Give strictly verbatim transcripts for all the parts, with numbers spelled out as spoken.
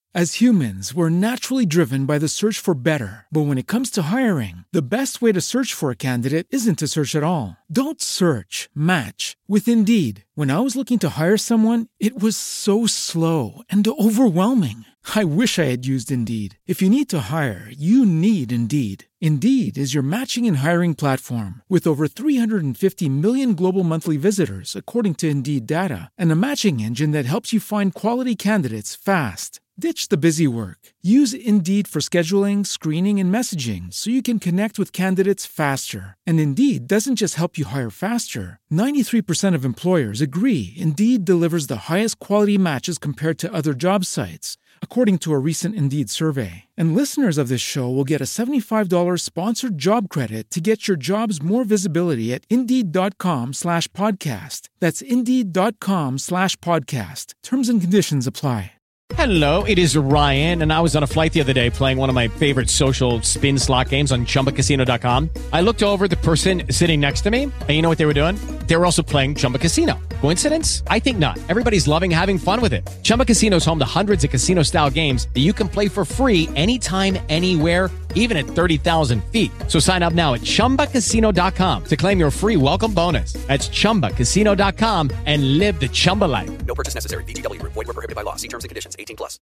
As humans, we're naturally driven by the search for better. But when it comes to hiring, the best way to search for a candidate isn't to search at all. Don't search, match with Indeed. When I was looking to hire someone, it was so slow and overwhelming. I wish I had used Indeed. If you need to hire, you need Indeed. Indeed is your matching and hiring platform with over three hundred fifty million global monthly visitors, according to Indeed data, and a matching engine that helps you find quality candidates fast. Ditch the busy work. Use Indeed for scheduling, screening, and messaging so you can connect with candidates faster. And Indeed doesn't just help you hire faster. ninety-three percent of employers agree Indeed delivers the highest quality matches compared to other job sites, according to a recent Indeed survey. And listeners of this show will get a seventy-five dollars sponsored job credit to get your jobs more visibility at Indeed.com slash podcast. That's Indeed.com slash podcast. Terms and conditions apply. Hello, it is Ryan, and I was on a flight the other day playing one of my favorite social spin slot games on Chumba Casino dot com. I looked over at the person sitting next to me, and you know what they were doing? They were also playing Chumba Casino. Coincidence? I think not. Everybody's loving having fun with it. Chumba Casino is home to hundreds of casino-style games that you can play for free anytime, anywhere, even at thirty thousand feet. So sign up now at Chumba Casino dot com to claim your free welcome bonus. That's Chumba Casino dot com and live the Chumba life. No purchase necessary. V G W. Void where prohibited by law. See terms and conditions. eighteen plus.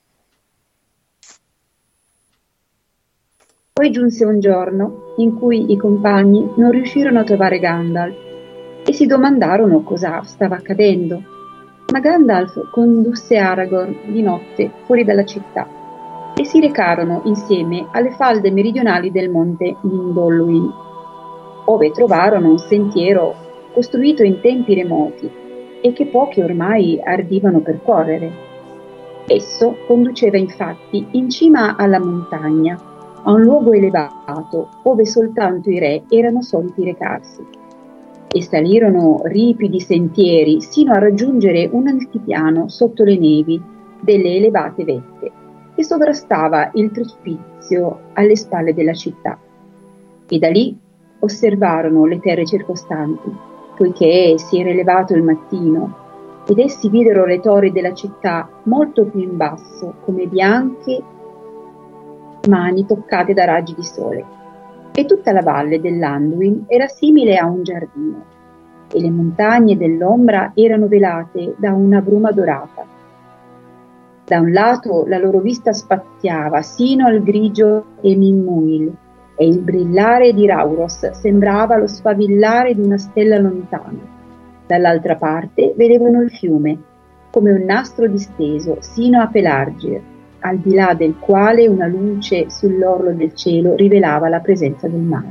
Poi giunse un giorno in cui i compagni non riuscirono a trovare Gandalf e si domandarono cosa stava accadendo. Ma Gandalf condusse Aragorn di notte fuori dalla città e si recarono insieme alle falde meridionali del monte Mindolluin, ove trovarono un sentiero costruito in tempi remoti e che pochi ormai ardivano percorrere. Esso conduceva infatti in cima alla montagna, a un luogo elevato, ove soltanto i re erano soliti recarsi, e salirono ripidi sentieri sino a raggiungere un altipiano sotto le nevi delle elevate vette, che sovrastava il precipizio alle spalle della città. E da lì osservarono le terre circostanti, poiché si era elevato il mattino, ed essi videro le torri della città molto più in basso, come bianche mani toccate da raggi di sole. E tutta la valle dell'Anduin era simile a un giardino, e le montagne dell'ombra erano velate da una bruma dorata. Da un lato la loro vista spaziava sino al grigio Eminmuil, e il brillare di Rauros sembrava lo sfavillare di una stella lontana. Dall'altra parte vedevano il fiume, come un nastro disteso sino a Pelargir, al di là del quale una luce sull'orlo del cielo rivelava la presenza del mare.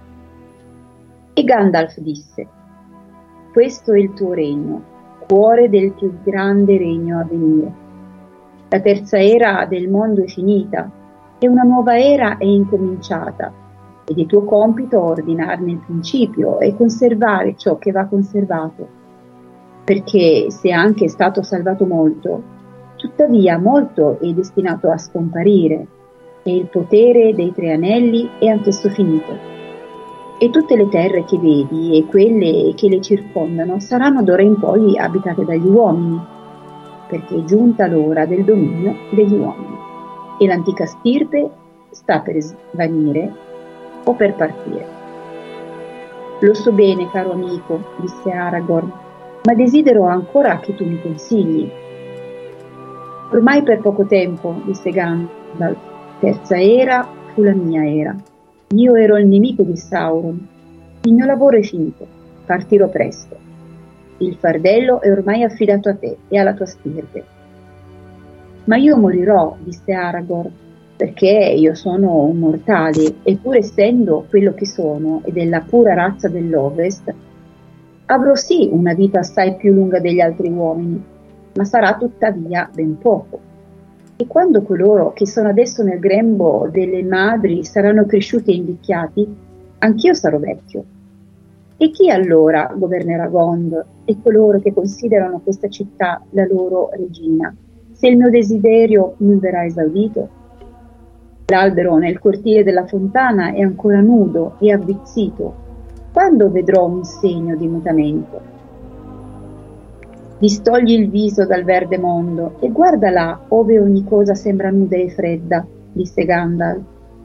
E Gandalf disse: «Questo è il tuo regno, cuore del più grande regno a venire. La terza era del mondo è finita e una nuova era è incominciata, ed è tuo compito ordinarne il principio e conservare ciò che va conservato, perché se anche è stato salvato molto, tuttavia molto è destinato a scomparire, e il potere dei tre anelli è anch'esso finito. E tutte le terre che vedi e quelle che le circondano saranno d'ora in poi abitate dagli uomini, perché è giunta l'ora del dominio degli uomini, e l'antica stirpe sta per svanire o per partire». «Lo so bene, caro amico», disse Aragorn, «ma desidero ancora che tu mi consigli». «Ormai per poco tempo», disse Gandalf, «terza era fu la mia era. Io ero il nemico di Sauron. Il mio lavoro è finito. Partirò presto. Il fardello è ormai affidato a te e alla tua stirpe». «Ma io morirò», disse Aragorn, «perché io sono un mortale, e pur essendo quello che sono e della pura razza dell'Ovest, avrò sì una vita assai più lunga degli altri uomini, ma sarà tuttavia ben poco. E quando coloro che sono adesso nel grembo delle madri saranno cresciuti e invecchiati, anch'io sarò vecchio. E chi allora governerà Gond e coloro che considerano questa città la loro regina, se il mio desiderio non verrà esaudito? L'albero nel cortile della fontana è ancora nudo e avvizzito. Quando vedrò un segno di mutamento?» Distogli il viso dal verde mondo e guarda là ove ogni cosa sembra nuda e fredda, disse Gandalf.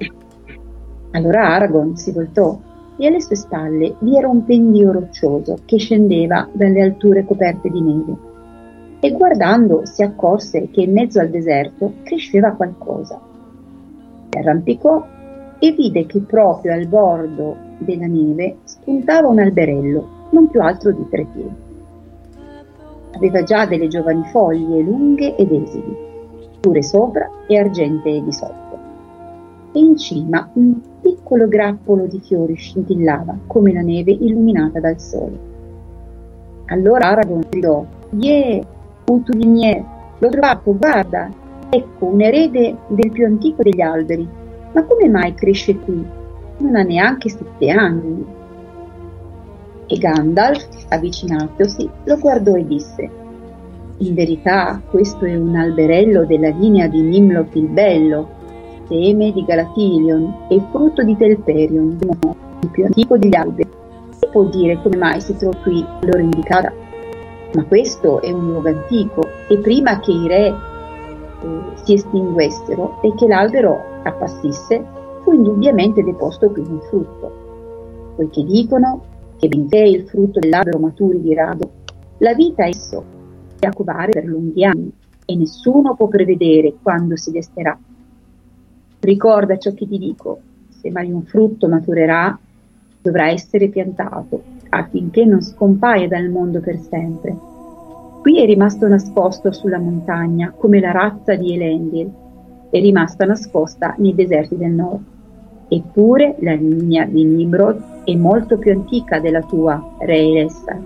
Allora Aragorn si voltò e alle sue spalle vi era un pendio roccioso che scendeva dalle alture coperte di neve. E guardando si accorse che in mezzo al deserto cresceva qualcosa. Si arrampicò e vide che proprio al bordo della neve spuntava un alberello, non più altro di tre piedi. Aveva già delle giovani foglie lunghe ed esili, scure sopra e argentee di sotto. E in cima un piccolo grappolo di fiori scintillava come la neve illuminata dal sole. Allora Aragorn gridò: "Yeah, Utulinier, l'ho trovato, guarda! Ecco, un erede del più antico degli alberi. Ma come mai cresce qui? Non ha neanche sette anni." E Gandalf, avvicinatosi, lo guardò e disse: "In verità questo è un alberello della linea di Nimloth il Bello, seme di Galatilion e frutto di Telperion, il più antico degli alberi. Si può dire come mai si trova qui all'ora indicata? Ma questo è un luogo antico e prima che i re eh, si estinguessero e che l'albero appassisse, fu indubbiamente deposto qui un frutto. Poiché dicono che benché il frutto dell'albero maturi di rado, la vita esso a covare per lunghi anni e nessuno può prevedere quando si desterà. Ricorda ciò che ti dico: se mai un frutto maturerà, dovrà essere piantato affinché non scompaia dal mondo per sempre. Qui è rimasto nascosto sulla montagna come la razza di Elendil è rimasta nascosta nei deserti del nord. Eppure la linea di Nimrod è molto più antica della tua, re Elessar."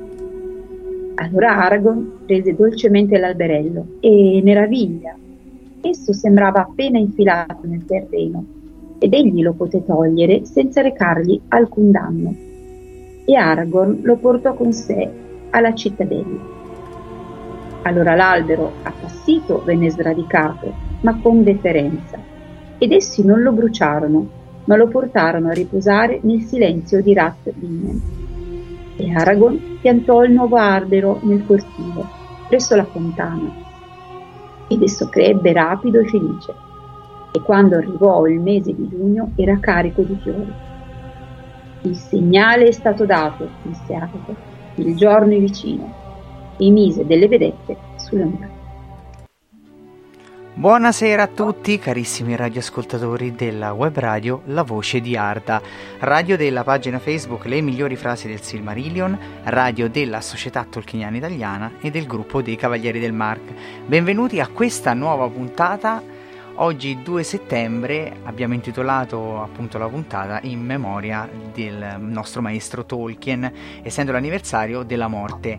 Allora Aragorn prese dolcemente l'alberello e meraviglia. Esso sembrava appena infilato nel terreno ed egli lo poté togliere senza recargli alcun danno. E Aragorn lo portò con sé alla cittadella. Allora l'albero appassito venne sradicato, ma con deferenza, ed essi non lo bruciarono, ma lo portarono a riposare nel silenzio di Rath Binen. E Aragorn piantò il nuovo albero nel cortile, presso la fontana, ed esso crebbe rapido e felice, e quando arrivò il mese di giugno era carico di fiori. "Il segnale è stato dato", disse Aragorn, "il giorno è vicino", e mise delle vedette sulle mura. Buonasera a tutti carissimi radioascoltatori della web radio La Voce di Arda, radio della pagina Facebook Le Migliori Frasi del Silmarillion, radio della Società Tolkieniana Italiana e del gruppo dei Cavalieri del Mark. Benvenuti a questa nuova puntata. Oggi due settembre abbiamo intitolato appunto la puntata in memoria del nostro maestro Tolkien, essendo l'anniversario della morte.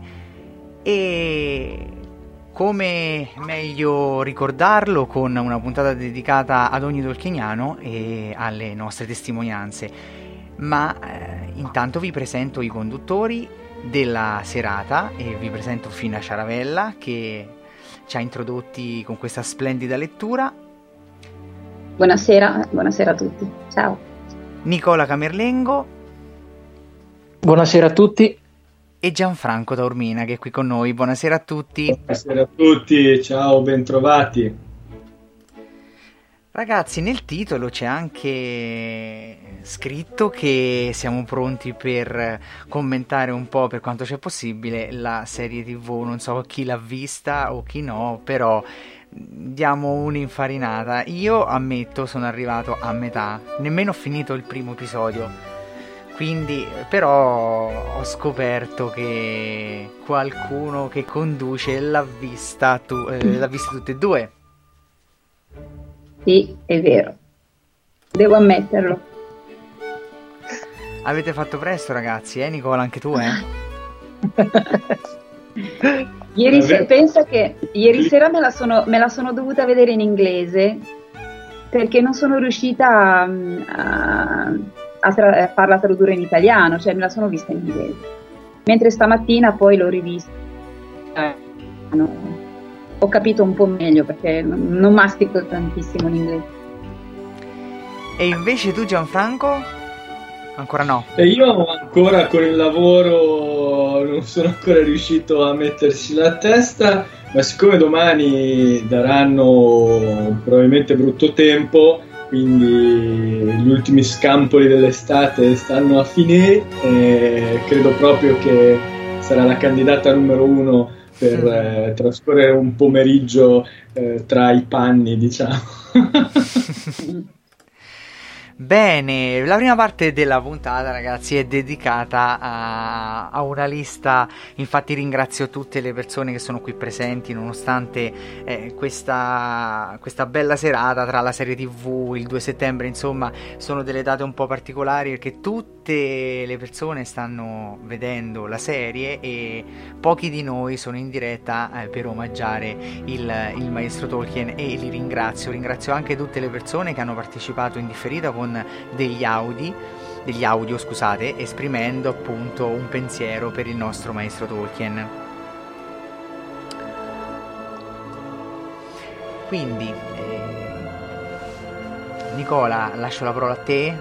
E come meglio ricordarlo con una puntata dedicata ad ogni tolkieniano e alle nostre testimonianze. Ma eh, intanto vi presento i conduttori della serata e vi presento Fina Ciaravella, che ci ha introdotti con questa splendida lettura. Buonasera, buonasera a tutti, ciao. Nicola Camerlengo. Buonasera a tutti. E Gianfranco Taormina, che è qui con noi. Buonasera a tutti. Buonasera a tutti, ciao, bentrovati. Ragazzi, nel titolo c'è anche scritto che siamo pronti per commentare un po', per quanto c'è possibile, la serie tivù. Non so chi l'ha vista o chi no, però diamo un'infarinata. Io ammetto, sono arrivato a metà, nemmeno ho finito il primo episodio, quindi però ho scoperto che qualcuno che conduce l'ha vista tu, eh, l'ha vista tutte e due. Sì, è vero, devo ammetterlo. Avete fatto presto, ragazzi, eh Nicola, anche tu, eh? Ieri se- pensa che ieri sera me la, sono, me la sono dovuta vedere in inglese perché non sono riuscita a, a, a, tra- a farla tradurre in italiano, cioè me la sono vista in inglese. Mentre stamattina poi l'ho rivista. Eh, no, ho capito un po' meglio perché non, non mastico tantissimo l'inglese. E invece tu, Gianfranco? Ancora no? E io ancora con il lavoro non sono ancora riuscito a metterci la testa, ma siccome domani daranno probabilmente brutto tempo, quindi gli ultimi scampoli dell'estate stanno a finire, e credo proprio che sarà la candidata numero uno per eh, trascorrere un pomeriggio eh, tra i panni, diciamo. Bene, la prima parte della puntata, ragazzi, è dedicata a, a una lista. Infatti ringrazio tutte le persone che sono qui presenti, nonostante eh, questa, questa bella serata tra la serie tivù, il due settembre, insomma, sono delle date un po' particolari perché tutte le persone stanno vedendo la serie e pochi di noi sono in diretta eh, per omaggiare il, il maestro Tolkien, e li ringrazio. Ringrazio anche tutte le persone che hanno partecipato in differita con degli audi, degli audio, scusate, esprimendo appunto un pensiero per il nostro maestro Tolkien. Quindi eh, Nicola, lascio la parola a te.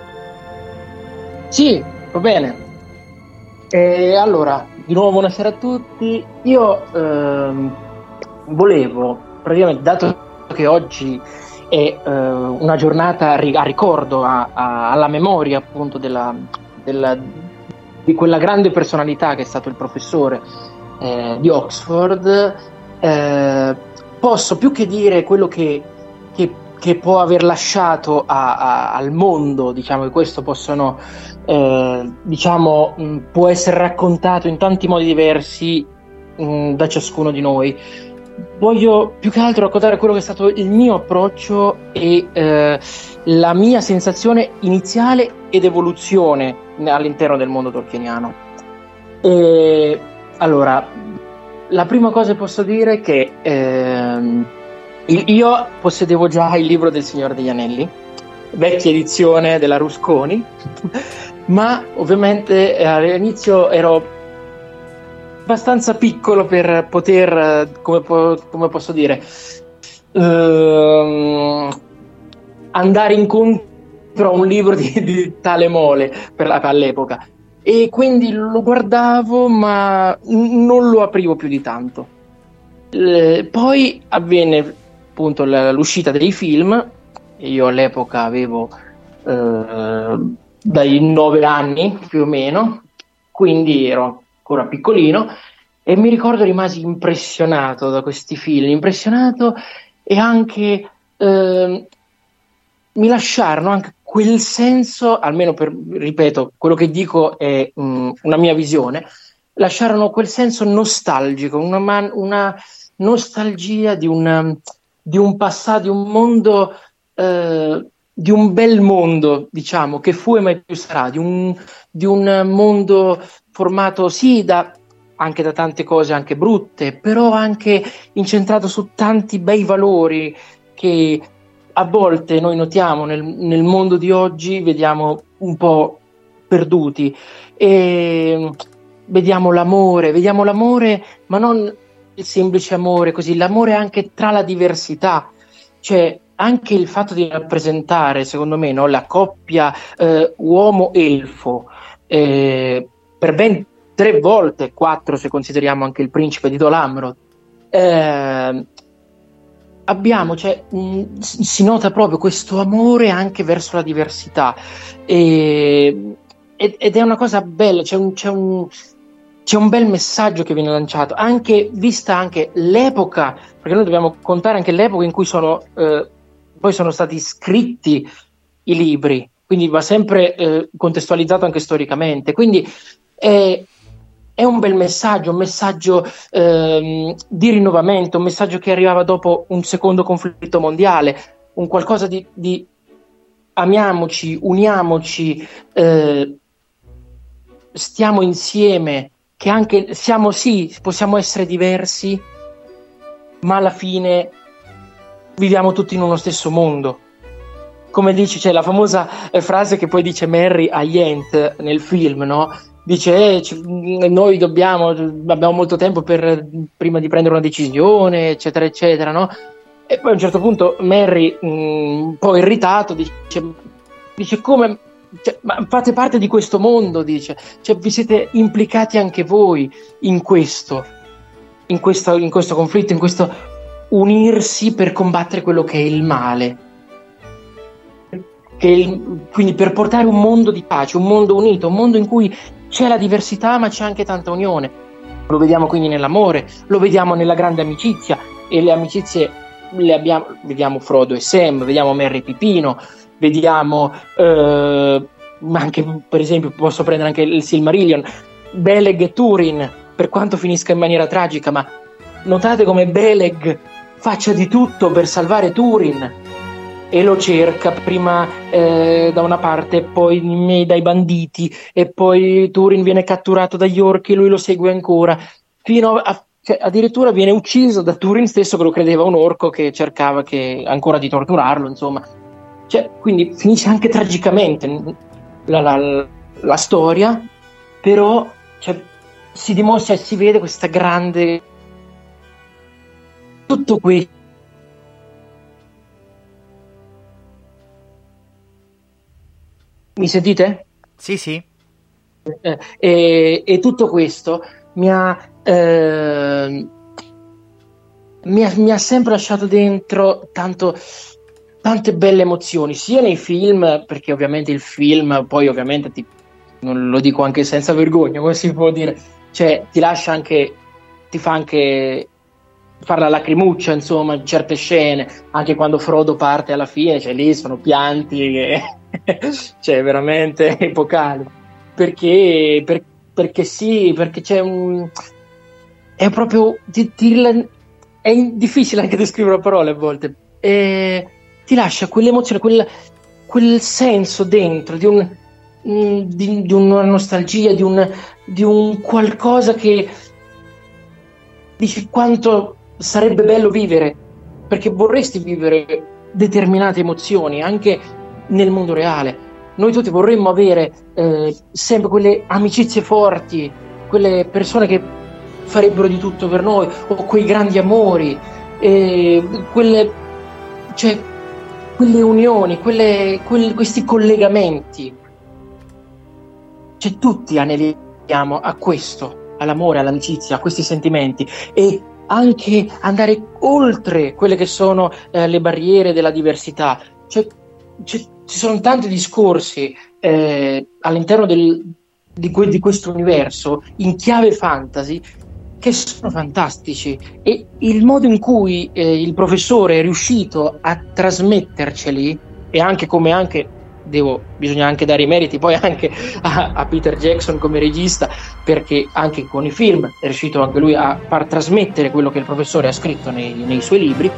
Sì, va bene. E allora, di nuovo buonasera a tutti. Io ehm, volevo, praticamente, dato che oggi è eh, una giornata a ricordo, a, a, alla memoria appunto della, della, di quella grande personalità che è stato il professore eh, di Oxford, eh, posso più che dire quello che, che, che può aver lasciato a, a, al mondo, diciamo che questo possono eh, diciamo mh, può essere raccontato in tanti modi diversi mh, da ciascuno di noi. Voglio più che altro raccontare quello che è stato il mio approccio e eh, la mia sensazione iniziale ed evoluzione all'interno del mondo tolkieniano. E allora, la prima cosa che posso dire è che ehm, io possedevo già il libro del Signore degli Anelli, vecchia edizione della Rusconi, ma ovviamente eh, all'inizio ero abbastanza piccolo per poter, come, po- come posso dire, ehm, andare incontro a un libro di, di tale mole per la, all'epoca, e quindi lo guardavo ma n- non lo aprivo più di tanto. Eh, poi avvenne appunto l- l'uscita dei film. Io all'epoca avevo eh, dai nove anni più o meno, quindi ero ancora piccolino, e mi ricordo rimasi impressionato da questi film, impressionato, e anche eh, mi lasciarono anche quel senso, almeno per, ripeto, quello che dico è mh, una mia visione, lasciarono quel senso nostalgico, una, man, una nostalgia di, una, di un passato, di un mondo, eh, di un bel mondo, diciamo, che fu e mai più sarà, di un, di un mondo formato sì da, anche da tante cose anche brutte, però anche incentrato su tanti bei valori che a volte noi notiamo nel, nel mondo di oggi, vediamo un po' perduti, e vediamo l'amore, vediamo l'amore, ma non il semplice amore così, l'amore anche tra la diversità, cioè anche il fatto di rappresentare, secondo me, no, la coppia eh, uomo-elfo, eh, per ben tre volte, quattro se consideriamo anche il principe di Dol Amroth, eh, abbiamo, cioè, mh, si nota proprio questo amore anche verso la diversità, e, ed è una cosa bella, c'è un, c'è un, c'è un bel messaggio che viene lanciato, anche vista anche l'epoca, perché noi dobbiamo contare anche l'epoca in cui sono eh, poi sono stati scritti i libri, quindi va sempre eh, contestualizzato anche storicamente, quindi è, è un bel messaggio, un messaggio ehm, di rinnovamento, un messaggio che arrivava dopo un secondo conflitto mondiale, un qualcosa di, di amiamoci, uniamoci, eh, stiamo insieme, che anche siamo, sì, possiamo essere diversi, ma alla fine viviamo tutti in uno stesso mondo. Come dice, c'è la famosa eh, frase che poi dice Merry agli Ent nel film, no? Dice eh, c- noi dobbiamo abbiamo molto tempo per prima di prendere una decisione, eccetera eccetera, no? E poi a un certo punto Merry, mh, un po' irritato, dice, dice come cioè, ma fate parte di questo mondo, dice, cioè, vi siete implicati anche voi in questo, in questo, in questo conflitto, in questo unirsi per combattere quello che è il male, che è il, quindi per portare un mondo di pace, un mondo unito, un mondo in cui c'è la diversità ma c'è anche tanta unione. Lo vediamo quindi nell'amore, lo vediamo nella grande amicizia, e le amicizie le abbiamo, vediamo Frodo e Sam, vediamo Merry e Pipino, vediamo eh, ma anche, per esempio, posso prendere anche il Silmarillion, Beleg e Túrin, per quanto finisca in maniera tragica, ma notate come Beleg faccia di tutto per salvare Túrin e lo cerca prima eh, da una parte, poi dai banditi, e poi Túrin viene catturato dagli orchi e lui lo segue ancora fino a, cioè, addirittura viene ucciso da Túrin stesso, che lo credeva un orco che cercava che, ancora di torturarlo, insomma, cioè, quindi finisce anche tragicamente la, la, la storia, però cioè, si dimostra e si vede questa grande, tutto questo. Mi sentite? Sì, sì. Eh, e, e tutto questo mi ha, eh, mi ha mi ha sempre lasciato dentro tanto, tante belle emozioni, sia nei film, perché ovviamente il film poi ovviamente ti, non lo dico anche senza vergogna, come si può dire, cioè ti lascia anche, ti fa anche fare la lacrimuccia, insomma, certe scene, anche quando Frodo parte alla fine, cioè lì sono pianti che cioè veramente epocali, perché per, perché sì, perché c'è un, è proprio ti, ti, è difficile anche descrivere a parole a volte, e ti lascia quell'emozione, quel, quel senso dentro di un di, di una nostalgia, di un, di un qualcosa che dici quanto sarebbe bello vivere, perché vorresti vivere determinate emozioni anche nel mondo reale. Noi tutti vorremmo avere eh, sempre quelle amicizie forti, quelle persone che farebbero di tutto per noi, o quei grandi amori, eh, quelle, cioè, quelle unioni, quelle, quelle, questi collegamenti. Cioè, tutti aneliamo a questo, all'amore, all'amicizia, a questi sentimenti, e anche andare oltre quelle che sono eh, le barriere della diversità. Cioè, ci sono tanti discorsi eh, all'interno del, di, que- di questo universo in chiave fantasy che sono fantastici, e il modo in cui eh, il professore è riuscito a trasmetterceli, e anche come anche devo bisogna anche dare i meriti poi anche a, a Peter Jackson come regista, perché anche con i film è riuscito anche lui a far trasmettere quello che il professore ha scritto nei, nei suoi libri,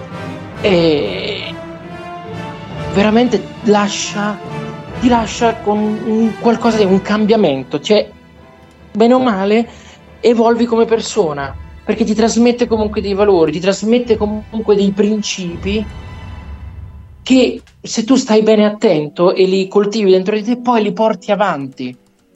e veramente lascia ti lascia con un qualcosa di un cambiamento, cioè bene o male evolvi come persona, perché ti trasmette comunque dei valori, ti trasmette comunque dei principi che, se tu stai bene attento e li coltivi dentro di te, poi li porti avanti.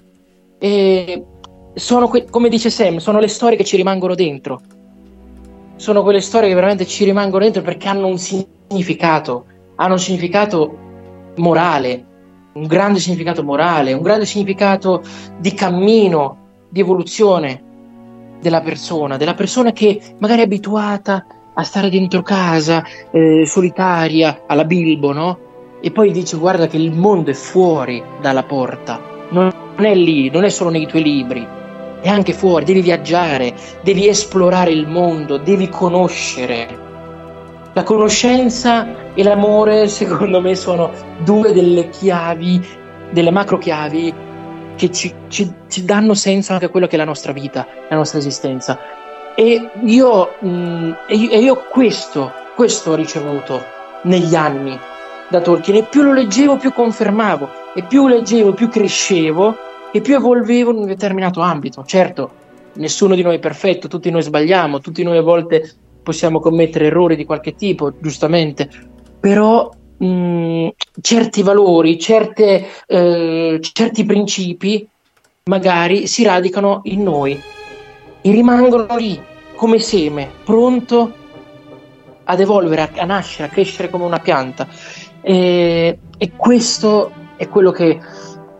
E sono que- come dice Sam, sono le storie che ci rimangono dentro, sono quelle storie che veramente ci rimangono dentro perché hanno un significato, hanno un significato morale, un grande significato morale, un grande significato di cammino, di evoluzione della persona, della persona che magari è abituata a stare dentro casa, eh, solitaria, alla Bilbo, no? E poi dice: guarda che il mondo è fuori dalla porta, non è lì, non è solo nei tuoi libri, è anche fuori, devi viaggiare, devi esplorare il mondo, devi conoscere. La conoscenza e l'amore, secondo me, sono due delle chiavi, delle macro chiavi che ci, ci, ci danno senso anche a quello che è la nostra vita, la nostra esistenza. E io, mh, e io, e io questo, questo ho ricevuto negli anni da Tolkien, e più lo leggevo più confermavo, e più leggevo più crescevo, e più evolvevo in un determinato ambito. Certo, nessuno di noi è perfetto, tutti noi sbagliamo, tutti noi a volte possiamo commettere errori di qualche tipo, giustamente, però mh, certi valori, certe, eh, certi principi magari si radicano in noi e rimangono lì come seme, pronto ad evolvere, a, a nascere, a crescere come una pianta. E, e questo è quello che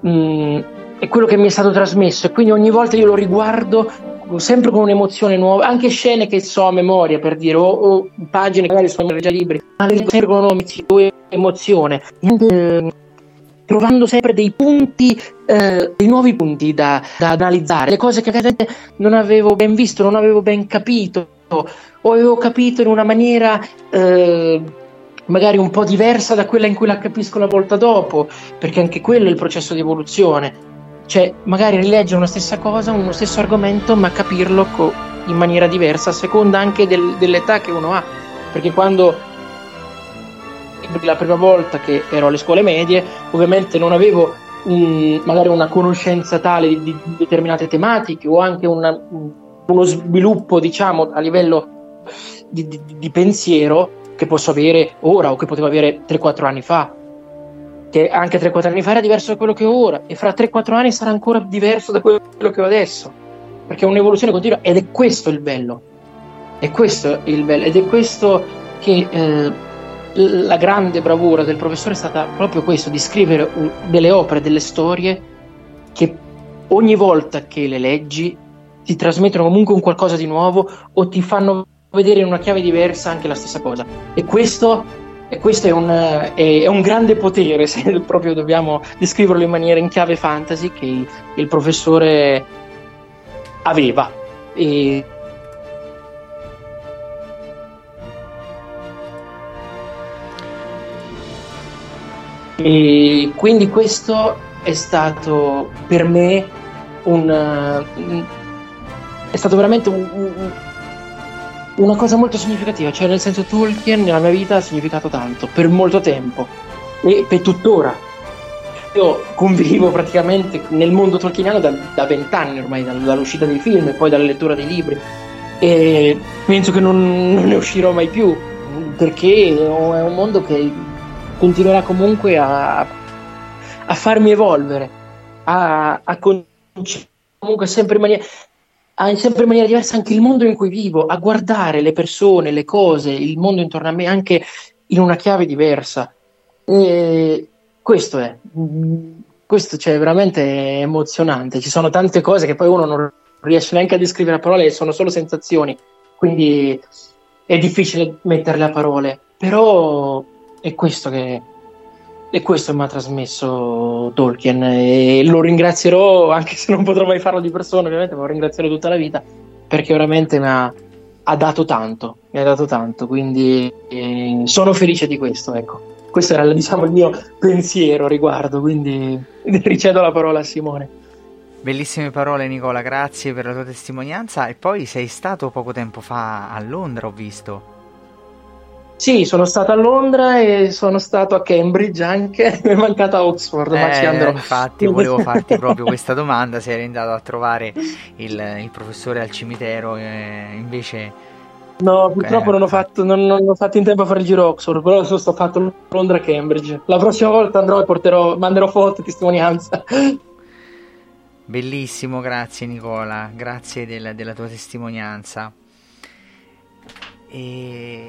mh, è quello che mi è stato trasmesso, e quindi ogni volta io lo riguardo sempre con un'emozione nuova, anche scene che so a memoria, per dire, o, o pagine che magari sono già libri, ma le sempre con un'emozione, eh, trovando sempre dei punti, eh, dei nuovi punti da, da analizzare, le cose che veramente non avevo ben visto, non avevo ben capito, o avevo capito in una maniera eh, magari un po' diversa da quella in cui la capisco la volta dopo, perché anche quello è il processo di evoluzione. Cioè, magari rileggere una stessa cosa, uno stesso argomento, ma capirlo co- in maniera diversa, a seconda anche del, dell'età che uno ha. Perché quando la prima volta che ero alle scuole medie, ovviamente non avevo um, magari una conoscenza tale di, di determinate tematiche, o anche una, uno sviluppo, diciamo, a livello di, di, di pensiero che posso avere ora, o che potevo avere tre quattro anni fa. Che anche tre quattro anni fa era diverso da quello che ho ora, e fra tre quattro anni sarà ancora diverso da quello che ho adesso, perché è un'evoluzione continua, ed è questo il bello, è questo il bello, ed è questo che eh, la grande bravura del professore è stata proprio questo, di scrivere un, delle opere, delle storie che ogni volta che le leggi ti trasmettono comunque un qualcosa di nuovo, o ti fanno vedere in una chiave diversa anche la stessa cosa, e questo E questo è un, è, è un grande potere, se proprio dobbiamo descriverlo in maniera in chiave fantasy, che il professore aveva. E E quindi questo è stato per me un, è stato veramente un, un una cosa molto significativa, cioè nel senso Tolkien nella mia vita ha significato tanto, per molto tempo, e per tuttora. Io convivo praticamente nel mondo tolkieniano da vent'anni ormai, dall'uscita dei film e poi dalla lettura dei libri, e penso che non, non ne uscirò mai più, perché è un mondo che continuerà comunque a, a farmi evolvere, a, a comunque sempre in maniera... ha sempre in maniera diversa anche il mondo in cui vivo, a guardare le persone, le cose, il mondo intorno a me anche in una chiave diversa. E questo è, questo cioè, veramente è emozionante. Ci sono tante cose che poi uno non riesce neanche a descrivere a parole, sono solo sensazioni, quindi è difficile metterle a parole, però è questo che E questo mi ha trasmesso Tolkien, e lo ringrazierò, anche se non potrò mai farlo di persona, ovviamente, ma lo ringrazierò tutta la vita, perché veramente mi ha, ha dato tanto, mi ha dato tanto, quindi eh, sono felice di questo, ecco. Questo era, diciamo, il mio pensiero a riguardo, quindi ricedo la parola a Simone. Bellissime parole, Nicola, grazie per la tua testimonianza. E poi sei stato poco tempo fa a Londra, ho visto. Sì, sono stato a Londra e sono stato a Cambridge anche, mi è mancata Oxford, eh, ma ci andrò. Infatti volevo farti proprio questa domanda, se eri andato a trovare il, il professore al cimitero, eh, invece... No, purtroppo eh, non, ho fatto, non, non ho fatto in tempo a fare il giro Oxford, però sono stato fatto Londra-Cambridge. La prossima volta andrò e porterò, manderò foto e testimonianza. Bellissimo, grazie Nicola, grazie del, della tua testimonianza. E...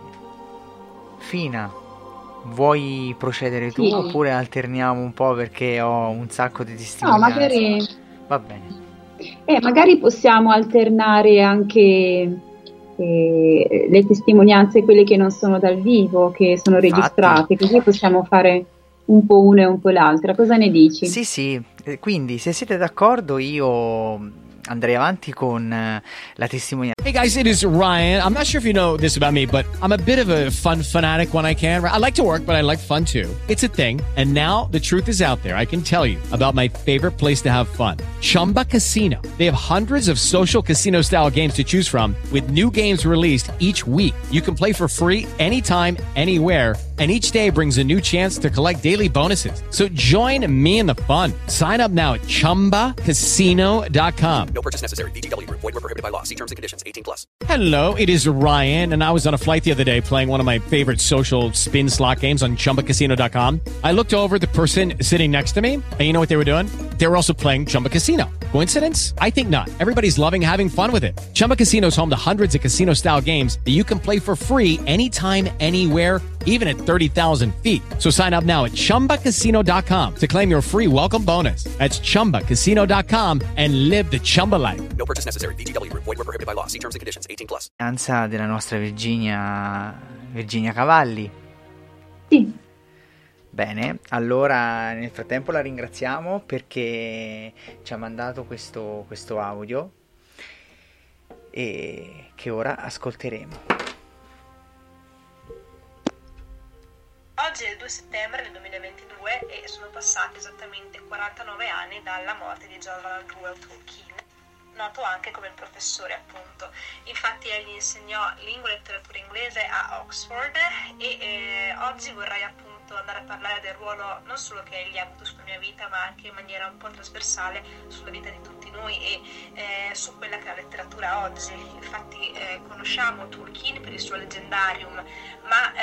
Fina, vuoi procedere tu, sì, oppure alterniamo un po', perché ho un sacco di testimonianze? No, magari... Va bene. Eh, magari possiamo alternare anche eh, le testimonianze, quelle che non sono dal vivo, che sono Infatti. registrate, così possiamo fare un po' una e un po' l'altra. Cosa ne dici? Sì, sì, quindi se siete d'accordo io andrei avanti con uh, la testimonianza. Hey guys, it is Ryan. I'm not sure if you know this about me, but I'm a bit of a fun fanatic when I can. I like to work, but I like fun too. It's a thing. And now the truth is out there. I can tell you about my favorite place to have fun. Chumba Casino. They have hundreds of social casino style games to choose from, with new games released each week. You can play for free anytime, anywhere, and each day brings a new chance to collect daily bonuses. So join me in the fun. Sign up now at chumba casino dot com. No purchase necessary. V G W Group. Void where prohibited by law. See terms and conditions. eighteen plus. Hello, it is Ryan, and I was on a flight the other day playing one of my favorite social spin slot games on chumba casino dot com. I looked over at the person sitting next to me, and you know what they were doing? They were also playing Chumba Casino. Coincidence? I think not. Everybody's loving having fun with it. Chumba Casino is home to hundreds of casino-style games that you can play for free anytime, anywhere, even at thirty thousand feet. So sign up now at chumba casino dot com to claim your free welcome bonus. That's chumba casino dot com and live the Chumba life. No purchase necessary. V G W. Void where prohibited by law. See terms and conditions. eighteen plus. Della nostra Virginia Virginia Cavalli. Sì. Bene, allora nel frattempo la ringraziamo perché ci ha mandato questo, questo audio e che ora ascolteremo. Oggi è il due settembre del duemilaventidue e sono passati esattamente quarantanove anni dalla morte di Jonathan Reuel Tolkien, noto anche come il professore, appunto. Infatti egli insegnò lingua e letteratura inglese a Oxford e eh, oggi vorrei appunto andare a parlare del ruolo non solo che egli ha avuto sulla mia vita, ma anche in maniera un po' trasversale sulla vita di tutti noi e eh, su quella che è la letteratura oggi. Infatti eh, conosciamo Tolkien per il suo Leggendarium, ma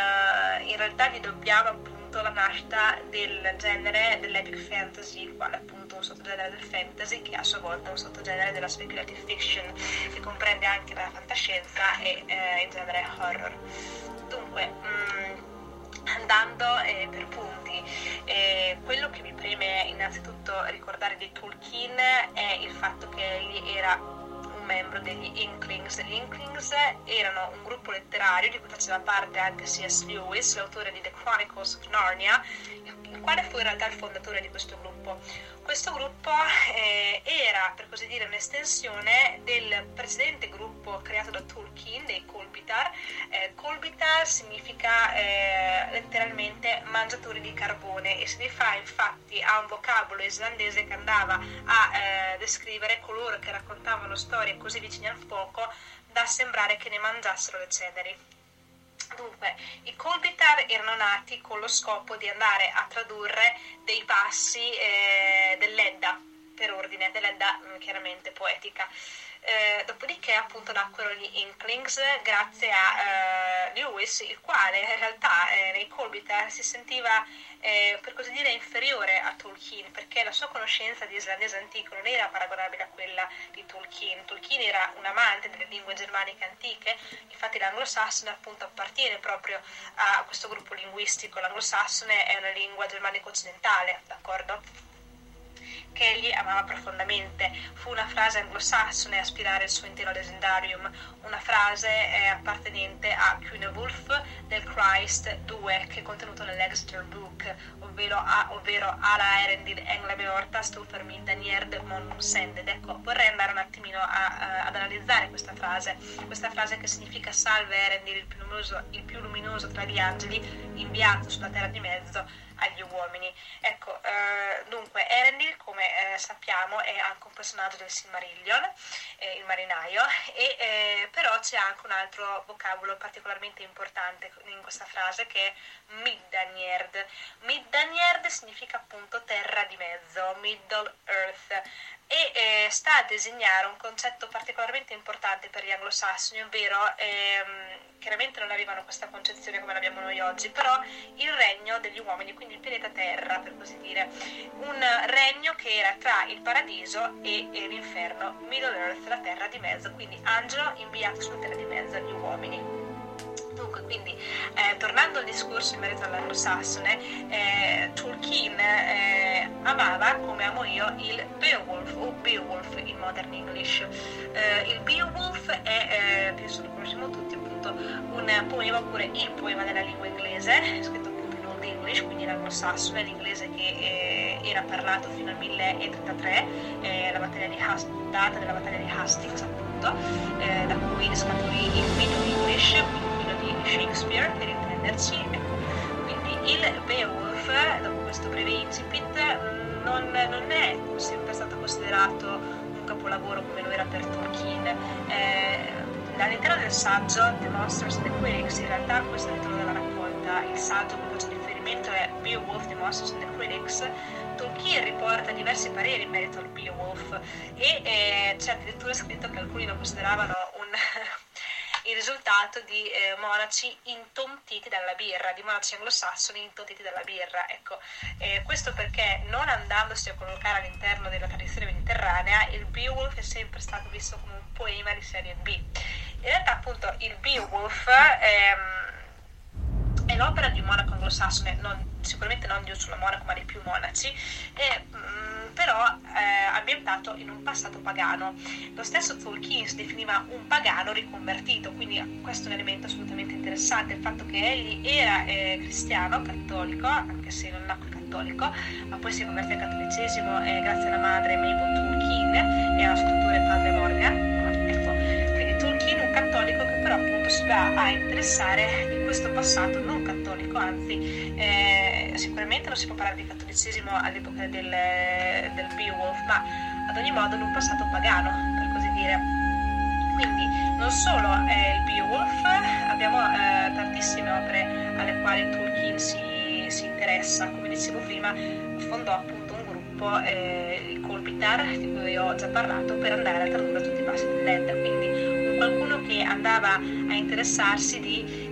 eh, in realtà gli dobbiamo appunto la nascita del genere dell'epic fantasy, il quale è appunto un sottogenere del fantasy che a sua volta è un sottogenere della speculative fiction, che comprende anche la fantascienza e eh, il genere horror. Dunque, mh, andando eh, per punti, eh, quello che mi preme innanzitutto ricordare di Tolkien è il fatto che egli era un membro degli Inklings. Gli Inklings erano un gruppo letterario di cui faceva parte anche C S Lewis, l'autore di The Chronicles of Narnia, il quale fu in realtà il fondatore di questo gruppo. Questo gruppo eh, era, per così dire, un'estensione del precedente gruppo creato da Tolkien, dei Kolbitar. Eh, Kolbitar significa eh, letteralmente mangiatori di carbone e si rifà infatti a un vocabolo islandese che andava a eh, descrivere coloro che raccontavano storie così vicine al fuoco da sembrare che ne mangiassero le ceneri. Dunque, i Kolbitar erano nati con lo scopo di andare a tradurre dei passi eh, dell'Edda, per ordine, dell'Edda chiaramente poetica. Eh, dopodiché appunto nacquero gli Inklings grazie a eh, Lewis, il quale in realtà eh, nei Kolbitar si sentiva eh, per così dire inferiore a Tolkien, perché la sua conoscenza di islandese antico non era paragonabile a quella di Tolkien. Tolkien era un amante delle lingue germaniche antiche, infatti l'anglosassone appunto appartiene proprio a questo gruppo linguistico. L'anglosassone è una lingua germanica occidentale, d'accordo? Che egli amava profondamente. Fu una frase anglosassone a ispirare il suo intero Leggendarium, una frase eh, appartenente a Cunewulf del Christ due, che è contenuto nell'Exeter Book, ovvero, a, ovvero Ala Erendil Engla Beorta Stufer Midanierd Monum Sended. Ecco, vorrei andare un attimino a, a, ad analizzare questa frase, questa frase che significa salve Erendil, il più luminoso, il più luminoso tra gli angeli, inviato sulla terra di mezzo agli uomini. Ecco, eh, dunque Erendil, come eh, sappiamo, è anche un personaggio del Silmarillion, eh, il marinaio, e eh, però c'è anche un altro vocabolo particolarmente importante in questa frase, che è Midanierd. Midanierd significa appunto terra di mezzo, Middle Earth, e eh, sta a designare un concetto particolarmente importante per gli anglosassoni, ovvero ehm, chiaramente non avevano questa concezione come l'abbiamo noi oggi, però il regno degli uomini, quindi il pianeta Terra, per così dire, un regno che era tra il paradiso e, e l'inferno, Middle Earth, la terra di mezzo, quindi angelo inviato sulla terra di mezzo agli uomini. Dunque, quindi, eh, tornando al discorso in merito all'anglosassone, eh, Tolkien eh, amava, come amo io, il Beowulf o Beowulf in modern English. Eh, il Beowulf è, eh, penso lo conosciamo tutti, appunto, un poema, oppure il poema della lingua inglese, scritto appunto in Old English, quindi l'anglosassone, l'inglese che eh, era parlato fino al mille trentatré, eh, la battaglia di Hast- data della battaglia di Hastings, appunto, eh, da cui scaturì il Middle English, quindi Shakespeare, per intenderci. Ecco, quindi il Beowulf, dopo questo breve incipit, non, non è sempre stato considerato un capolavoro come lo era per Tolkien. Eh, all'interno del saggio The Monsters and the Quirks, in realtà questo è il titolo della raccolta, il saggio che faccio riferimento riferimento è Beowulf The Monsters and the Critics, Tolkien riporta diversi pareri in merito al Beowulf e eh, c'è addirittura scritto che alcuni lo consideravano un il risultato di eh, monaci intontiti dalla birra, di monaci anglosassoni intontiti dalla birra. Ecco, eh, questo perché, non andandosi a collocare all'interno della tradizione mediterranea, il Beowulf è sempre stato visto come un poema di serie B. In realtà, appunto, il Beowulf ehm, è l'opera di un monaco anglosassone, non, sicuramente non di un solo monaco, ma di più monaci, e, mh, però eh, ambientato in un passato pagano. Lo stesso Tolkien si definiva un pagano riconvertito, quindi questo è un elemento assolutamente interessante, il fatto che egli era eh, cristiano, cattolico, anche se non nacque cattolico, ma poi si convertì al cattolicesimo eh, grazie alla madre Mabel Tolkien e al suo tutore padre Morgan. Ecco, quindi Tolkien, un cattolico che però appunto si va a interessare di questo passato non cattolico, anzi eh, sicuramente non si può parlare di cattolicesimo all'epoca del, del Beowulf, ma ad ogni modo in un passato pagano, per così dire. Quindi non solo eh, il Beowulf, abbiamo eh, tantissime opere alle quali Tolkien si, si interessa. Come dicevo prima, fondò appunto un gruppo, eh, il Kolpitar, di cui ho già parlato, per andare a tradurre tutti i passi dell'Edda, quindi un qualcuno che andava a interessarsi di,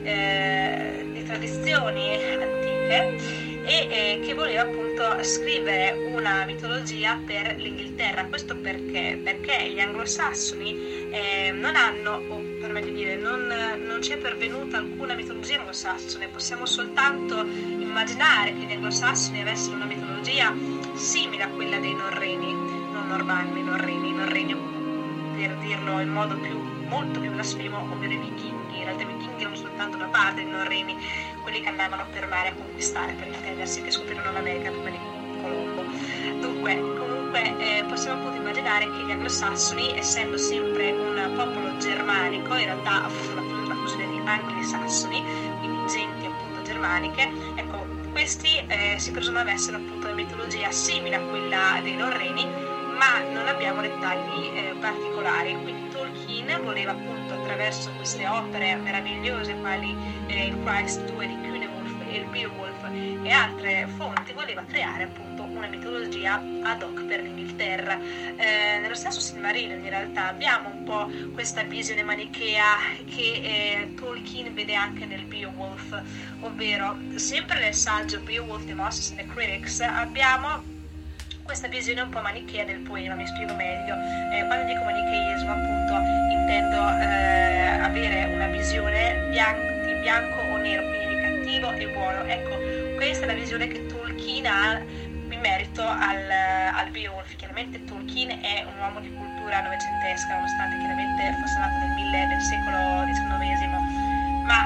eh, di tradizioni antiche e eh, che voleva appunto scrivere una mitologia per l'Inghilterra. Questo perché? Perché gli anglosassoni eh, non hanno, o per meglio dire, non, non c'è pervenuta alcuna mitologia anglosassone. Possiamo soltanto immaginare che gli anglosassoni avessero una mitologia simile a quella dei norreni, non normanni, i norreni, i norreni, per dirlo in modo più, molto più blasfemo, ovvero i vichinghi. In realtà i vichinghi erano soltanto una parte dei norreni, quelli che andavano per mare a conquistare, per intendersi, che scoprirono l'America prima di Colombo. Dunque, comunque eh, possiamo appunto immaginare che gli anglosassoni, essendo sempre un popolo germanico, in realtà furono appunto la fusione di angli-sassoni, quindi genti appunto germaniche, ecco, questi eh, si presume avessero appunto una mitologia simile a quella dei norreni, ma non abbiamo dettagli eh, particolari. Quindi Tolkien voleva appunto, attraverso queste opere meravigliose quali eh, il Christ due di Cunewulf e il Beowulf e altre fonti, voleva creare appunto una mitologia ad hoc per l'Inghilterra. Eh, nello stesso Silmarillion in realtà abbiamo un po' questa visione manichea che eh, Tolkien vede anche nel Beowulf, ovvero sempre nel saggio Beowulf The Monsters and the Critics abbiamo questa visione un po' manichea del poema. Mi spiego meglio. Eh, quando dico manicheismo appunto intendo eh, avere una visione bian- di bianco o nero, quindi di cattivo e buono. Ecco, questa è la visione che Tolkien ha in merito al, al Beowulf. Chiaramente Tolkien è un uomo di cultura novecentesca, nonostante chiaramente fosse nato nel, mille, nel secolo diciannovesimo, ma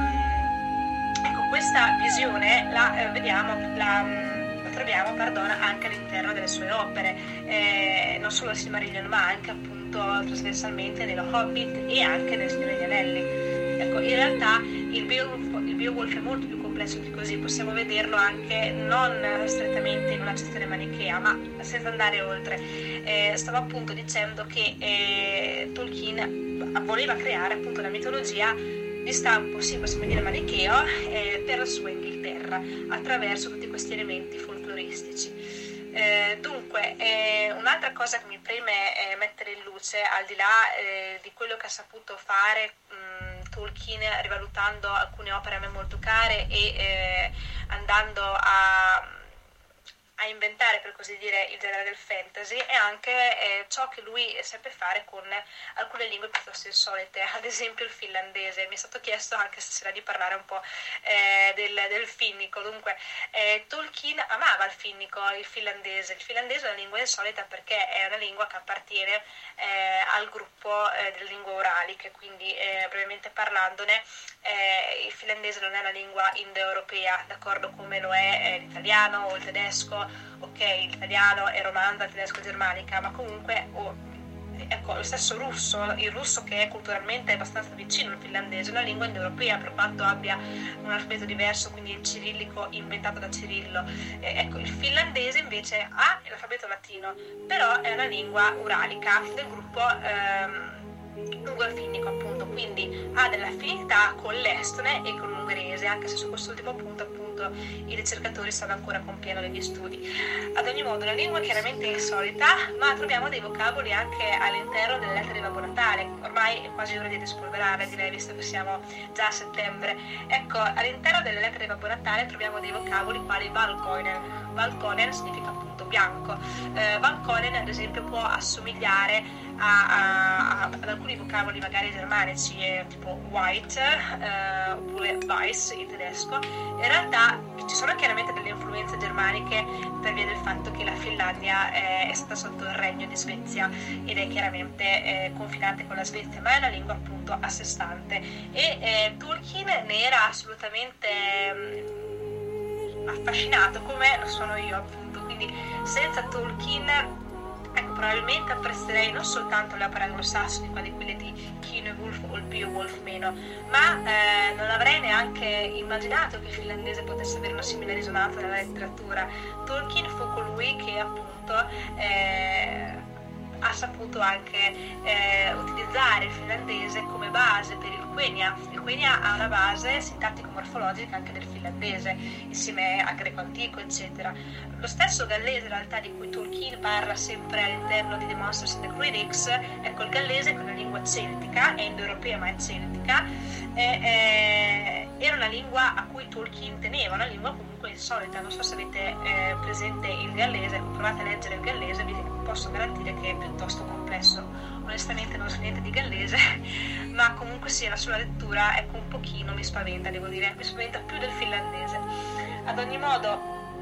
ehm, ecco, questa visione la eh, vediamo, la troviamo pardona, anche all'interno delle sue opere, eh, non solo nel Silmarillion ma anche appunto trasversalmente nello Hobbit e anche nel Signore degli Anelli. Ecco, in realtà il Beowulf, il Beowulf è molto più complesso di così, possiamo vederlo anche non strettamente in una gestione manichea, ma senza andare oltre. Eh, stavo appunto dicendo che eh, Tolkien voleva creare appunto una mitologia di stampo, sì, possiamo dire manicheo, eh, per la sua Inghilterra, attraverso tutti questi elementi folcloristici. Eh, dunque, eh, un'altra cosa che mi preme eh, mettere in luce, al di là eh, di quello che ha saputo fare mh, Tolkien, rivalutando alcune opere a me molto care e eh, andando a... a inventare, per così dire, il genere del fantasy, e anche eh, ciò che lui seppe fare con alcune lingue piuttosto insolite, ad esempio il finlandese. Mi è stato chiesto anche stasera di parlare un po' eh, del, del finnico. Dunque, eh, Tolkien amava il finnico, il finlandese. Il finlandese è una lingua insolita perché è una lingua che appartiene eh, al gruppo eh, delle lingue oraliche, quindi eh, brevemente parlandone, eh, il finlandese non è una lingua indoeuropea, d'accordo, come lo è eh, l'italiano o il tedesco. Ok, l'italiano è romanza, il tedesco è germanica, ma comunque oh, ecco, lo stesso russo, il russo che è culturalmente abbastanza vicino al finlandese, è una lingua indoeuropea per quanto abbia un alfabeto diverso, quindi il cirillico inventato da Cirillo. Eh, ecco, il finlandese invece ha l'alfabeto latino, però è una lingua uralica del gruppo ehm, ungolfinnico appunto, quindi ha delle affinità con l'estone e con l'ungherese, anche se su quest'ultimo punto appunto i ricercatori stanno ancora compiendo degli studi. Ad ogni modo la lingua è chiaramente insolita, ma troviamo dei vocaboli anche all'interno delle lettere di Babbo Natale. Ormai è quasi ora di rispolverare, direi, visto che siamo già a settembre. Ecco, all'interno delle lettere di Babbo Natale troviamo dei vocaboli quali Valkoinen. Valkoinen significa appunto bianco. Eh, Valkoinen ad esempio può assomigliare A, a, a, ad alcuni vocaboli magari germanici, eh, tipo white eh, oppure weiß in tedesco. In realtà ci sono chiaramente delle influenze germaniche per via del fatto che la Finlandia è, è stata sotto il regno di Svezia ed è chiaramente eh, confinante con la Svezia, ma è una lingua appunto a sé stante, e eh, Tolkien ne era assolutamente eh, affascinato, come lo sono io appunto. Quindi senza Tolkien, ecco, probabilmente apprezzerei non soltanto le opere anglosassoni, quali quelle di Beowulf o il Beowulf meno, ma eh, non avrei neanche immaginato che il finlandese potesse avere una simile risonanza nella letteratura. Tolkien fu colui che appunto eh, ha saputo anche eh, utilizzare il finlandese come base per il Quenya. Il Quenya ha una base sintattico-morfologica anche del finlandese, insieme al greco antico, eccetera. Lo stesso gallese, in realtà, di cui Tolkien parla sempre all'interno di The Monsters and the Critics, ecco, il gallese, che è una lingua celtica, è indoeuropea ma è celtica, è, è, era una lingua a cui Tolkien teneva, una lingua comunque insolita. Non so se avete eh, presente il gallese, provate a leggere il gallese, vi posso garantire che è piuttosto complesso. Onestamente non so niente di gallese, ma comunque sia la sua lettura, ecco, un pochino mi spaventa, devo dire, mi spaventa più del finlandese. Ad ogni modo,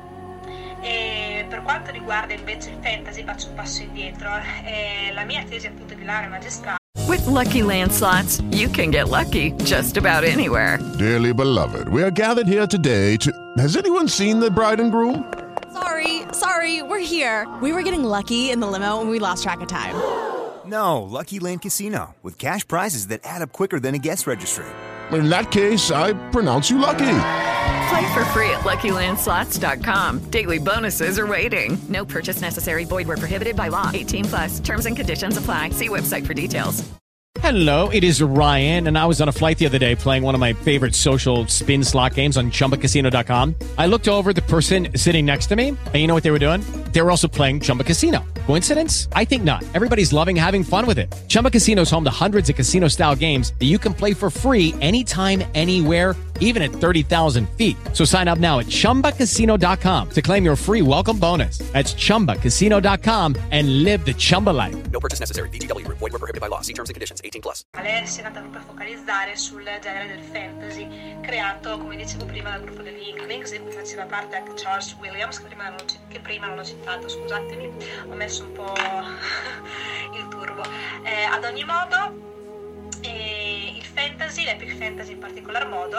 e per quanto riguarda invece il fantasy, faccio un passo indietro. Eh, la mia tesi appunto di laurea magistrale. With Lucky Land Slots, you can get lucky just about anywhere. Dearly beloved, we are gathered here today to... Has anyone seen the bride and groom? Sorry, sorry, we're here. We were getting lucky in the limo and we lost track of time. No, Lucky Land Casino, with cash prizes that add up quicker than a guest registry. In that case, I pronounce you lucky. Play for free at Lucky Land Slots dot com. Daily bonuses are waiting. No purchase necessary. Void where prohibited by law. eighteen plus. Terms and conditions apply. See website for details. Hello, it is Ryan, and I was on a flight the other day playing one of my favorite social spin slot games on Chumba Casino dot com. I looked over at the person sitting next to me, and you know what they were doing? They were also playing Chumba Casino. Coincidence? I think not. Everybody's loving having fun with it. Chumba Casino is home to hundreds of casino-style games that you can play for free anytime, anywhere, even at thirty thousand feet. So sign up now at Chumba Casino dot com to claim your free welcome bonus. That's Chumba Casino dot com and live the Chumba life. No purchase necessary. V G W. Void where prohibited by law. See terms and conditions. eighteen plus. Si è andata proprio a focalizzare sul genere del fantasy, creato, come dicevo prima, dal gruppo degli Inklings, di cui faceva parte anche Charles Williams, che prima non ho, che prima non ho citato, scusatemi, ho messo un po' il turbo. Eh, ad ogni modo, eh, il fantasy, l'epic fantasy in particolar modo,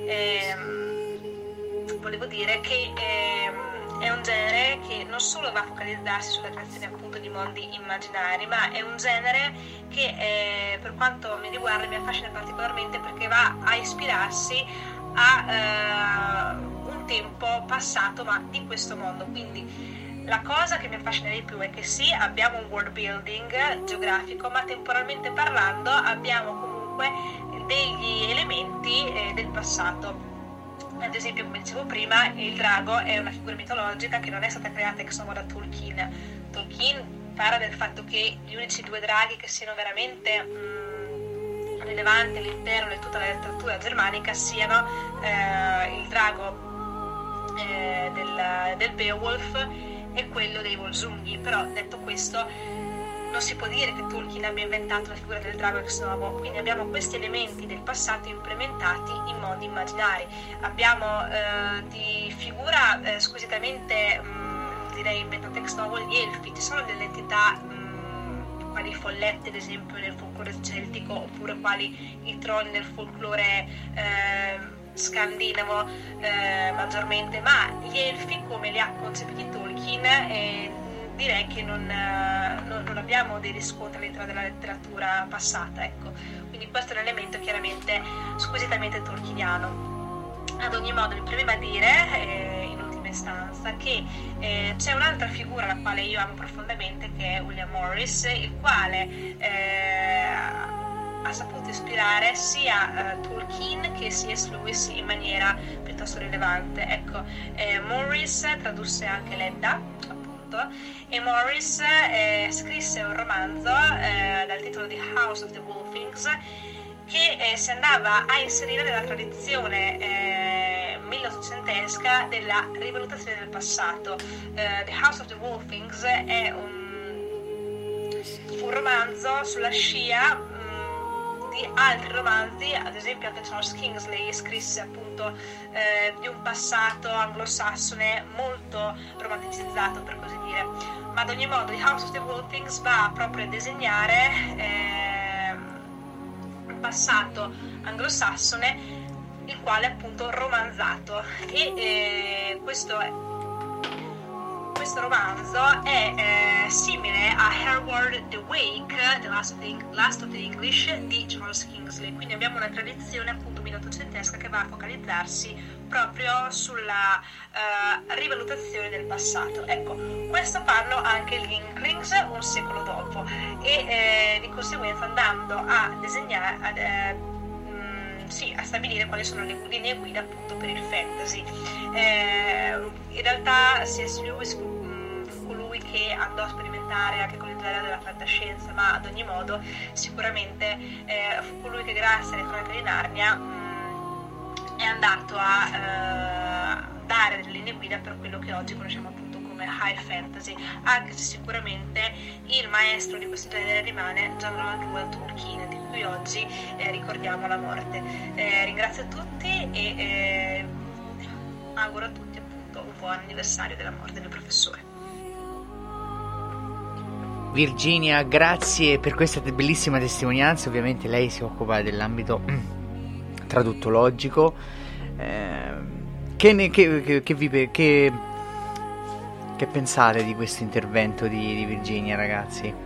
ehm, volevo dire che ehm, è un genere che non solo va a focalizzarsi sulla creazione appunto di mondi immaginari, ma è un genere che eh, per quanto mi riguarda mi affascina particolarmente perché va a ispirarsi a eh, un tempo passato ma di questo mondo. Quindi la cosa che mi affascina di più è che sì, abbiamo un world building geografico, ma temporalmente parlando abbiamo comunque degli elementi eh, del passato. Ad esempio, come dicevo prima, il drago è una figura mitologica che non è stata creata ex novo da Tolkien. Tolkien parla del fatto che gli unici due draghi che siano veramente mh, rilevanti all'interno di tutta la letteratura germanica siano eh, il drago eh, del, del Beowulf e quello dei Volsunghi. Però, detto questo, non si può dire che Tolkien abbia inventato la figura del drago ex novo, quindi abbiamo questi elementi del passato implementati in modi immaginari. Abbiamo eh, di figura eh, squisitamente, mh, direi, inventata ex novo gli elfi. Ci sono delle entità mh, quali i folletti, ad esempio, nel folklore celtico, oppure quali i trolli nel folklore eh, scandinavo eh, maggiormente, ma gli elfi, come li ha concepiti Tolkien, eh, direi che non, non, non abbiamo dei riscontri all'interno della letteratura passata, ecco. Quindi questo è un elemento chiaramente squisitamente tolkieniano. Ad ogni modo, mi premeva dire, eh, in ultima istanza, che eh, c'è un'altra figura la quale io amo profondamente, che è William Morris, il quale eh, ha saputo ispirare sia uh, Tolkien che C S. Lewis in maniera piuttosto rilevante. Ecco, eh, Morris tradusse anche l'Edda, appunto, e Morris eh, scrisse un romanzo eh, dal titolo di House of the Wolfings, che eh, si andava a inserire nella tradizione eh, milleottocentesca della rivalutazione del passato. Eh, The House of the Wolfings è un, un romanzo sulla scia mh, di altri romanzi, ad esempio anche Charles Kingsley scrisse appunto eh, di un passato anglosassone molto romanticizzato, per così dire. Ma ad ogni modo The House of the Wolfings va proprio a disegnare eh, passato anglosassone, il quale è appunto romanzato, e eh, questo, è, questo romanzo è eh, simile a Hereward the Wake, The Last of the, Last of the English di Charles Kingsley. Quindi abbiamo una tradizione appunto milleottocentesca che va a focalizzarsi proprio sulla uh, rivalutazione del passato. Ecco, questo fanno anche gli Inklings un secolo dopo, e eh, di conseguenza andando a disegnare, ad, eh, mh, sì, a stabilire quali sono le linee guida appunto per il fantasy. Eh, in realtà C S. Lewis fu, mh, fu colui che andò a sperimentare anche con il genere della fantascienza, ma ad ogni modo sicuramente eh, fu colui che grazie alle Cronache di Narnia mh, è andato a uh, dare delle linee guida per quello che oggi conosciamo appunto come high fantasy, anche se sicuramente il maestro di questo genere rimane John Rowell Tolkien, di cui oggi eh, ricordiamo la morte. Eh, ringrazio tutti e eh, auguro a tutti appunto un buon anniversario della morte del professore. Virginia, grazie per questa bellissima testimonianza. Ovviamente lei si occupa dell'ambito traduttologico. Eh, che, ne, che, che, che, vi, che, che pensate di questo intervento di, di Virginia, ragazzi?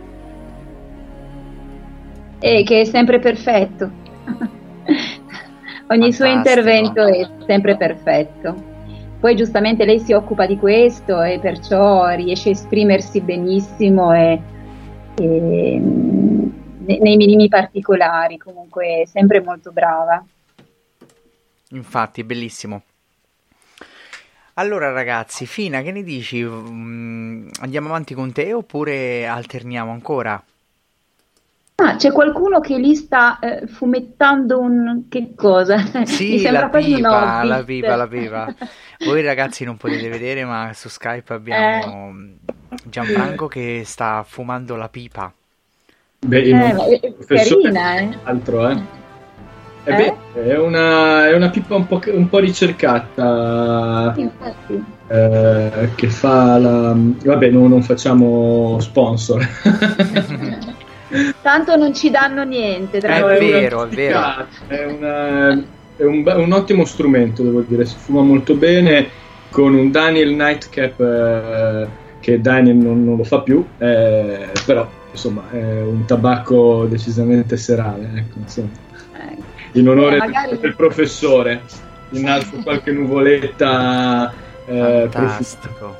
E che è sempre perfetto. Ogni Fantastico. Suo intervento è sempre perfetto. Poi giustamente lei si occupa di questo e perciò riesce a esprimersi benissimo e, e nei minimi particolari. Comunque è sempre molto brava. Infatti, bellissimo. Allora ragazzi, Fina, che ne dici? Andiamo avanti con te oppure alterniamo ancora? Ah, c'è qualcuno che lì sta eh, fumettando un... che cosa? Sì, Mi sembra la quasi pipa, la pipa, la pipa. Voi ragazzi non potete vedere, ma su Skype abbiamo eh. Gianfranco che sta fumando la pipa. Beh, eh, ma è carina, eh? Altro, eh? Eh beh, è una, è una pipa un po', un po' ricercata, infatti. Eh, che fa la... Vabbè, no, non facciamo sponsor. Tanto non ci danno niente. È, è vero, è vero. È, una, è un, un ottimo strumento, devo dire, si fuma molto bene con un Daniel Nightcap, eh, che Daniel non, non lo fa più, eh, però insomma è un tabacco decisamente serale, ecco, insomma. In onore eh, magari... del professore, innalzo qualche nuvoletta. Eh, Fantastico.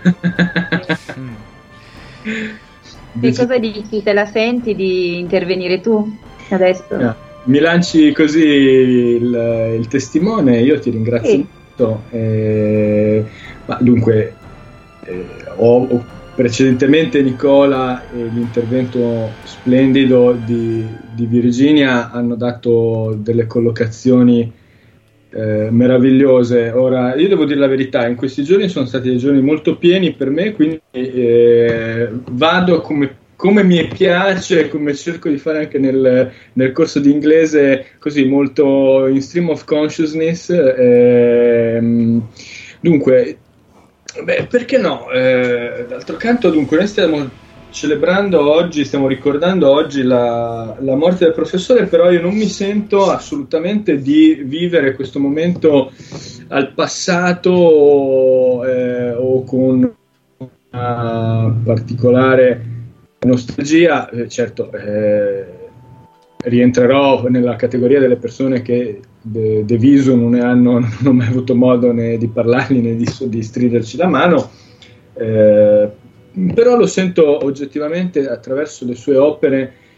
Che cosa dici? Te la senti di intervenire tu adesso? Yeah. Mi lanci così il, il testimone, io ti ringrazio sì. molto. Eh, ma dunque, eh, ho, ho precedentemente Nicola e l'intervento splendido di, di Virginia hanno dato delle collocazioni eh, meravigliose. Ora, io devo dire la verità, in questi giorni sono stati dei giorni molto pieni per me, quindi eh, vado come, come mi piace, come cerco di fare anche nel, nel corso di inglese, così molto in stream of consciousness. Eh, dunque, beh, perché no? Eh, d'altro canto, dunque, noi stiamo celebrando oggi, stiamo ricordando oggi la, la morte del professore, però io non mi sento assolutamente di vivere questo momento al passato eh, o con una particolare nostalgia. Eh, certo, eh, rientrerò nella categoria delle persone che de, de viso non ne hanno, non ho mai avuto modo né di parlargli né di, di striderci la mano, eh, però lo sento oggettivamente attraverso le sue opere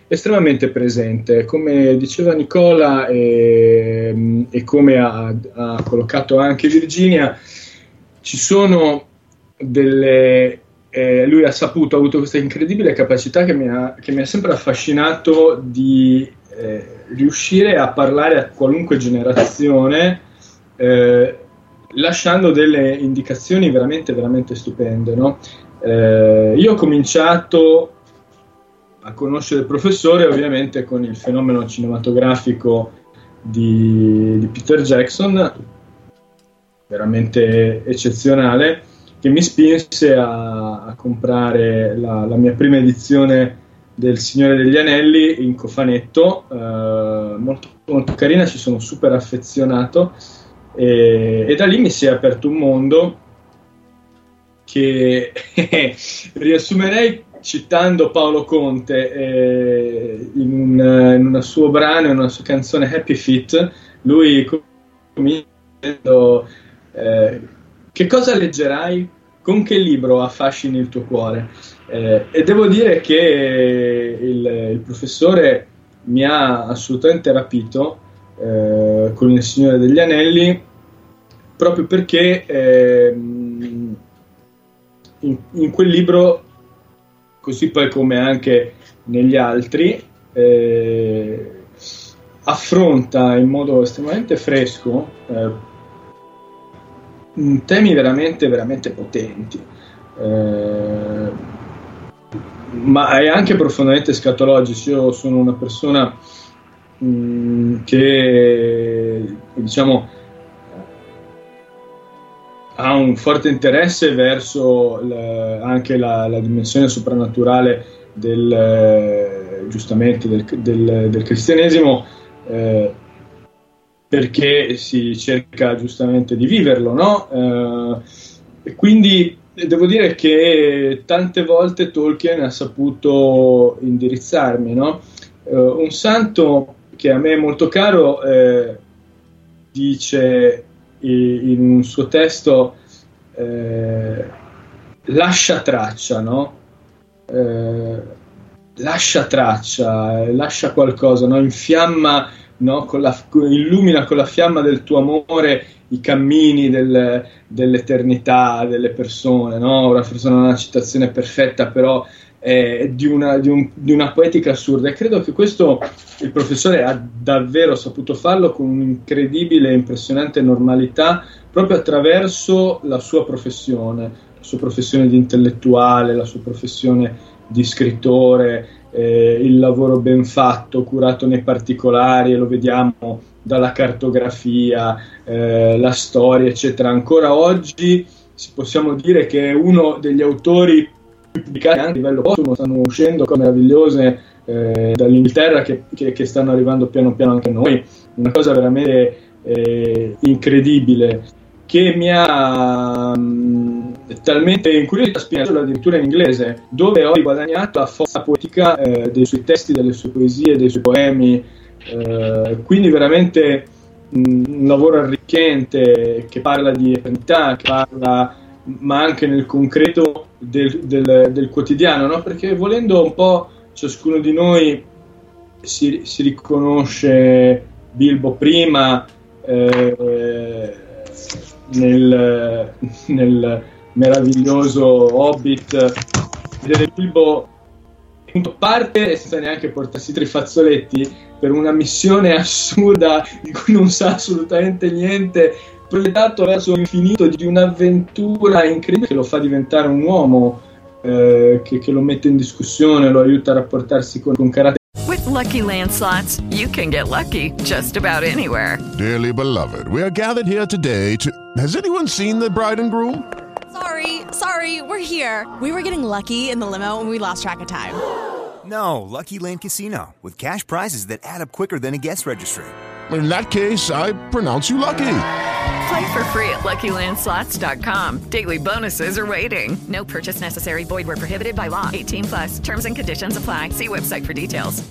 estremamente presente. Come diceva Nicola e, e come ha, ha collocato anche Virginia, ci sono delle... Eh, lui ha saputo, ha avuto questa incredibile capacità che mi ha, che mi ha sempre affascinato di eh, riuscire a parlare a qualunque generazione, eh, lasciando delle indicazioni veramente, veramente stupende, no? Eh, io ho cominciato a conoscere il professore ovviamente con il fenomeno cinematografico di, di Peter Jackson, veramente eccezionale, che mi spinse a, a comprare la, la mia prima edizione del Signore degli Anelli in cofanetto, eh, molto, molto carina, ci sono super affezionato, e, e da lì mi si è aperto un mondo che riassumerei citando Paolo Conte eh, in, un, in un suo brano, in una sua canzone Happy Feet. Lui comincia dicendo eh, che cosa leggerai? Con che libro affascini il tuo cuore? Eh, e devo dire che il, il professore mi ha assolutamente rapito eh, con il Signore degli Anelli, proprio perché eh, in, in quel libro, così poi come anche negli altri, eh, affronta in modo estremamente fresco eh, temi veramente, veramente potenti, eh, ma è anche profondamente scatologici. Io sono una persona mh, che, diciamo, ha un forte interesse verso l- anche la, la dimensione soprannaturale del, eh, giustamente del, del, del cristianesimo, eh, perché si cerca giustamente di viverlo, no? Eh, e quindi devo dire che tante volte Tolkien ha saputo indirizzarmi, no? Eh, un santo che a me è molto caro eh, dice in un suo testo eh, lascia traccia, no? Eh, lascia traccia, eh, lascia qualcosa, no? Infiamma, no? Con la, illumina con la fiamma del tuo amore i cammini del, dell'eternità delle persone, no? Ora forse non è una citazione perfetta, però è di una, di, un, di una poetica assurda, e credo che questo il professore ha davvero saputo farlo con un'incredibile e impressionante normalità, proprio attraverso la sua professione, la sua professione di intellettuale, la sua professione di scrittore, eh, il lavoro ben fatto, curato nei particolari, e lo vediamo dalla cartografia, eh, la storia, eccetera. Ancora oggi possiamo dire che è uno degli autori pubblicati anche a livello postumo, stanno uscendo cose meravigliose eh, dall'Inghilterra che, che, che stanno arrivando piano piano anche a noi, una cosa veramente eh, incredibile, che mi ha mh, talmente incuriosito, spingerlo addirittura in inglese, dove ho guadagnato la forza poetica eh, dei suoi testi, delle sue poesie, dei suoi poemi, eh, quindi veramente mh, un lavoro arricchente che parla di eternità, che parla ma anche nel concreto del, del, del quotidiano, no? Perché volendo un po' ciascuno di noi si, si riconosce Bilbo prima eh, nel, nel meraviglioso Hobbit, vedere Bilbo appunto parte senza neanche portarsi tre fazzoletti per una missione assurda di cui non sa assolutamente niente, proiettato verso l'infinito di un'avventura incredibile che lo fa diventare un uomo, eh, che, che lo mette in discussione, lo aiuta a rapportarsi con, con carattere. With Lucky Land Slots, you can get lucky just about anywhere. Dearly beloved, we are gathered here today to... Has anyone seen the bride and groom? Sorry, sorry, we're here. We were getting lucky in the limo and we lost track of time. No, Lucky Land Casino, with cash prizes that add up quicker than a guest registry. In that case, I pronounce you lucky. Play for free at Lucky Land Slots dot com. Daily bonuses are waiting. No purchase necessary. Void where prohibited by law. eighteen plus. Terms and conditions apply. See website for details.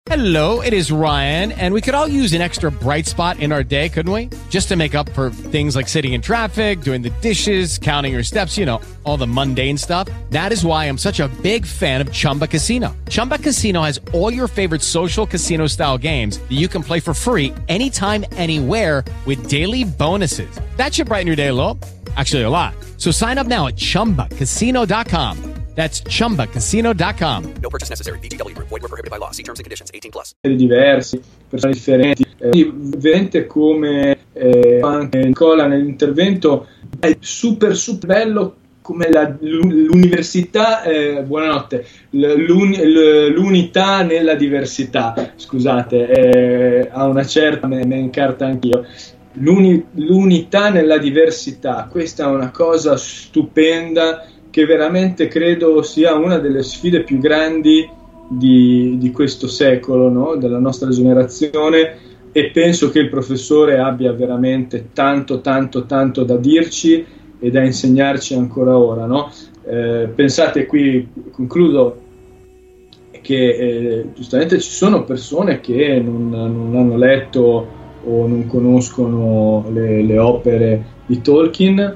Hello, it is Ryan, and we could all use an extra bright spot in our day, couldn't we? Just to make up for things like sitting in traffic, doing the dishes, counting your steps, you know, all the mundane stuff. That is why I'm such a big fan of Chumba Casino. Chumba Casino has all your favorite social casino-style games that you can play for free anytime, anywhere with daily bonuses. That should brighten your day a little. Actually, a lot. So sign up now at chumba casino dot com. That's chumba casino dot com. No purchase necessary. V G W Group. Void where prohibited by law. See terms and conditions. eighteen plus. Diversi, persone differenti. Eh, vedete come eh, anche Nicola nell'intervento è super super bello come la, l'università, eh, buonanotte, l'uni, l'unità nella diversità. Scusate, eh, a una certa me, me incarta anch'io. L'uni, l'unità nella diversità. Questa è una cosa stupenda, che veramente credo sia una delle sfide più grandi di, di questo secolo, no? Della nostra generazione, e penso che il professore abbia veramente tanto tanto tanto da dirci e da insegnarci ancora ora, no? Eh, pensate, qui concludo, che eh, giustamente ci sono persone che non, non hanno letto o non conoscono le, le opere di Tolkien,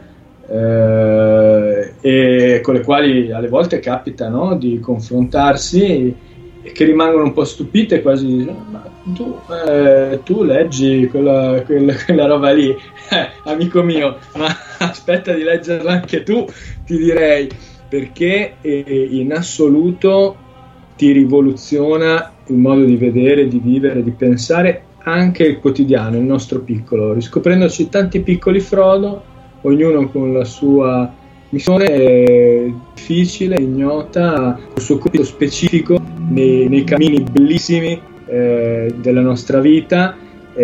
Eh, e con le quali alle volte capita, no, di confrontarsi, e, e che rimangono un po' stupite, quasi, ma tu, eh, tu leggi quella, quella, quella roba lì, eh, amico mio, ma aspetta di leggerla anche tu, ti direi, perché eh, in assoluto ti rivoluziona il modo di vedere, di vivere, di pensare anche il quotidiano, il nostro piccolo, riscoprendoci tanti piccoli Frodo, ognuno con la sua missione difficile, ignota, con il suo compito specifico nei, nei cammini bellissimi eh, della nostra vita,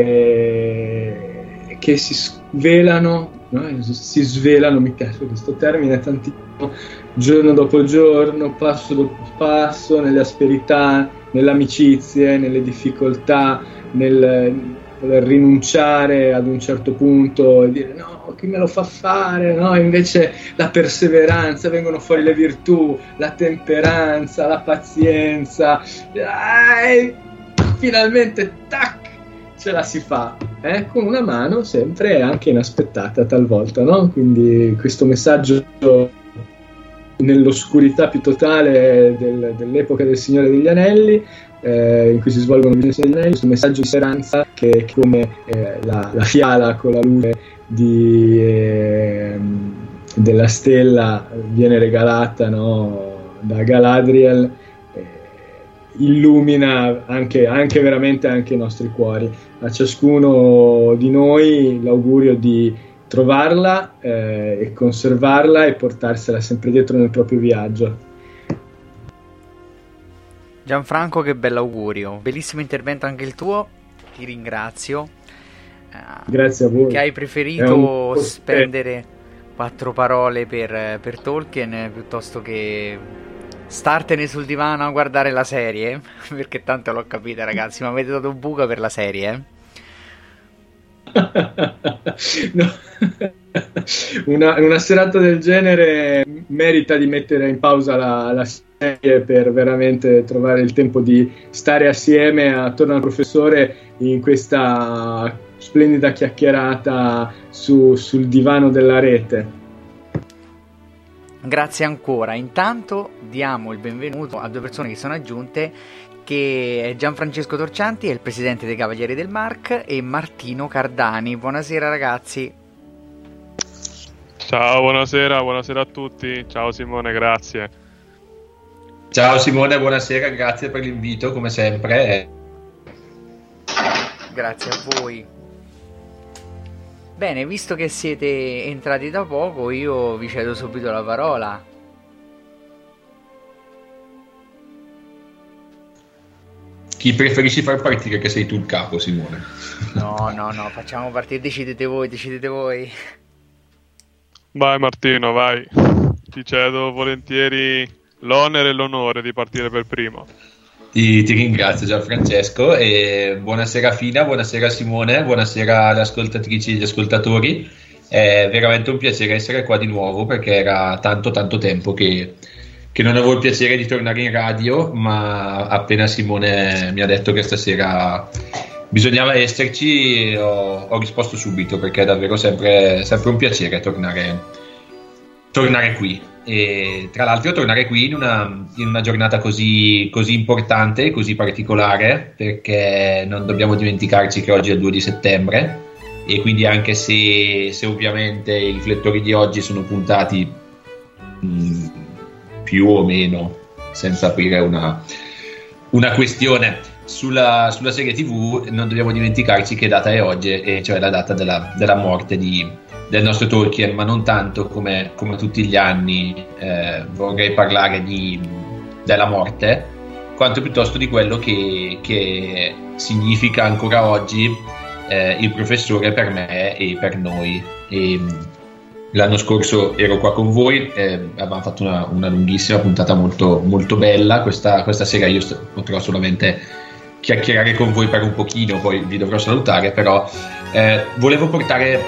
eh, che si svelano, no? si svelano, mi piace questo termine tantissimo, giorno dopo giorno, passo dopo passo, nelle asperità, nelle amicizie, nelle difficoltà, nel voler rinunciare ad un certo punto e dire no, chi me lo fa fare, no? Invece la perseveranza, vengono fuori le virtù, la temperanza, la pazienza, e finalmente tac, ce la si fa, eh? Con una mano sempre anche inaspettata talvolta, no? Quindi questo messaggio nell'oscurità più totale del, dell'epoca del Signore degli Anelli, Eh, in cui si svolgono le visioni degli anelli, questo messaggio di speranza che, che come eh, la, la fiala con la luce di, eh, della stella viene regalata, no, da Galadriel, eh, illumina anche, anche veramente anche i nostri cuori. A ciascuno di noi l'augurio di trovarla eh, e conservarla e portarsela sempre dietro nel proprio viaggio. Gianfranco, che bell'augurio, bellissimo intervento anche il tuo, ti ringrazio. Grazie a voi. Che hai preferito spendere quattro parole per, per Tolkien piuttosto che startene sul divano a guardare la serie, perché tanto l'ho capita, ragazzi, mi avete dato buca per la serie, eh? No. una, una serata del genere merita di mettere in pausa la, la serie per veramente trovare il tempo di stare assieme attorno al professore in questa splendida chiacchierata su, sul divano della rete. Grazie ancora. Intanto diamo il benvenuto a due persone che sono aggiunte, che è Gianfrancesco Torcianti, è il presidente dei Cavalieri del Mark, e Martino Cardani. Buonasera ragazzi. Ciao, buonasera, buonasera a tutti. Ciao Simone, grazie. Ciao Simone, buonasera, grazie per l'invito come sempre. Grazie a voi. Bene, visto che siete entrati da poco, io vi cedo subito la parola. Chi preferisci far partire, che sei tu il capo, Simone? No, no, no, facciamo partire, decidete voi, decidete voi. Vai Martino, vai. Ti cedo volentieri l'onere e l'onore di partire per primo. Ti, ti ringrazio Gianfrancesco e buonasera Fina, buonasera Simone, buonasera alle ascoltatrici e agli ascoltatori. È veramente un piacere essere qua di nuovo, perché era tanto tanto tempo che, che non avevo il piacere di tornare in radio, ma appena Simone mi ha detto che stasera bisognava esserci, ho, ho risposto subito, perché è davvero sempre, sempre un piacere tornare, tornare qui. E tra l'altro tornare qui in una, in una giornata così, così importante e così particolare, perché non dobbiamo dimenticarci che oggi è il due di settembre, e quindi anche se, se ovviamente i riflettori di oggi sono puntati mh, più o meno, senza aprire una, una questione sulla, sulla serie tivù, non dobbiamo dimenticarci che data è oggi, e cioè la data della, della morte di, del nostro Tolkien, ma non tanto come, come tutti gli anni eh, vorrei parlare di, della morte, quanto piuttosto di quello che, che significa ancora oggi eh, il professore per me e per noi. E, l'anno scorso ero qua con voi, eh, avevamo fatto una, una lunghissima puntata molto, molto bella. Questa, questa sera io st- potrò solamente chiacchierare con voi per un pochino, poi vi dovrò salutare, però eh, volevo portare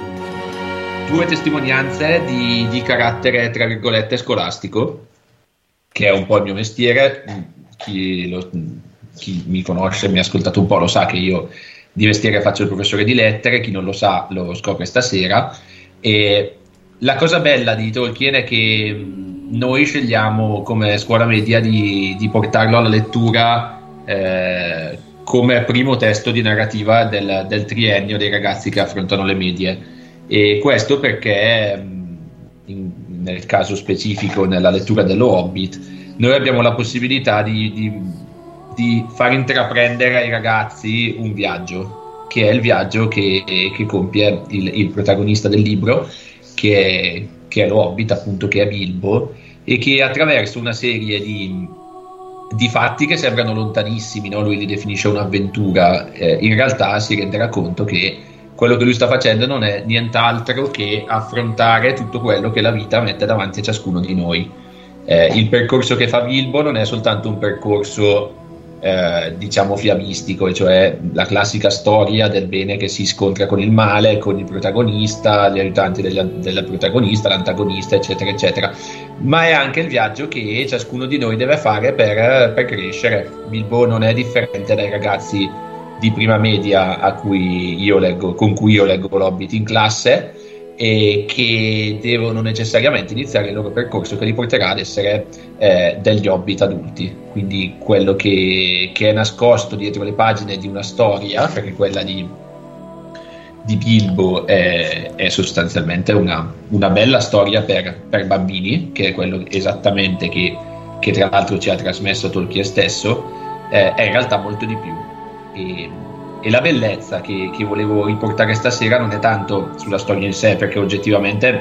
due testimonianze di, di carattere, tra virgolette, scolastico, che è un po' il mio mestiere. Chi, lo, chi mi conosce, mi ha ascoltato un po', lo sa che io di mestiere faccio il professore di lettere, chi non lo sa lo scopre stasera. E la cosa bella di Tolkien è che noi scegliamo come scuola media di, di portarlo alla lettura eh, come primo testo di narrativa del, del triennio dei ragazzi che affrontano le medie, e questo perché in, nel caso specifico nella lettura dello Hobbit noi abbiamo la possibilità di, di, di far intraprendere ai ragazzi un viaggio, che è il viaggio che, che compie il, il protagonista del libro, che è, che è lo Hobbit, appunto, che è Bilbo, e che attraverso una serie di, di fatti che sembrano lontanissimi, no? Lui li definisce un'avventura, eh, in realtà si renderà conto che quello che lui sta facendo non è nient'altro che affrontare tutto quello che la vita mette davanti a ciascuno di noi. Eh, il percorso che fa Bilbo non è soltanto un percorso Eh, diciamo fiabistico, e cioè la classica storia del bene che si scontra con il male, con il protagonista, gli aiutanti della, della protagonista, l'antagonista, eccetera eccetera, ma è anche il viaggio che ciascuno di noi deve fare per, per crescere. Bilbo non è differente dai ragazzi di prima media a cui io leggo, con cui io leggo l'Hobbit in classe, e che devono necessariamente iniziare il loro percorso che li porterà ad essere eh, degli Hobbit adulti. Quindi quello che, che è nascosto dietro le pagine di una storia, perché quella di, di Bilbo è, è sostanzialmente una, una bella storia per, per bambini, che è quello esattamente che, che tra l'altro ci ha trasmesso Tolkien stesso, eh, è in realtà molto di più. E, E la bellezza che, che volevo riportare stasera non è tanto sulla storia in sé, perché oggettivamente,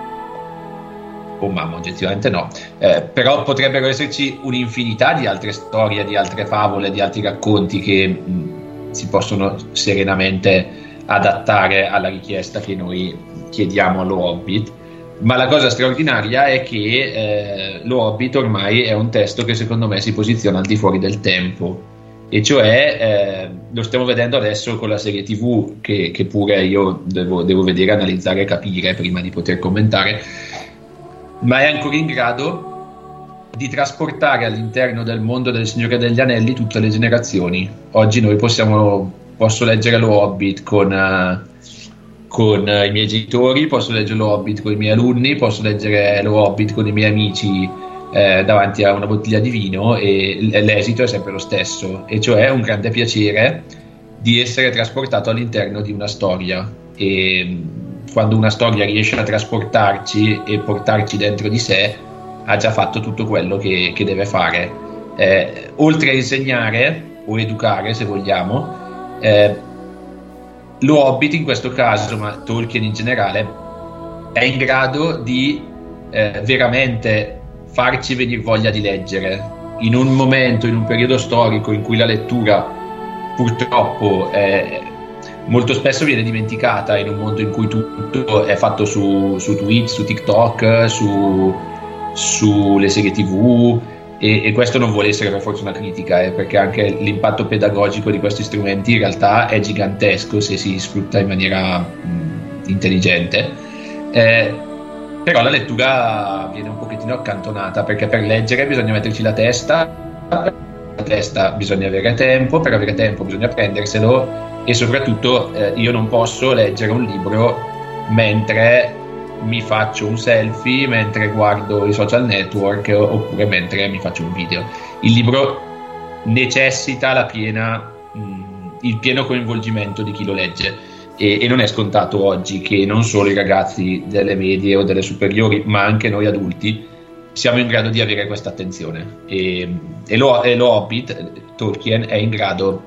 oh mamma, oggettivamente no, eh, però potrebbero esserci un'infinità di altre storie, di altre favole, di altri racconti che mh, si possono serenamente adattare alla richiesta che noi chiediamo allo Hobbit. Ma la cosa straordinaria è che eh, lo Hobbit ormai è un testo che secondo me si posiziona al di fuori del tempo. E cioè eh, lo stiamo vedendo adesso con la serie tivù, che, che pure io devo, devo vedere, analizzare e capire prima di poter commentare, ma è ancora in grado di trasportare all'interno del mondo del Signore degli Anelli tutte le generazioni. Oggi noi possiamo posso leggere lo Hobbit con, uh, con uh, i miei genitori, posso leggere lo Hobbit con i miei alunni, posso leggere lo Hobbit con i miei amici Eh, davanti a una bottiglia di vino, e l'esito è sempre lo stesso, e cioè un grande piacere di essere trasportato all'interno di una storia. E quando una storia riesce a trasportarci e portarci dentro di sé, ha già fatto tutto quello che, che deve fare. Eh, oltre a insegnare o educare, se vogliamo, eh, lo Hobbit in questo caso, ma Tolkien in generale, è in grado di eh, veramente farci venire voglia di leggere in un momento, in un periodo storico in cui la lettura purtroppo è, molto spesso viene dimenticata, in un mondo in cui tutto è fatto su, su Twitch, su TikTok, su sulle serie tivù, e, e questo non vuole essere per forza una critica, eh, perché anche l'impatto pedagogico di questi strumenti in realtà è gigantesco se si sfrutta in maniera mh, intelligente. Eh, però la lettura viene un pochettino accantonata, perché per leggere bisogna metterci la testa, la testa bisogna avere tempo, per avere tempo bisogna prenderselo, e soprattutto eh, io non posso leggere un libro mentre mi faccio un selfie, mentre guardo i social network, oppure mentre mi faccio un video. Il libro necessita la piena, mh, il pieno coinvolgimento di chi lo legge. E, e non è scontato oggi che non solo i ragazzi delle medie o delle superiori, ma anche noi adulti siamo in grado di avere questa attenzione, e, e, lo, e lo Hobbit, Tolkien, è in grado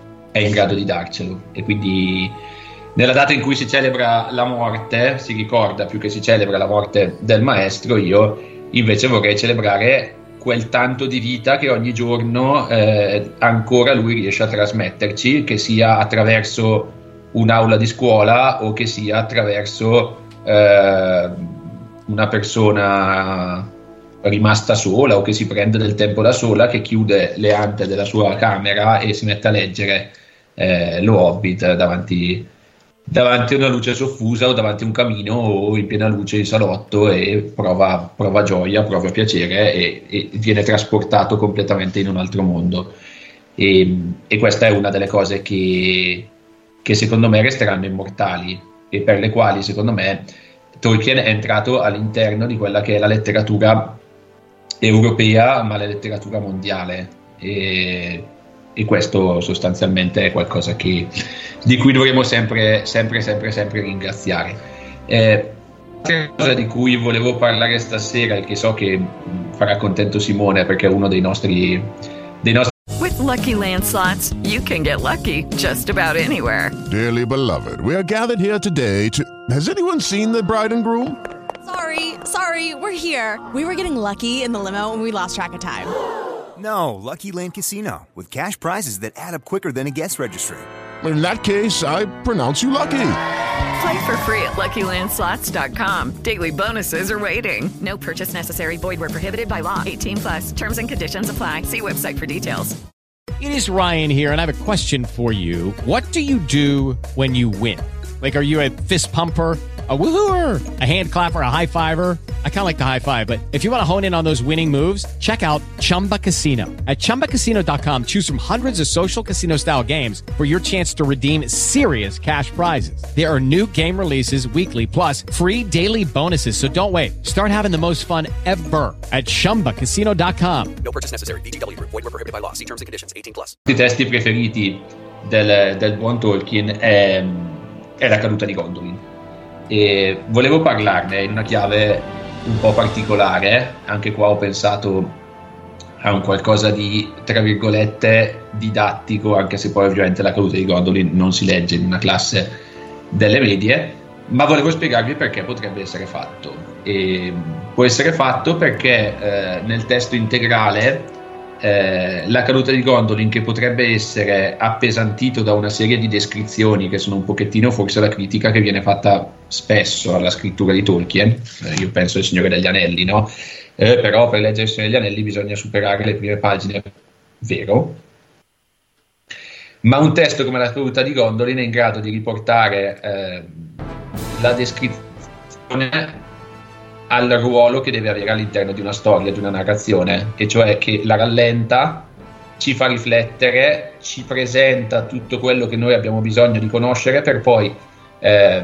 è in grado di darcelo. E quindi nella data in cui si celebra la morte, si ricorda più che si celebra la morte del maestro, io invece vorrei celebrare quel tanto di vita che ogni giorno eh, ancora lui riesce a trasmetterci, che sia attraverso un'aula di scuola o che sia attraverso eh, una persona rimasta sola o che si prende del tempo da sola, che chiude le ante della sua camera e si mette a leggere eh, lo Hobbit davanti, davanti a una luce soffusa o davanti a un camino o in piena luce in salotto, e prova, prova gioia, prova piacere e, e viene trasportato completamente in un altro mondo. E, e questa è una delle cose che che secondo me resteranno immortali, e per le quali secondo me Tolkien è entrato all'interno di quella che è la letteratura europea, ma la letteratura mondiale, e, e questo sostanzialmente è qualcosa che, di cui dovremo sempre sempre sempre sempre ringraziare. Eh, L'altra cosa di cui volevo parlare stasera, e che so che farà contento Simone perché è uno dei nostri dei nostri With Lucky Land Slots, you can get lucky just about anywhere. Dearly beloved, we are gathered here today to... Has anyone seen the bride and groom? Sorry, sorry, we're here. We were getting lucky in the limo and we lost track of time. No, Lucky Land Casino, with cash prizes that add up quicker than a guest registry. In that case, I pronounce you lucky. Play for free at lucky land slots dot com. Daily bonuses are waiting. No purchase necessary. Void where prohibited by law. eighteen plus. Terms and conditions apply. See website for details. It is Ryan here, and I have a question for you. What do you do when you win? Like, are you a fist pumper, a woohooer, a hand clapper, a high fiver? I kind of like the high five, but if you want to hone in on those winning moves, check out Chumba Casino. At chumba casino dot com, choose from hundreds of social casino style games for your chance to redeem serious cash prizes. There are new game releases weekly, plus free daily bonuses. So don't wait. Start having the most fun ever at chumba casino dot com. No purchase necessary. V G W Group. Void where prohibited by law. See terms and conditions. eighteen plus. I testi preferiti del, del buon Tolkien è, è La caduta di Gondolin, e volevo parlarne in una chiave un po' particolare. Anche qua ho pensato a un qualcosa di, tra virgolette, didattico, anche se poi ovviamente La caduta di Gondolin non si legge in una classe delle medie, ma volevo spiegarvi perché potrebbe essere fatto. E può essere fatto perché eh, nel testo integrale eh, La caduta di Gondolin, che potrebbe essere appesantito da una serie di descrizioni che sono un pochettino forse la critica che viene fatta spesso alla scrittura di Tolkien, eh, io penso al Signore degli Anelli, no? Eh, però per leggere il Signore degli Anelli bisogna superare le prime pagine, vero? Ma un testo come La caduta di Gondolin è in grado di riportare eh, la descrizione al ruolo che deve avere all'interno di una storia, di una narrazione, e cioè che la rallenta, ci fa riflettere, ci presenta tutto quello che noi abbiamo bisogno di conoscere per poi eh,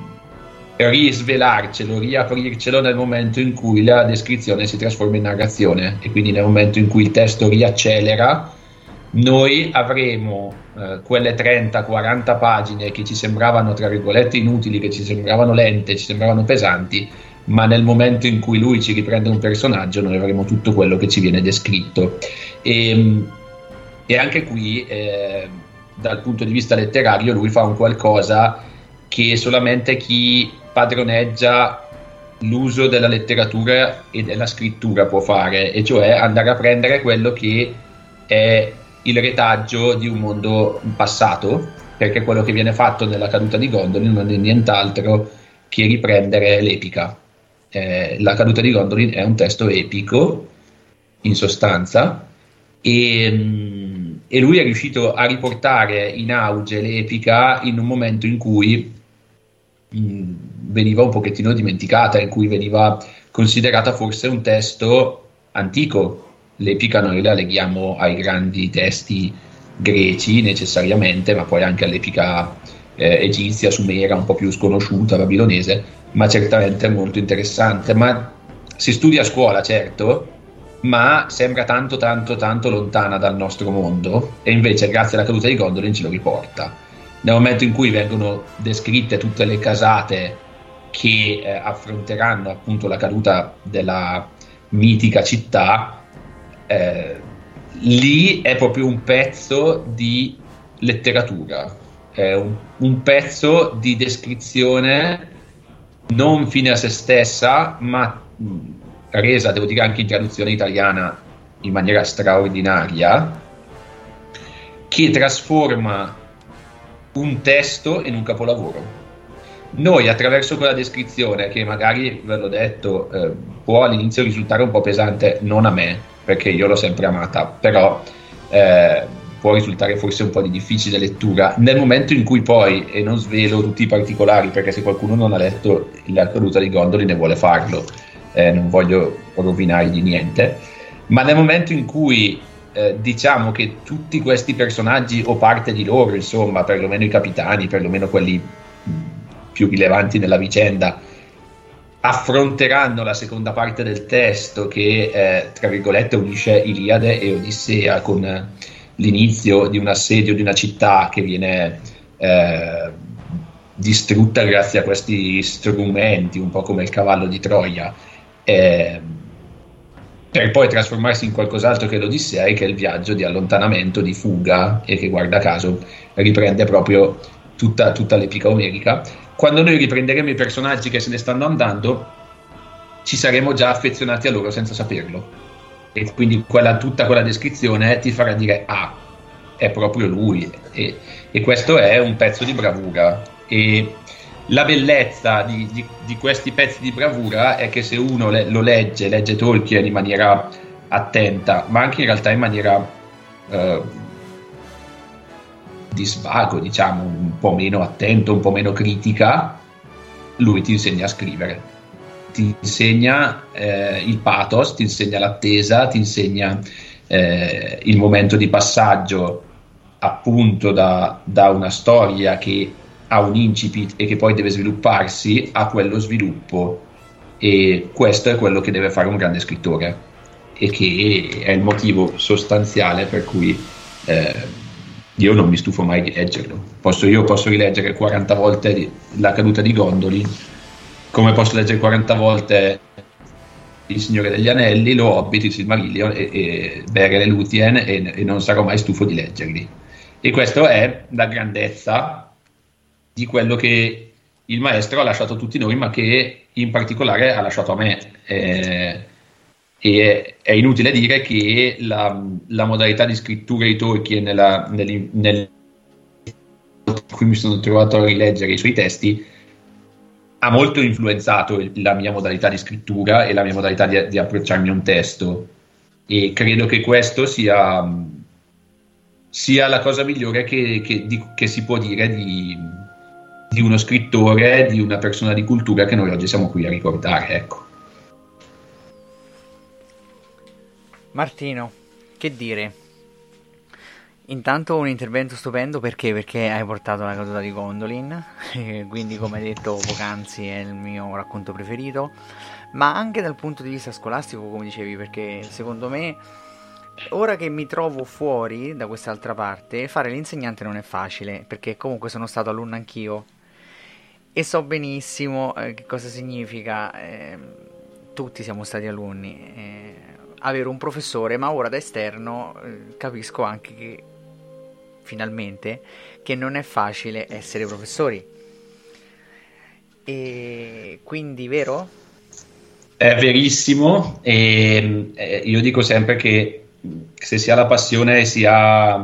risvelarcelo, riaprircelo nel momento in cui la descrizione si trasforma in narrazione, e quindi nel momento in cui il testo riaccelera noi avremo eh, quelle trenta quaranta pagine che ci sembravano tra virgolette inutili, che ci sembravano lente, ci sembravano pesanti, ma nel momento in cui lui ci riprende un personaggio noi avremo tutto quello che ci viene descritto. E, e anche qui eh, dal punto di vista letterario lui fa un qualcosa che solamente chi padroneggia l'uso della letteratura e della scrittura può fare, e cioè andare a prendere quello che è il retaggio di un mondo passato, perché quello che viene fatto nella caduta di Gondolin non è nient'altro che riprendere l'epica. Eh, la caduta di Gondolin è un testo epico in sostanza, e, e lui è riuscito a riportare in auge l'epica in un momento in cui mh, veniva un pochettino dimenticata, in cui veniva considerata forse un testo antico. L'epica noi la leghiamo ai grandi testi greci necessariamente, ma poi anche all'epica eh, egizia, sumera, un po' più sconosciuta, babilonese, ma certamente molto interessante. Ma si studia a scuola, certo, ma sembra tanto tanto tanto lontana dal nostro mondo, e invece grazie alla caduta di Gondolin ce lo riporta. Nel momento in cui vengono descritte tutte le casate che eh, affronteranno appunto la caduta della mitica città, eh, lì è proprio un pezzo di letteratura, è un, un pezzo di descrizione non fine a se stessa, ma mh, resa, devo dire, anche in traduzione italiana in maniera straordinaria, che trasforma un testo in un capolavoro. Noi attraverso quella descrizione, che magari, ve l'ho detto, eh, può all'inizio risultare un po' pesante, non a me, perché io l'ho sempre amata, però eh, può risultare forse un po' di difficile lettura, nel momento in cui poi, e non svelo tutti i particolari, perché se qualcuno non ha letto La caduta di Gondolin e vuole farlo, eh, non voglio rovinargli niente, ma nel momento in cui eh, diciamo che tutti questi personaggi, o parte di loro, insomma, perlomeno i capitani, perlomeno quelli mh, più rilevanti nella vicenda, affronteranno la seconda parte del testo che, eh, tra virgolette, unisce Iliade e Odissea con eh, l'inizio di un assedio di una città che viene eh, distrutta grazie a questi strumenti, un po' come il cavallo di Troia, eh, per poi trasformarsi in qualcos'altro che l'Odissea, che è il viaggio di allontanamento, di fuga, e che, guarda caso, riprende proprio tutta, tutta l'epica omerica. Quando noi riprenderemo i personaggi che se ne stanno andando, ci saremo già affezionati a loro senza saperlo, e quindi quella, tutta quella descrizione ti farà dire: ah, è proprio lui. E, e questo è un pezzo di bravura, e la bellezza di, di, di questi pezzi di bravura è che se uno le, lo legge, legge Tolkien in maniera attenta, ma anche in realtà in maniera eh, di svago, diciamo, un po' meno attento, un po' meno critica, lui ti insegna a scrivere, ti insegna eh, il pathos, ti insegna l'attesa, ti insegna eh, il momento di passaggio appunto da, da una storia che ha un incipit e che poi deve svilupparsi a quello sviluppo, e questo è quello che deve fare un grande scrittore, e che è il motivo sostanziale per cui eh, io non mi stufo mai di leggerlo. Posso, io posso rileggere quaranta volte La caduta di Gondolin, come posso leggere quaranta volte Il Signore degli Anelli, Lo Hobbit, Il Silmarillion e, e Beren e Luthien, e, e non sarò mai stufo di leggerli. E questo è la grandezza di quello che il maestro ha lasciato a tutti noi, ma che in particolare ha lasciato a me. Eh, e è inutile dire che la, la modalità di scrittura di Tolkien nella, nel, nel cui mi sono trovato a rileggere i suoi testi ha molto influenzato la mia modalità di scrittura e la mia modalità di, di approcciarmi a un testo, e credo che questo sia, sia la cosa migliore che, che, di, che si può dire di, di uno scrittore, di una persona di cultura che noi oggi siamo qui a ricordare, ecco. Martino, che dire? Intanto un intervento stupendo, perché? Perché hai portato La caduta di Gondolin, quindi, come hai detto poc'anzi, è il mio racconto preferito, ma anche dal punto di vista scolastico, come dicevi, perché secondo me, ora che mi trovo fuori da quest'altra parte, fare l'insegnante non è facile, perché comunque sono stato alunno anch'io e so benissimo eh, che cosa significa, eh, tutti siamo stati alunni, eh, avere un professore, ma ora da esterno eh, capisco anche che finalmente che non è facile essere professori. E quindi, vero? È verissimo, e eh, io dico sempre che se si ha la passione e si ha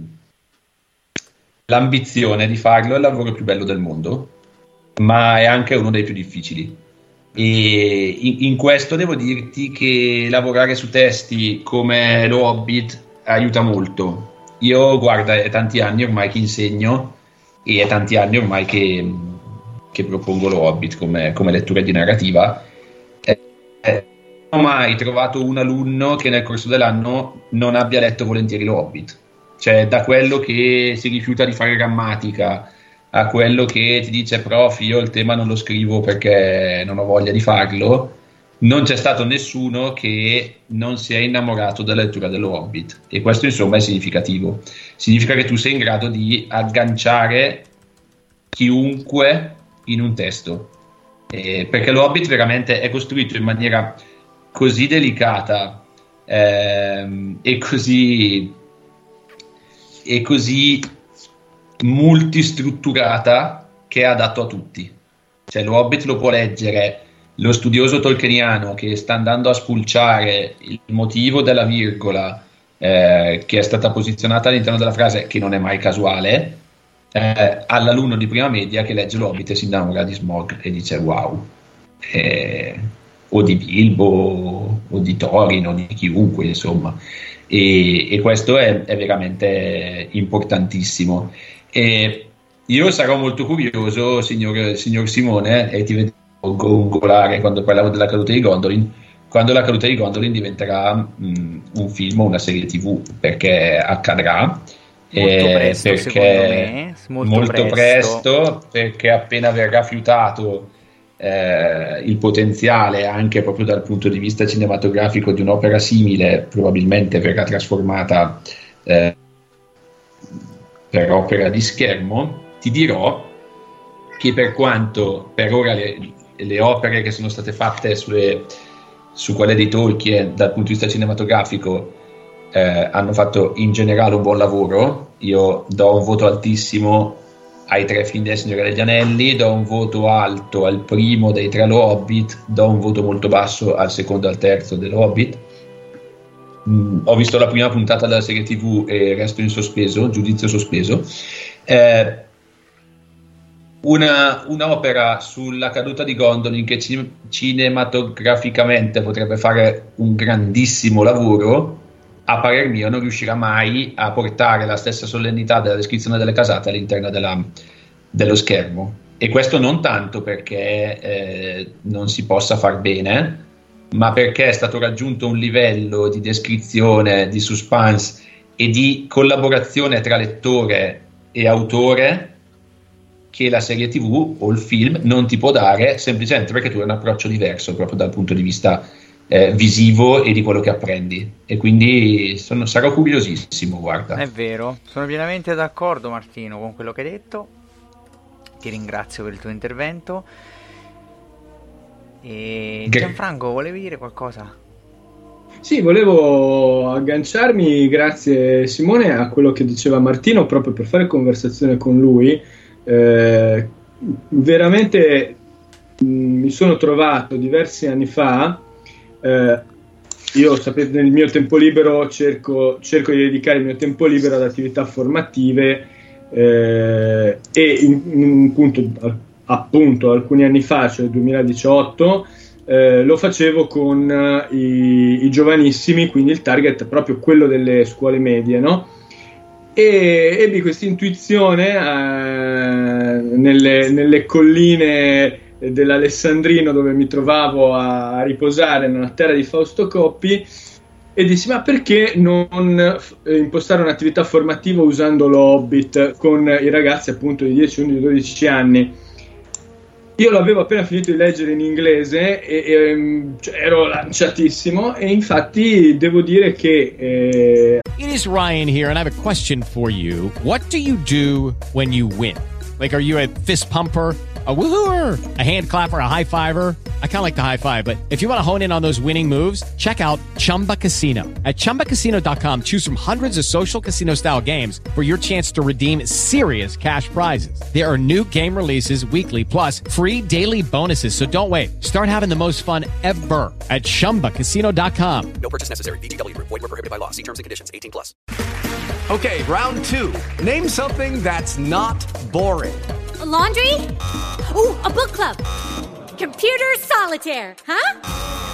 l'ambizione di farlo, è il lavoro più bello del mondo, ma è anche uno dei più difficili. E in, in questo devo dirti che lavorare su testi come Lo Hobbit aiuta molto. Io, guarda, è tanti anni ormai che insegno, e è tanti anni ormai che, che propongo lo Hobbit come, come lettura di narrativa. Eh, eh, non ho mai trovato un alunno che nel corso dell'anno non abbia letto volentieri lo Hobbit. Cioè, da quello che si rifiuta di fare grammatica a quello che ti dice prof, io il tema non lo scrivo perché non ho voglia di farlo, non c'è stato nessuno che non si è innamorato della lettura dello Hobbit, e questo insomma è significativo. Significa che tu sei in grado di agganciare chiunque in un testo, eh, perché lo Hobbit veramente è costruito in maniera così delicata ehm, e così e così multistrutturata che è adatto a tutti. Cioè lo Hobbit lo può leggere lo studioso tolkieniano che sta andando a spulciare il motivo della virgola eh, che è stata posizionata all'interno della frase, che non è mai casuale, eh, all'alunno di prima media che legge lo Hobbit e si innamora di Smaug e dice wow, eh, o di Bilbo o di Thorin o di chiunque, insomma. E, e questo è, è veramente importantissimo. E io sarò molto curioso, signor, signor Simone, e ti vedo gongolare quando parlavo della caduta di Gondolin, quando la caduta di Gondolin diventerà mh, un film o una serie tv, perché accadrà molto eh, presto, perché secondo me, molto, molto presto. presto, perché appena verrà fiutato eh, il potenziale anche proprio dal punto di vista cinematografico di un'opera simile, probabilmente verrà trasformata eh, per opera di schermo. Ti dirò che per quanto per ora le, le opere che sono state fatte sulle, su quelle di Tolkien dal punto di vista cinematografico eh, hanno fatto in generale un buon lavoro, io do un voto altissimo ai tre film del Signore degli Anelli, do un voto alto al primo dei tre Lo Hobbit, do un voto molto basso al secondo e al terzo dello Hobbit. Mm, ho visto la prima puntata della serie tv e resto in sospeso, giudizio sospeso. Eh, una, un'opera sulla caduta di Gondolin che cin- cinematograficamente potrebbe fare un grandissimo lavoro, a parer mio non riuscirà mai a portare la stessa solennità della descrizione delle casate all'interno della, dello schermo, e questo non tanto perché eh, non si possa far bene, ma perché è stato raggiunto un livello di descrizione, di suspense e di collaborazione tra lettore e autore che la serie tv o il film non ti può dare, semplicemente perché tu hai un approccio diverso proprio dal punto di vista eh, visivo e di quello che apprendi, e quindi sono, sarò curiosissimo, guarda. È vero, sono pienamente d'accordo, Martino, con quello che hai detto. Ti ringrazio per il tuo intervento. E Gianfranco, volevi dire qualcosa? Sì, volevo agganciarmi, grazie Simone, a quello che diceva Martino, proprio per fare conversazione con lui. Eh, veramente mh, mi sono trovato diversi anni fa, eh, io sapete nel mio tempo libero cerco, cerco di dedicare il mio tempo libero ad attività formative, eh, e in, in punto, appunto alcuni anni fa, cioè nel duemiladiciotto, eh, lo facevo con uh, i, i giovanissimi, quindi il target proprio quello delle scuole medie, no? E ebbi questa intuizione eh, nelle, nelle colline dell'Alessandrino, dove mi trovavo a riposare nella terra di Fausto Coppi, e dissi: ma perché non impostare un'attività formativa usando lo Hobbit con i ragazzi appunto di dieci, undici, dodici anni? Io l'avevo appena finito di leggere in inglese e, e cioè, ero lanciatissimo, e infatti devo dire che eh... It is Ryan here, and I have a question for you. What do you do when you win? Like, are you a fist pumper, a woohooer, a hand clapper, a high fiver? I kind of like the high five, but if you want to hone in on those winning moves, check out Chumba Casino. At chumba casino dot com, choose from hundreds of social casino style games for your chance to redeem serious cash prizes. There are new game releases weekly, plus free daily bonuses. So don't wait. Start having the most fun ever at chumba casino dot com. No purchase necessary. V G W Group. Void where prohibited by law. See terms and conditions. eighteen plus. Okay, round two. Name something that's not boring. A laundry? Ooh, a book club. Computer solitaire, huh?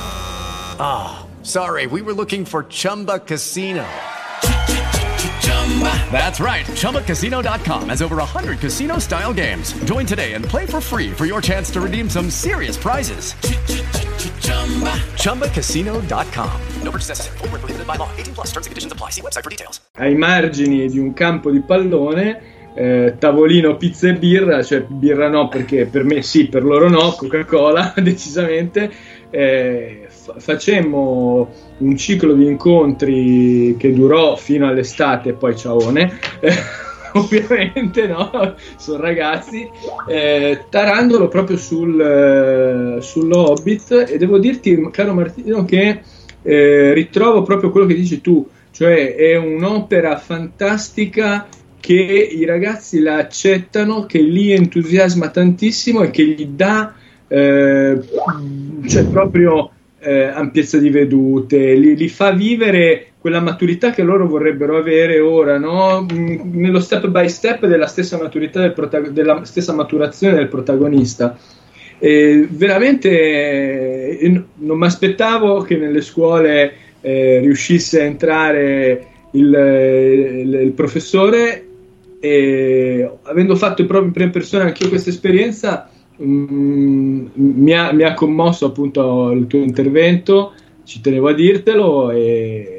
Ah, oh, sorry, we were looking for Chumba Casino. That's right. Chumba Casino dot com has over one hundred casino-style games. Join today and play for free for your chance to redeem some serious prizes. Chumba Casino dot com. No purchase necessary. Void where prohibited by law. eighteen plus. Terms and conditions apply. See website for details. Ai margini di un campo di pallone, eh, tavolino, pizza e birra, cioè birra no perché per me sì, per loro no, Coca-Cola decisamente. Eh, fa- facemmo un ciclo di incontri che durò fino all'estate e poi ciaone. Eh, ovviamente no, sono ragazzi, eh, tarandolo proprio sul, eh, sullo Hobbit, e devo dirti, caro Martino, che eh, ritrovo proprio quello che dici tu, cioè è un'opera fantastica che i ragazzi la accettano, che li entusiasma tantissimo e che gli dà eh, cioè proprio eh, ampiezza di vedute, li, li fa vivere quella maturità che loro vorrebbero avere ora, no? Nello step by step della stessa maturità del protago- della stessa maturazione del protagonista. E veramente eh, non mi aspettavo che nelle scuole eh, riuscisse a entrare il, il, il professore, e avendo fatto proprio in prima persona anch'io questa esperienza, mh, mi, ha, mi ha commosso appunto il tuo intervento, ci tenevo a dirtelo, e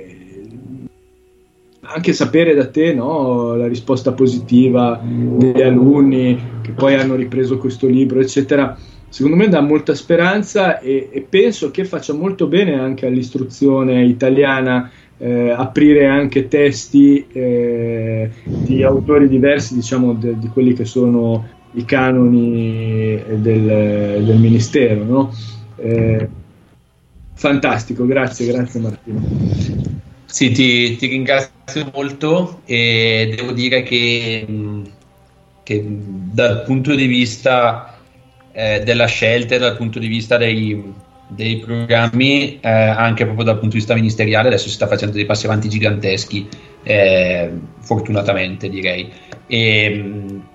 anche sapere da te, no, la risposta positiva degli alunni che poi hanno ripreso questo libro, eccetera, secondo me dà molta speranza, e, e penso che faccia molto bene anche all'istruzione italiana eh, aprire anche testi eh, di autori diversi, diciamo, de, di quelli che sono i canoni del, del ministero, no? Eh, fantastico, grazie, grazie Martino. Sì, ti, ti ringrazio molto, e devo dire che, che dal punto di vista eh, della scelta, dal punto di vista dei, dei programmi, eh, anche proprio dal punto di vista ministeriale, adesso si sta facendo dei passi avanti giganteschi, eh, fortunatamente direi. E,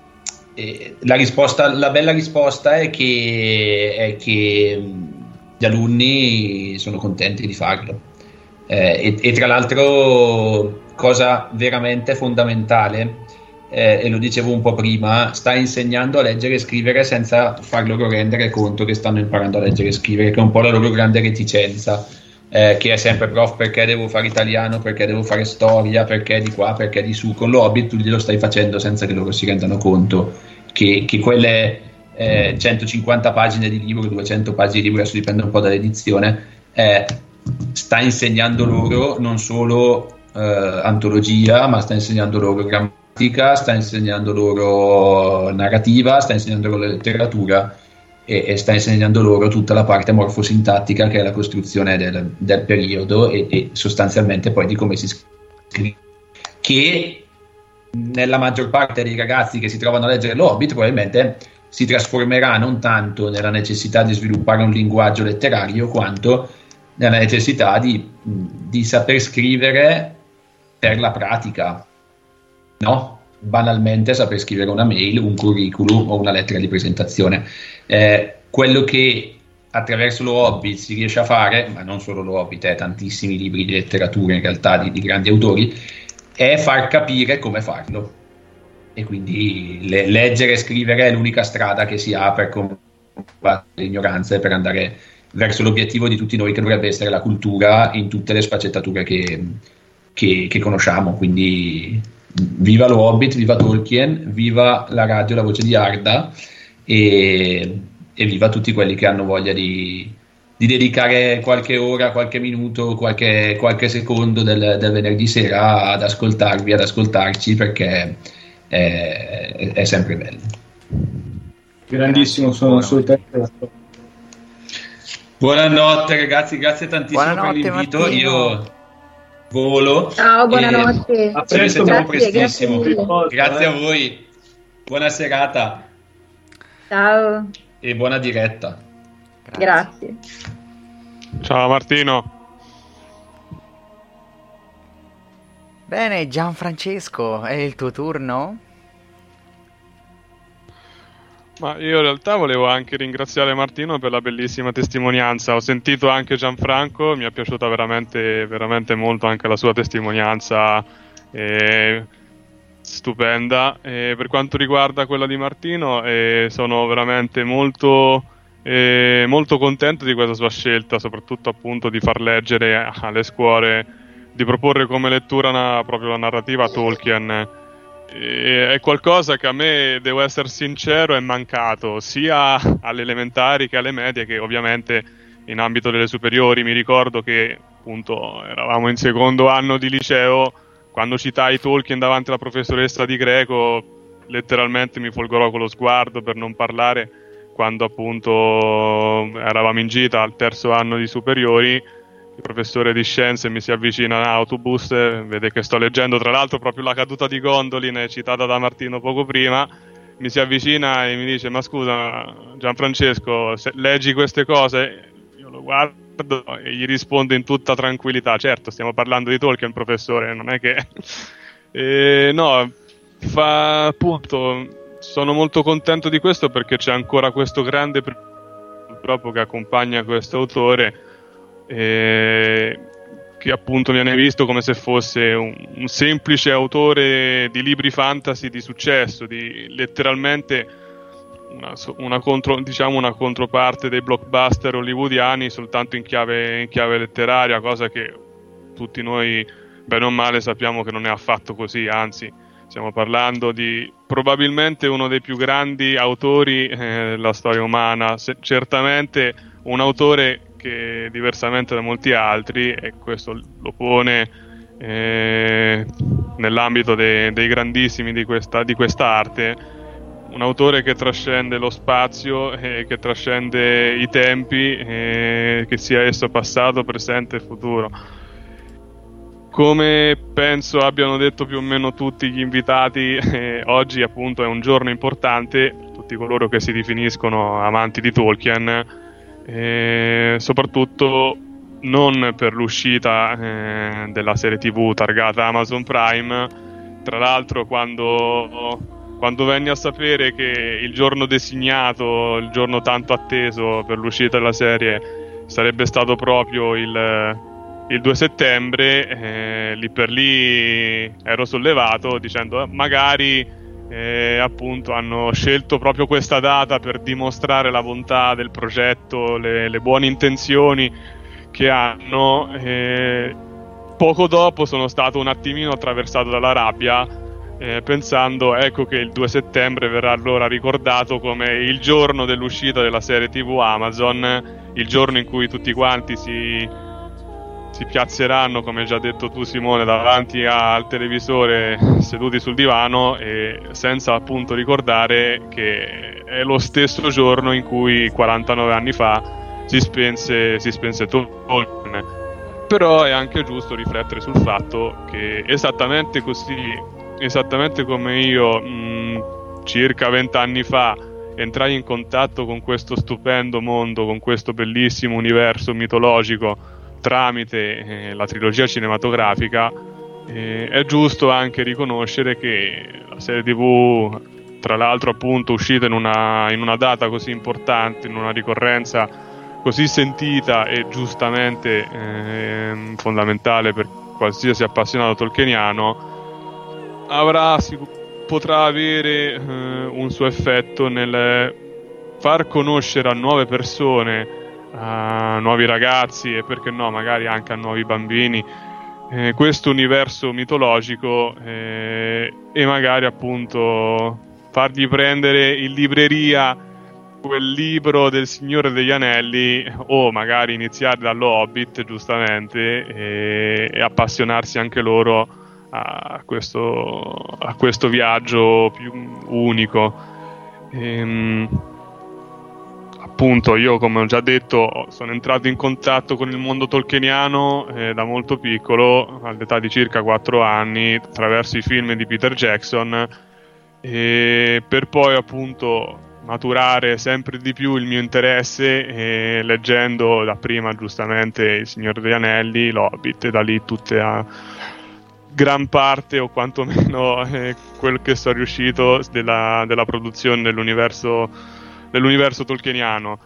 e la risposta, la bella risposta è che, è che gli alunni sono contenti di farlo. Eh, e, e tra l'altro, cosa veramente fondamentale, eh, e lo dicevo un po' prima, sta insegnando a leggere e scrivere senza far loro rendere conto che stanno imparando a leggere e scrivere, che è un po' la loro grande reticenza, eh, che è sempre prof, perché devo fare italiano, perché devo fare storia, perché di qua, perché di su. Con l'Hobbit tu glielo stai facendo senza che loro si rendano conto che, che quelle eh, centocinquanta pagine di libro, duecento pagine di libro, adesso dipende un po' dall'edizione, eh, sta insegnando loro non solo eh, antologia, ma sta insegnando loro grammatica, sta insegnando loro narrativa, sta insegnando loro letteratura, e, e sta insegnando loro tutta la parte morfosintattica, che è la costruzione del, del periodo, e, e sostanzialmente poi di come si scrive, che nella maggior parte dei ragazzi che si trovano a leggere l'Hobbit probabilmente si trasformerà non tanto nella necessità di sviluppare un linguaggio letterario, quanto nella necessità di, di saper scrivere per la pratica, no? Banalmente saper scrivere una mail, un curriculum o una lettera di presentazione. Eh, quello che attraverso lo Hobbit si riesce a fare, ma non solo lo Hobbit, eh, tantissimi libri di letteratura in realtà di, di grandi autori, è far capire come farlo. E quindi le, leggere e scrivere è l'unica strada che si ha per combattere l'ignoranza e per andare verso l'obiettivo di tutti noi, che dovrebbe essere la cultura in tutte le sfaccettature che, che, che conosciamo. Quindi viva lo Hobbit, viva Tolkien, viva la radio La Voce di Arda, e, e viva tutti quelli che hanno voglia di, di dedicare qualche ora, qualche minuto, qualche, qualche secondo del, del venerdì sera ad ascoltarvi, ad ascoltarci, perché è, è sempre bello. Grandissimo, sono assolutamente d'accordo. Buonanotte ragazzi, grazie tantissimo buonanotte, per l'invito. Martino. Io volo. Ciao, buonanotte. A ci risentiamo Grazie, prestissimo. grazie. Grazie a voi. Buona serata. Ciao. E buona diretta. Grazie. Ciao Martino. Bene, Gianfrancesco, è il tuo turno? Ma io in realtà volevo anche ringraziare Martino per la bellissima testimonianza. Ho sentito anche Gianfranco, mi è piaciuta veramente, veramente molto anche la sua testimonianza. E stupenda. E per quanto riguarda quella di Martino, eh, sono veramente molto, eh, molto contento di questa sua scelta, soprattutto appunto di far leggere alle scuole, di proporre come lettura una, proprio la narrativa Tolkien. E, è qualcosa che a me, devo essere sincero, è mancato sia alle elementari che alle medie, che ovviamente in ambito delle superiori. Mi ricordo che appunto eravamo in secondo anno di liceo, quando citai Tolkien davanti alla professoressa di greco letteralmente mi folgorò con lo sguardo, per non parlare quando appunto eravamo in gita al terzo anno di superiori, il professore di scienze mi si avvicina all'autobus, vede che sto leggendo tra l'altro proprio La caduta di Gondolin, citata da Martino poco prima, mi si avvicina e mi dice: ma scusa Gianfrancesco, se leggi queste cose? Io lo guardo e gli rispondo in tutta tranquillità: certo, stiamo parlando di Tolkien, professore, non è che... e, no, fa appunto, sono molto contento di questo, perché c'è ancora questo grande purtroppo che accompagna questo autore, e che appunto viene visto come se fosse un, un semplice autore di libri fantasy di successo, di letteralmente una, una, contro, diciamo una controparte dei blockbuster hollywoodiani, soltanto in chiave, in chiave letteraria, cosa che tutti noi bene o male sappiamo che non è affatto così, anzi stiamo parlando di probabilmente uno dei più grandi autori eh, della storia umana, se, certamente un autore che diversamente da molti altri, e questo lo pone eh, nell'ambito de, dei grandissimi di questa, di questa arte, un autore che trascende lo spazio e che trascende i tempi, eh, che sia esso passato, presente e futuro. Come penso abbiano detto più o meno tutti gli invitati, eh, oggi appunto è un giorno importante per tutti coloro che si definiscono amanti di Tolkien, eh, soprattutto non per l'uscita eh, della serie tivù targata Amazon Prime. Tra l'altro quando, quando venni a sapere che il giorno designato, il giorno tanto atteso per l'uscita della serie sarebbe stato proprio il, il due settembre, eh, lì per lì ero sollevato dicendo magari eh, appunto hanno scelto proprio questa data per dimostrare la bontà del progetto, le, le buone intenzioni che hanno. Eh, poco dopo sono stato un attimino attraversato dalla rabbia, eh, pensando ecco che il due settembre verrà allora ricordato come il giorno dell'uscita della serie tivù Amazon, il giorno in cui tutti quanti si, si piazzeranno, come già detto tu Simone, davanti al televisore seduti sul divano, e senza appunto ricordare che è lo stesso giorno in cui quarantanove anni fa si spense, si spense Tolkien. Però è anche giusto riflettere sul fatto che esattamente così, esattamente come io mh, circa vent'anni fa entrai in contatto con questo stupendo mondo, con questo bellissimo universo mitologico tramite eh, la trilogia cinematografica, eh, è giusto anche riconoscere che la serie tivù, tra l'altro appunto uscita in una, in una data così importante, in una ricorrenza così sentita e giustamente eh, fondamentale per qualsiasi appassionato tolkieniano, avrà, si, potrà avere eh, un suo effetto nel far conoscere a nuove persone, a nuovi ragazzi e perché no magari anche a nuovi bambini eh, questo universo mitologico, eh, e magari appunto fargli prendere in libreria quel libro del Signore degli Anelli, o magari iniziare dallo Hobbit giustamente, e, e appassionarsi anche loro a questo, a questo viaggio più unico. Ehm, appunto io, come ho già detto, sono entrato in contatto con il mondo tolkieniano eh, da molto piccolo, all'età di circa quattro anni, attraverso i film di Peter Jackson, e per poi appunto maturare sempre di più il mio interesse eh, leggendo dapprima giustamente Il Signore degli Anelli, l'Hobbit, e da lì tutte a gran parte o quantomeno eh, quel che sono riuscito della, della produzione dell'universo, dell'universo tolkieniano.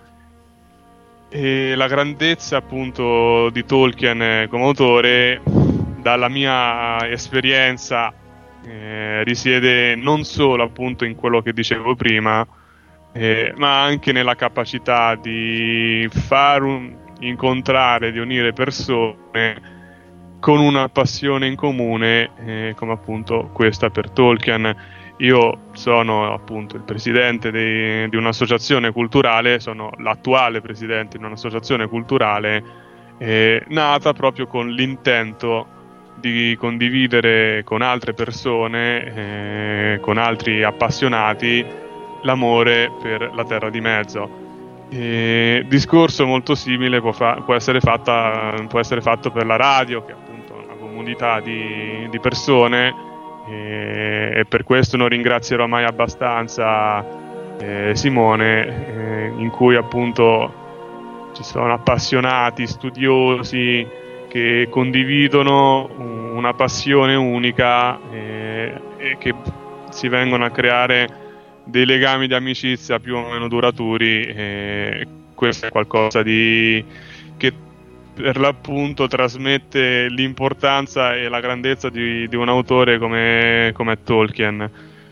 E la grandezza appunto di Tolkien come autore, dalla mia esperienza eh, risiede non solo appunto in quello che dicevo prima, eh, ma anche nella capacità di far un, incontrare, di unire persone con una passione in comune, eh, come appunto questa per Tolkien. Io sono appunto il presidente di, di un'associazione culturale, sono l'attuale presidente di un'associazione culturale eh, nata proprio con l'intento di condividere con altre persone, eh, con altri appassionati, l'amore per la Terra di Mezzo. E discorso molto simile può, fa- può, essere fatta, può essere fatto per la radio, che è appunto una comunità di, di persone, e, e per questo non ringrazierò mai abbastanza eh, Simone, eh, in cui appunto ci sono appassionati, studiosi che condividono una passione unica eh, e che si vengono a creare dei legami di amicizia più o meno duraturi. E questo è qualcosa di che per l'appunto trasmette l'importanza e la grandezza di, di un autore come, come Tolkien.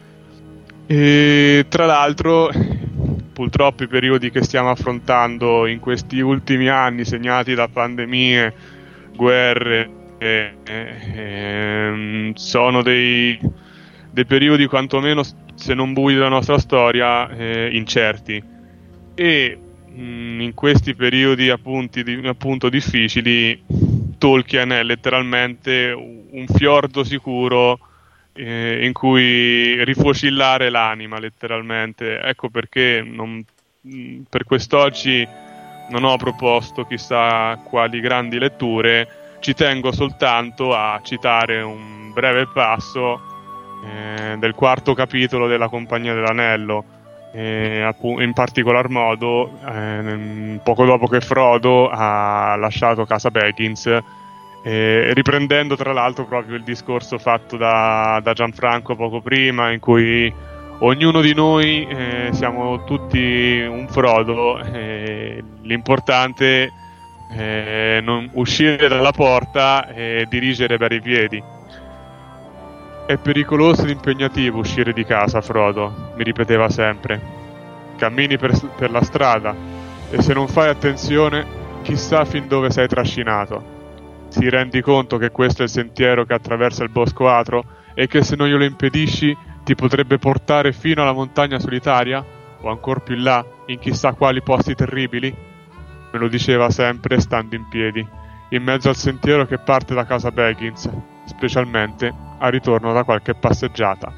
E tra l'altro, purtroppo i periodi che stiamo affrontando in questi ultimi anni, segnati da pandemie, guerre, eh, eh, sono dei, dei periodi quantomeno, se non bui della nostra storia, eh, incerti, e mh, in questi periodi appunti, di, appunto difficili, Tolkien è letteralmente un fiordo sicuro eh, in cui rifuocillare l'anima, letteralmente. Ecco perché non, mh, per quest'oggi non ho proposto chissà quali grandi letture, ci tengo soltanto a citare un breve passo Eh, del quarto capitolo della Compagnia dell'Anello, eh, appu- in particolar modo eh, poco dopo che Frodo ha lasciato casa Baggins, eh, riprendendo tra l'altro proprio il discorso fatto da, da Gianfranco poco prima, in cui ognuno di noi eh, siamo tutti un Frodo, eh, l'importante è non uscire dalla porta e dirigere per i piedi. È pericoloso ed impegnativo uscire di casa, Frodo, mi ripeteva sempre. Cammini per, per la strada e se non fai attenzione, chissà fin dove sei trascinato. Ti rendi conto che questo è il sentiero che attraversa il bosco atro e che se non glielo impedisci ti potrebbe portare fino alla montagna solitaria o ancor più in là, in chissà quali posti terribili? Me lo diceva sempre stando in piedi, in mezzo al sentiero che parte da casa Baggins, specialmente a ritorno da qualche passeggiata.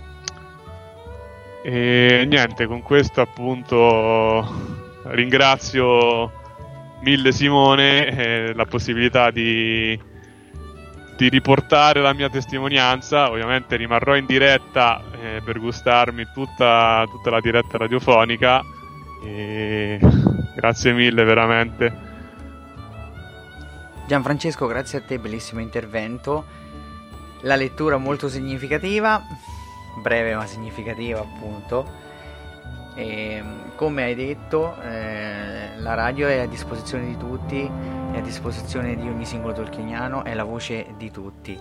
E niente, con questo appunto ringrazio mille Simone eh, la possibilità di, di riportare la mia testimonianza. Ovviamente rimarrò in diretta eh, per gustarmi tutta, tutta la diretta radiofonica, e grazie mille veramente. Gianfrancesco, grazie a te, bellissimo intervento. La lettura molto significativa, breve ma significativa appunto, e, come hai detto, eh, la radio è a disposizione di tutti, è a disposizione di ogni singolo tolkieniano, è la voce di tutti,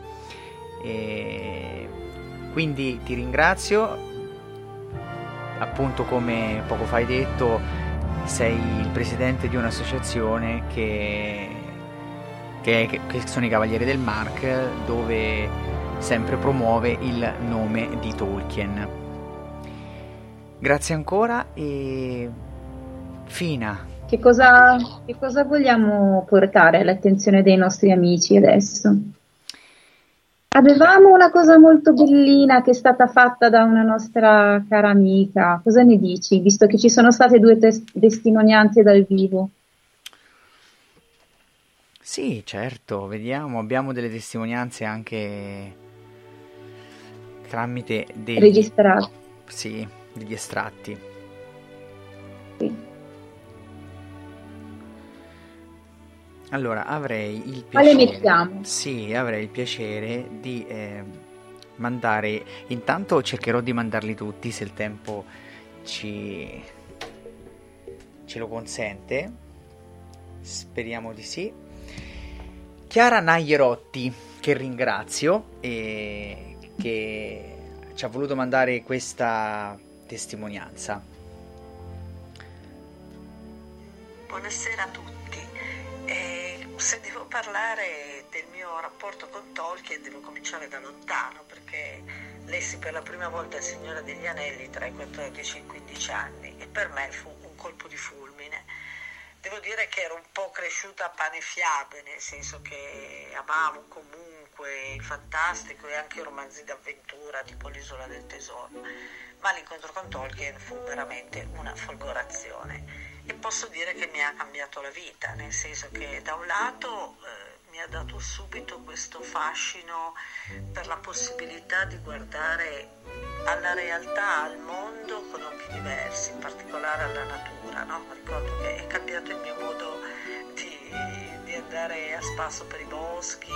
e quindi ti ringrazio. Appunto, come poco fa hai detto, sei il presidente di un'associazione che, che, che sono i Cavalieri del Mark, dove sempre promuove il nome di Tolkien. Grazie ancora. E Fina, che cosa, che cosa vogliamo portare all'attenzione dei nostri amici adesso? Avevamo una cosa molto bellina che è stata fatta da una nostra cara amica. Cosa ne dici, visto che ci sono state due tes- testimonianze dal vivo? Sì, certo, vediamo, abbiamo delle testimonianze anche tramite dei registrati. Sì, degli estratti. Sì. Allora, avrei il piacere. Quale mettiamo? Sì, avrei il piacere di eh, mandare. Intanto cercherò di mandarli tutti, se il tempo ci ce lo consente. Speriamo di sì. Chiara Naglierotti, che ringrazio e che ci ha voluto mandare questa testimonianza. Buonasera a tutti. Eh, se devo parlare del mio rapporto con Tolkien devo cominciare da lontano, perché lessi per la prima volta Il Signore degli Anelli tra i quattordici e i quindici anni e per me fu un colpo di fulmine. Devo dire che ero un po' cresciuta a pane e fiabe, nel senso che amavo comunque il fantastico e anche i romanzi d'avventura tipo L'Isola del Tesoro, ma l'incontro con Tolkien fu veramente una folgorazione e posso dire che mi ha cambiato la vita, nel senso che da un lato eh, mi ha dato subito questo fascino per la possibilità di guardare alla realtà, al mondo con occhi diversi, in particolare alla natura, no? Ricordo che è cambiato il mio modo di, di andare a spasso per i boschi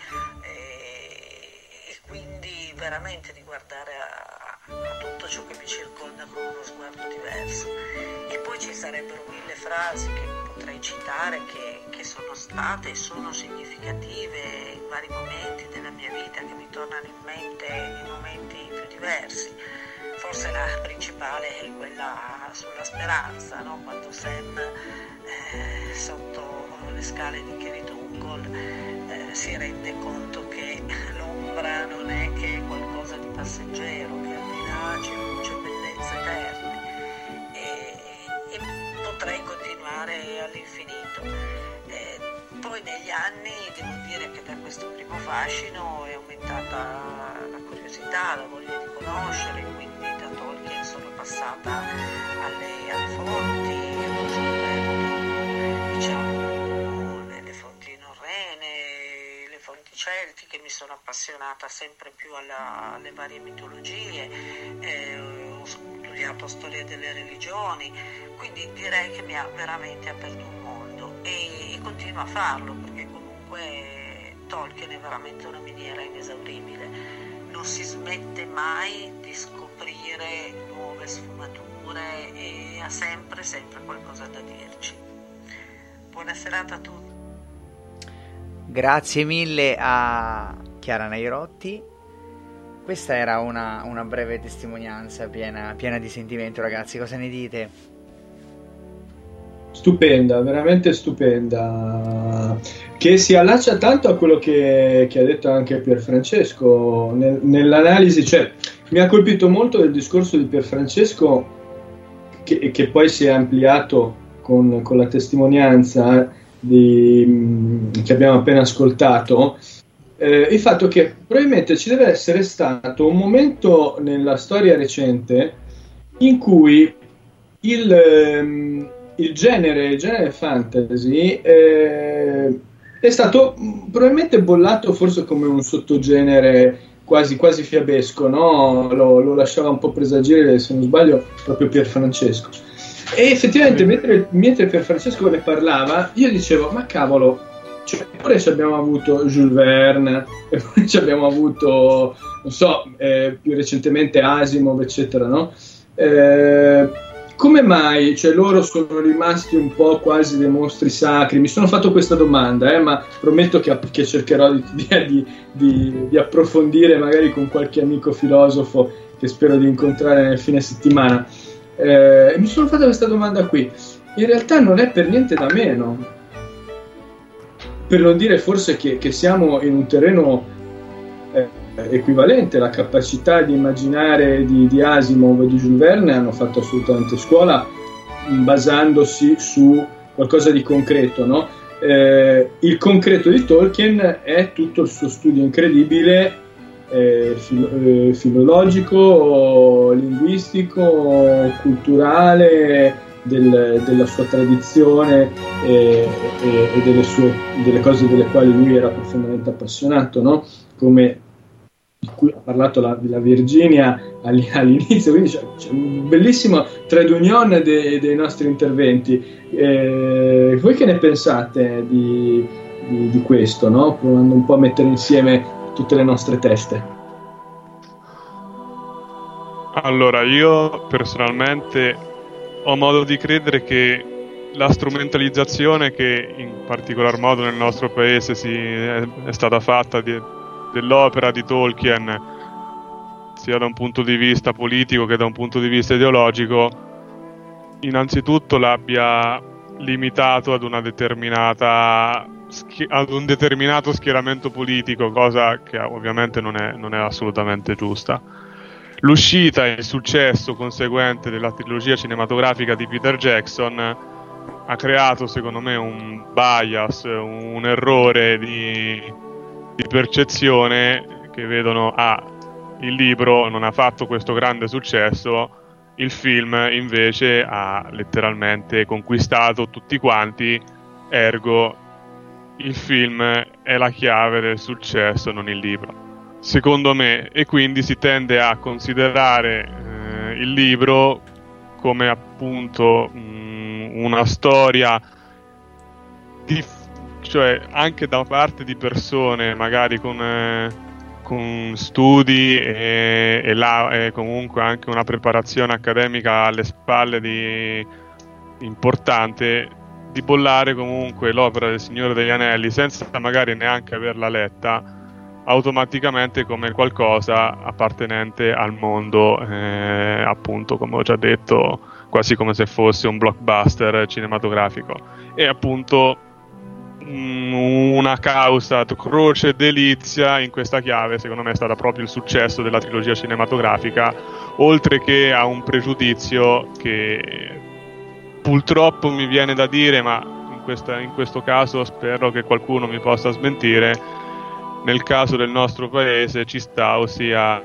e, e quindi veramente di guardare a, a tutto ciò che mi circonda con uno sguardo diverso. E poi ci sarebbero mille frasi che potrei citare che, che sono state e sono significative in vari momenti della mia vita, che mi tornano in mente in momenti più diversi. Forse la principale è quella sulla speranza, no? Quando Sam eh, sotto le scale di Kirith Ungol eh, si rende conto che l'ombra non è che qualcosa di passeggero, che al di là c'è luce, bellezza eterne, e, e potrei continuare all'infinito. Eh, poi negli anni devo dire che da questo primo fascino è aumentata la curiosità, la voglia di conoscere, quindi da Tolkien sono passata alle, alle fonti, ho scoperto diciamo le, le fonti norrene, le fonti celtiche, mi sono appassionata sempre più alla, alle varie mitologie, eh, ho studiato storia delle religioni, quindi direi che mi ha veramente aperto un mondo e, e continuo a farlo, perché comunque Tolkien è veramente una miniera inesauribile. Non si smette mai di scoprire nuove sfumature e ha sempre, sempre qualcosa da dirci. Buona serata a tutti. Grazie mille a Chiara Nairotti. Questa era una, una breve testimonianza piena, piena di sentimento, ragazzi. Cosa ne dite? Stupenda, veramente stupenda, che si allaccia tanto a quello che, che ha detto anche Pierfrancesco nel, nell'analisi, cioè mi ha colpito molto il discorso di Pierfrancesco che, che poi si è ampliato con, con la testimonianza di, che abbiamo appena ascoltato, eh, il fatto che probabilmente ci deve essere stato un momento nella storia recente in cui il... Ehm, il genere, il genere fantasy eh, è stato probabilmente bollato forse come un sottogenere quasi, quasi fiabesco, no? Lo, lo lasciava un po' presagire, se non sbaglio, proprio Pierfrancesco. E effettivamente mentre, mentre Pierfrancesco ne parlava, io dicevo, ma cavolo, cioè, pure ci abbiamo avuto Jules Verne, e poi ci abbiamo avuto, non so, eh, più recentemente Asimov, eccetera, no? Eh, Come mai, cioè, loro sono rimasti un po' quasi dei mostri sacri? Mi sono fatto questa domanda, eh, ma prometto che, che cercherò di, di, di, di approfondire magari con qualche amico filosofo che spero di incontrare nel fine settimana. Eh, mi sono fatto questa domanda qui. In realtà non è per niente da meno. Per non dire forse che, che siamo in un terreno eh, equivalente. La capacità di immaginare di, di Asimov e di Jules Verne hanno fatto assolutamente scuola, basandosi su qualcosa di concreto, no? Eh, il concreto di Tolkien è tutto il suo studio incredibile eh, filo, eh, filologico, linguistico, culturale del, della sua tradizione e, e, e delle sue delle cose delle quali lui era profondamente appassionato, no? Come di cui ha parlato la, la Virginia all'inizio, quindi c'è, c'è un bellissimo trade union de, dei nostri interventi. Eh, voi che ne pensate di, di, di questo, no? Provando un po' a mettere insieme tutte le nostre teste. Allora, io personalmente ho modo di credere che la strumentalizzazione che in particolar modo nel nostro paese si è, è stata fatta di, dell'opera di Tolkien sia da un punto di vista politico che da un punto di vista ideologico, innanzitutto l'abbia limitato ad una determinata ad un determinato schieramento politico, cosa che ovviamente non è, non è assolutamente giusta. L'uscita e il successo conseguente della trilogia cinematografica di Peter Jackson ha creato, secondo me, un bias, un errore di, di percezione, che vedono ah, il libro non ha fatto questo grande successo, il film invece ha letteralmente conquistato tutti quanti, ergo il film è la chiave del successo, non il libro, secondo me, e quindi si tende a considerare eh, il libro come appunto mh, una storia di, cioè anche da parte di persone magari con, eh, con studi e, e, la, e comunque anche una preparazione accademica alle spalle di importante, di bollare comunque l'opera del Signore degli Anelli senza magari neanche averla letta automaticamente come qualcosa appartenente al mondo, eh, appunto, come ho già detto, quasi come se fosse un blockbuster cinematografico. E appunto mh, una causa croce delizia in questa chiave, secondo me, è stata proprio il successo della trilogia cinematografica, oltre che a un pregiudizio che purtroppo mi viene da dire, ma in, questa, in questo caso spero che qualcuno mi possa smentire, nel caso del nostro paese ci sta, ossia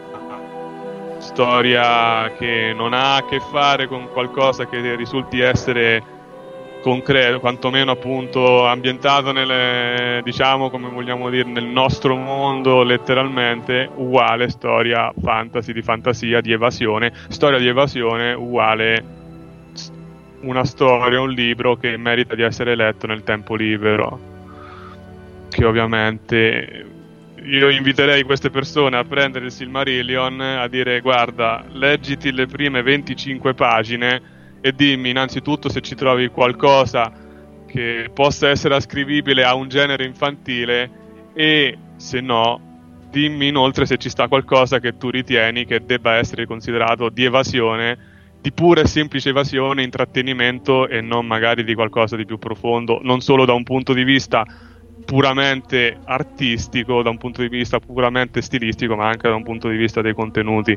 storia che non ha a che fare con qualcosa che risulti essere concreto, quantomeno appunto ambientato nelle, diciamo, come vogliamo dire, nel nostro mondo letteralmente, uguale storia fantasy, di fantasia, di evasione, storia di evasione uguale una storia, un libro che merita di essere letto nel tempo libero, che ovviamente io inviterei queste persone a prendere il Silmarillion, a dire guarda, leggiti le prime venticinque pagine e dimmi innanzitutto se ci trovi qualcosa che possa essere ascrivibile a un genere infantile, e se no dimmi inoltre se ci sta qualcosa che tu ritieni che debba essere considerato di evasione, di pura e semplice evasione, intrattenimento, e non magari di qualcosa di più profondo, non solo da un punto di vista puramente artistico, da un punto di vista puramente stilistico, ma anche da un punto di vista dei contenuti.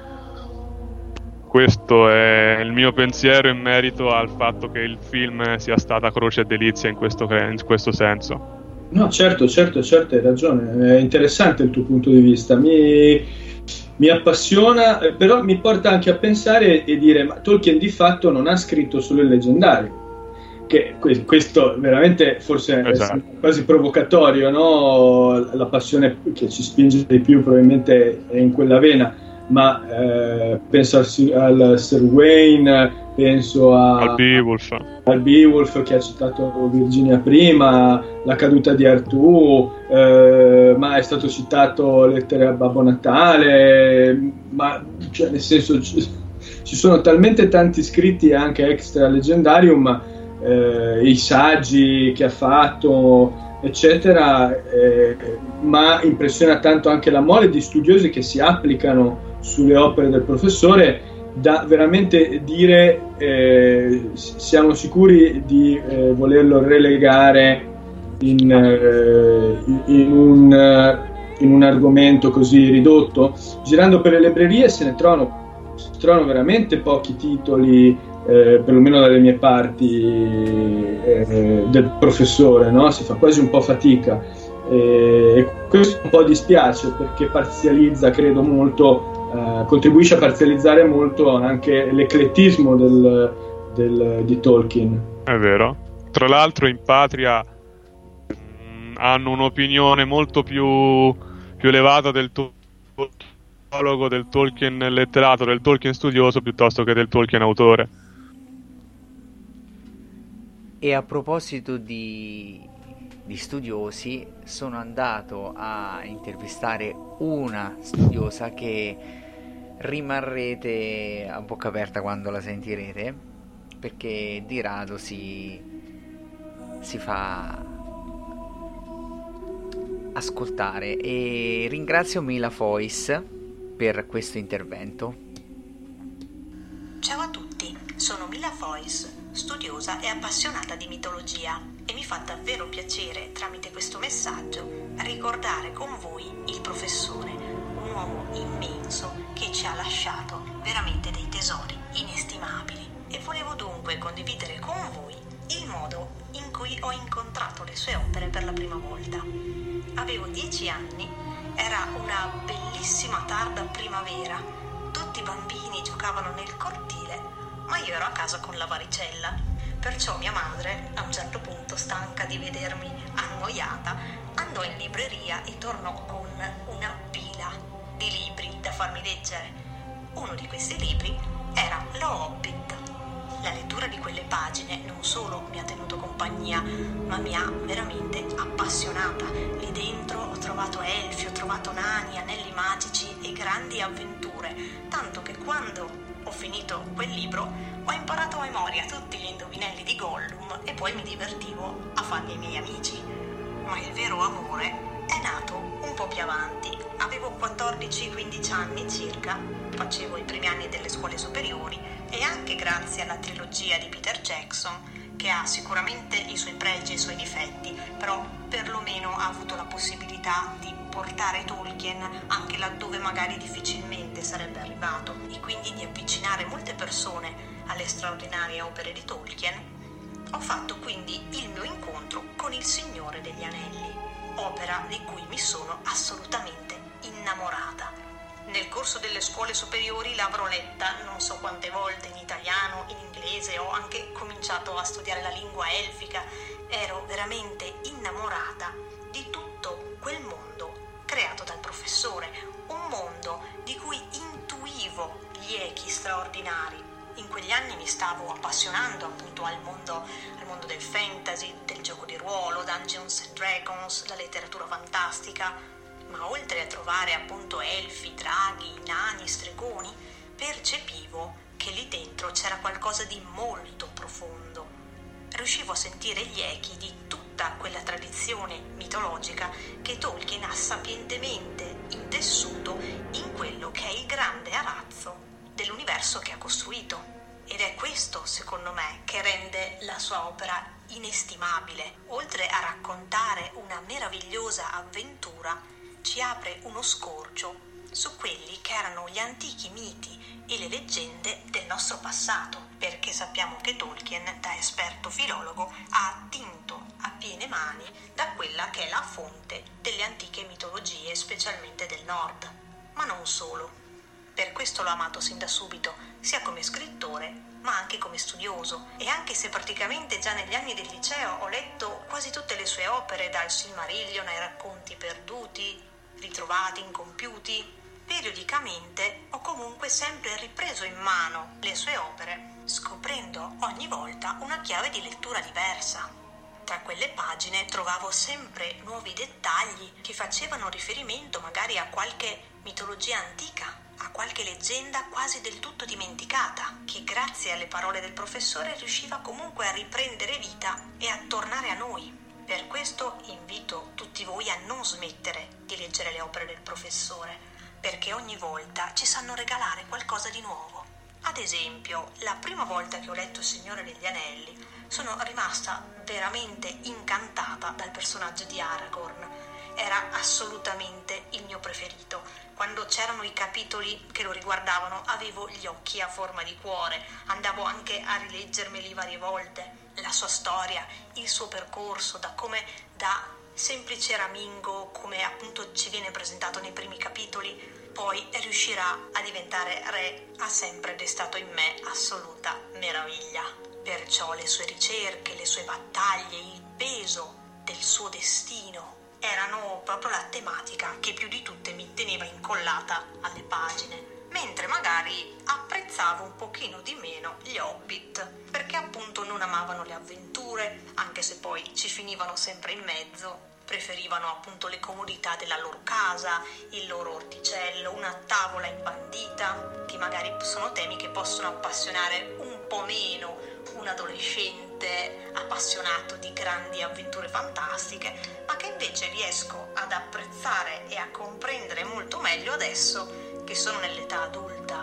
Questo è il mio pensiero in merito al fatto che il film sia stata croce e delizia in questo, in questo senso. No, certo, certo, certo, hai ragione, è interessante il tuo punto di vista, mi, mi appassiona, però mi porta anche a pensare e dire, ma Tolkien di fatto non ha scritto solo il leggendario, che questo veramente forse esatto. È quasi provocatorio, no? La passione che ci spinge di più probabilmente è in quella vena, ma eh, penso al, al Sir Wayne, penso a, al Beowulf. al Beowulf che ha citato Virginia prima, la caduta di Artù, eh, ma è stato citato Lettere a Babbo Natale, ma cioè, nel senso ci, ci sono talmente tanti scritti anche extra leggendarium, Eh, i saggi che ha fatto eccetera, eh, ma impressiona tanto anche la mole di studiosi che si applicano sulle opere del professore, da veramente dire eh, siamo sicuri di eh, volerlo relegare in, eh, in, un, in un argomento così ridotto. Girando per le librerie se ne trovano, si trovano veramente pochi titoli, Eh, perlomeno dalle mie parti, eh, del professore, no? Si fa quasi un po' fatica, eh, e questo un po' dispiace perché parzializza, credo molto, eh, contribuisce a parzializzare molto anche l'eclettismo del, del, di Tolkien. È vero, tra l'altro in patria mh, hanno un'opinione molto più, più elevata del Tolkien, del Tolkien letterato, del Tolkien studioso, piuttosto che del Tolkien autore. E a proposito di, di studiosi, sono andato a intervistare una studiosa che rimarrete a bocca aperta quando la sentirete, perché di rado si, si fa ascoltare. E ringrazio Mila Fois per questo intervento. Ciao a tutti, sono Mila Fois, studiosa e appassionata di mitologia, e mi fa davvero piacere, tramite questo messaggio, ricordare con voi il professore, un uomo immenso che ci ha lasciato veramente dei tesori inestimabili. E volevo dunque condividere con voi il modo in cui ho incontrato le sue opere per la prima volta. Avevo dieci anni, era una bellissima tarda primavera, tutti i bambini giocavano nel cortile, ma io ero a casa con la varicella. Perciò mia madre, a un certo punto, stanca di vedermi annoiata, andò in libreria e tornò con una pila di libri da farmi leggere. Uno di questi libri era Lo Hobbit. La lettura di quelle pagine non solo mi ha tenuto compagnia, ma mi ha veramente appassionata. Lì dentro ho trovato elfi, ho trovato nani, anelli magici e grandi avventure, tanto che quando ho finito quel libro ho imparato a memoria tutti gli indovinelli di Gollum e poi mi divertivo a farli ai miei amici. Ma il vero amore è nato un po' più avanti. Avevo quattordici quindici anni circa, facevo i primi anni delle scuole superiori e anche grazie alla trilogia di Peter Jackson, che ha sicuramente i suoi pregi e i suoi difetti, però perlomeno ha avuto la possibilità di portare Tolkien anche laddove magari difficilmente sarebbe arrivato, e quindi di avvicinare molte persone alle straordinarie opere di Tolkien. Ho fatto quindi il mio incontro con Il Signore degli Anelli, opera di cui mi sono assolutamente innamorata. Nel corso delle scuole superiori l'avrò letta non so quante volte in italiano, in inglese, ho anche cominciato a studiare la lingua elfica. Ero veramente innamorata di tutto quel mondo creato dal professore, un mondo di cui intuivo gli echi straordinari. In quegli anni mi stavo appassionando appunto al mondo, al mondo del fantasy, del gioco di ruolo, Dungeons and Dragons, la letteratura fantastica. Ma oltre a trovare appunto elfi, draghi, nani, stregoni, percepivo che lì dentro c'era qualcosa di molto profondo. Riuscivo a sentire gli echi di tutta quella tradizione mitologica che Tolkien ha sapientemente intessuto in quello che è il grande arazzo dell'universo che ha costruito. Ed è questo, secondo me, che rende la sua opera inestimabile. Oltre a raccontare una meravigliosa avventura, ci apre uno scorcio su quelli che erano gli antichi miti e le leggende del nostro passato, perché sappiamo che Tolkien, da esperto filologo, ha attinto a piene mani da quella che è la fonte delle antiche mitologie, specialmente del nord. Ma non solo. Per questo l'ho amato sin da subito, sia come scrittore, ma anche come studioso. E anche se praticamente già negli anni del liceo ho letto quasi tutte le sue opere, dal Silmarillion ai Racconti perduti, ritrovati, incompiuti, periodicamente ho comunque sempre ripreso in mano le sue opere, scoprendo ogni volta una chiave di lettura diversa. Tra quelle pagine trovavo sempre nuovi dettagli che facevano riferimento magari a qualche mitologia antica, a qualche leggenda quasi del tutto dimenticata, che grazie alle parole del professore riusciva comunque a riprendere vita e a tornare a noi. Per questo invito tutti voi a non smettere di leggere le opere del professore, perché ogni volta ci sanno regalare qualcosa di nuovo. Ad esempio, la prima volta che ho letto Il Signore degli Anelli sono rimasta veramente incantata dal personaggio di Aragorn. Era assolutamente il mio preferito. Quando c'erano i capitoli che lo riguardavano avevo gli occhi a forma di cuore, andavo anche a rileggermeli varie volte. La sua storia, il suo percorso, da come da semplice eramingo, come appunto ci viene presentato nei primi capitoli, poi riuscirà a diventare re, ha sempre destato in me assoluta meraviglia. Perciò le sue ricerche, le sue battaglie, il peso del suo destino erano proprio la tematica che più di tutte mi teneva incollata alle pagine. Mentre magari apprezzavo un pochino di meno gli Hobbit, perché appunto non amavano le avventure, anche se poi ci finivano sempre in mezzo. Preferivano appunto le comodità della loro casa, il loro orticello, una tavola imbandita, che magari sono temi che possono appassionare un po' meno un adolescente appassionato di grandi avventure fantastiche, ma che invece riesco ad apprezzare e a comprendere molto meglio adesso che sono nell'età adulta.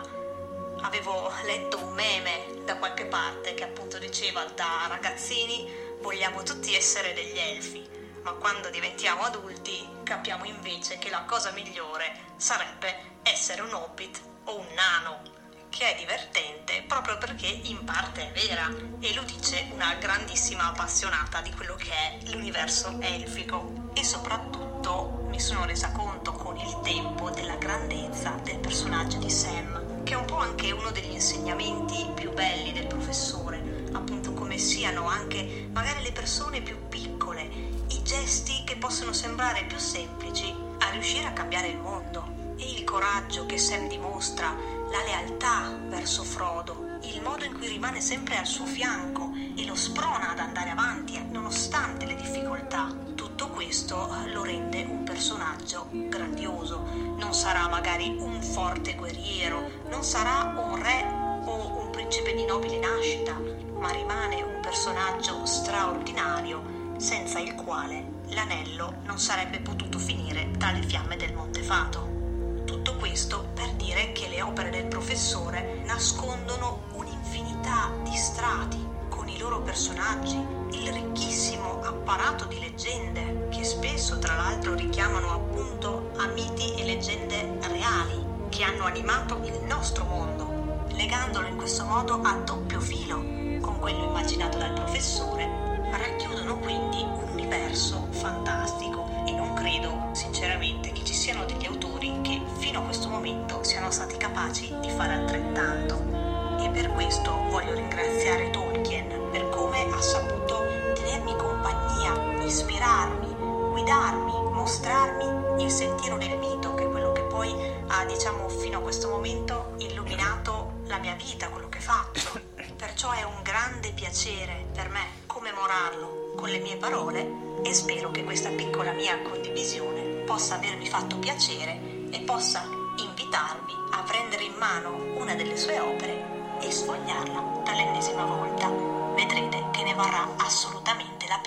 Avevo letto un meme da qualche parte che appunto diceva: da ragazzini vogliamo tutti essere degli elfi, ma quando diventiamo adulti capiamo invece che la cosa migliore sarebbe essere un hobbit o un nano, che è divertente proprio perché in parte è vera, e lo dice una grandissima appassionata di quello che è l'universo elfico. E soprattutto mi sono resa conto con il tempo della grandezza del personaggio di Sam, che è un po' anche uno degli insegnamenti più belli del professore, appunto come siano anche magari le persone più piccole, i gesti che possono sembrare più semplici a riuscire a cambiare il mondo. E il coraggio che Sam dimostra, la lealtà verso Frodo, il modo in cui rimane sempre al suo fianco e lo sprona ad andare avanti nonostante le difficoltà. Tutto questo lo rende un personaggio grandioso. Non sarà magari un forte guerriero, non sarà un re o un principe di nobile nascita, ma rimane un personaggio straordinario, senza il quale l'anello non sarebbe potuto finire tra le fiamme del Montefato. Tutto questo per dire che le opere del professore nascondono un'infinità di strati con i loro personaggi, il ricchissimo apparato di leggende che spesso tra l'altro richiamano appunto a miti e leggende reali che hanno animato il nostro mondo, legandolo in questo modo a doppio filo con quello immaginato dal professore. Racchiudono quindi un universo fantastico e non credo sinceramente che ci siano degli autori che fino a questo momento siano stati capaci di fare altrettanto. E per questo voglio ringraziare Tolkien per come ha saputo tenermi compagnia, ispirarmi, guidarmi, mostrarmi il sentiero del mito, che è quello che poi ha, diciamo, fino a questo momento illuminato la mia vita, quello che faccio. Perciò è un grande piacere per me commemorarlo con le mie parole e spero che questa piccola mia condivisione possa avervi fatto piacere e possa invitarvi a prendere in mano una delle sue opere e sfogliarla per l'ennesima volta. Vedrete che ne varrà assolutamente la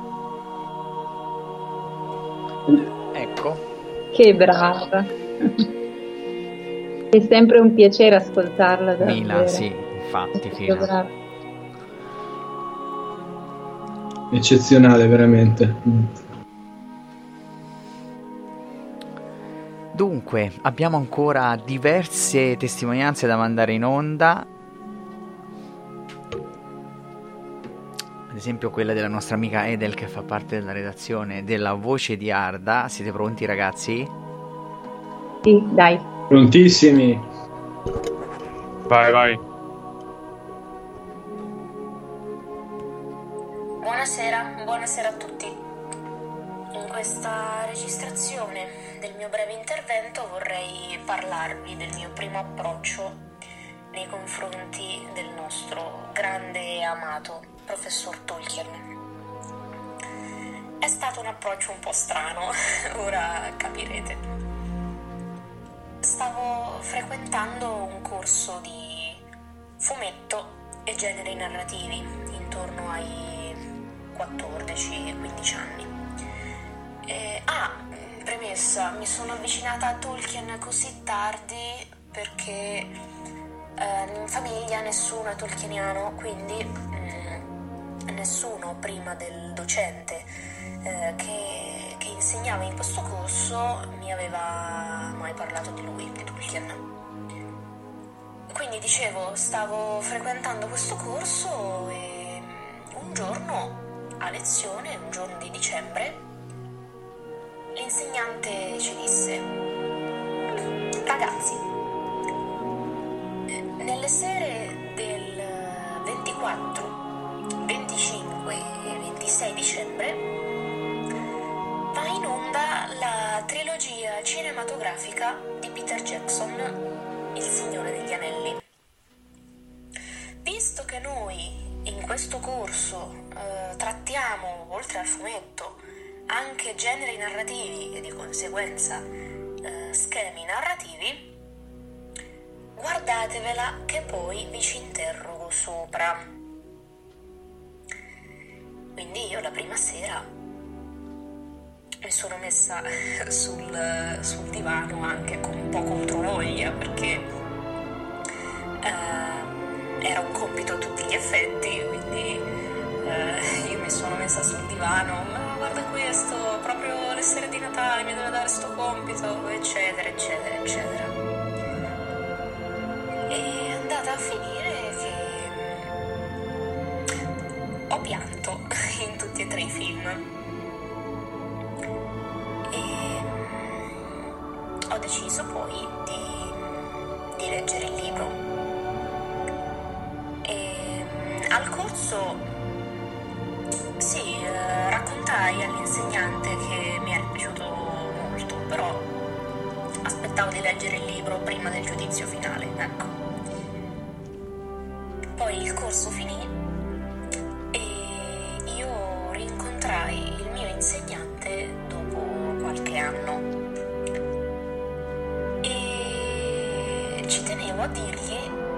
pena. Ecco. Che brava. È sempre un piacere ascoltarla davvero. Mila, sì, infatti, Che brava. Eccezionale, veramente. Dunque, abbiamo ancora diverse testimonianze da mandare in onda. Ad esempio quella della nostra amica Edel, che fa parte della redazione della Voce di Arda. Siete pronti, ragazzi? Sì, dai. Prontissimi. Vai, vai. Buonasera, buonasera a tutti. In questa registrazione del mio breve intervento vorrei parlarvi del mio primo approccio nei confronti del nostro grande e amato professor Tolkien. È stato un approccio un po' strano, ora capirete. Stavo frequentando un corso di fumetto e generi narrativi intorno ai quattordici quindici anni. E, ah, premessa, mi sono avvicinata a Tolkien così tardi perché eh, in famiglia nessuno è tolkieniano, quindi mh, nessuno prima del docente eh, che, che insegnava in questo corso mi aveva mai parlato di lui, di Tolkien. Quindi dicevo, stavo frequentando questo corso e un giorno a lezione, un giorno di dicembre, l'insegnante ci disse: ragazzi, nelle sere del ventiquattro, venticinque e ventisei dicembre va in onda la trilogia cinematografica di Peter Jackson, Il Signore degli Anelli. Visto che noi in questo corso eh, trattiamo, oltre al fumetto, anche generi narrativi e di conseguenza eh, schemi narrativi, guardatevela che poi vi ci interrogo sopra. Quindi io la prima sera mi sono messa sul, sul divano anche con un po' controvoglia, perché eh, era un compito a tutti gli effetti, quindi eh, io mi sono messa sul divano, ma guarda questo, proprio le sere di Natale mi deve dare sto compito, eccetera, eccetera, eccetera. E è andata a finire che ho pianto in tutti e tre i film. E ho deciso poi di, di leggere il libro. E al corso, sì, eh, raccontai all'insegnante che mi era piaciuto molto, però aspettavo di leggere il libro prima del giudizio finale, ecco. Poi il corso finì e io rincontrai il mio insegnante dopo qualche anno e ci tenevo a dirgli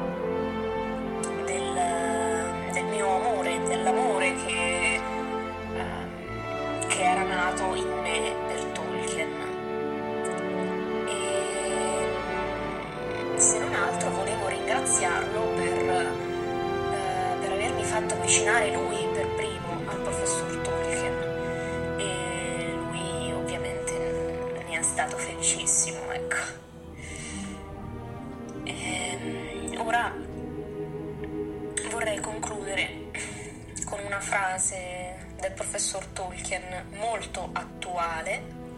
del, del mio amore, dell'amore che, uh, che era nato in me per Tolkien. E se non altro volevo ringraziarlo per fatto avvicinare lui per primo al professor Tolkien, e lui ovviamente ne è stato felicissimo, ecco. E ora vorrei concludere con una frase del professor Tolkien molto attuale: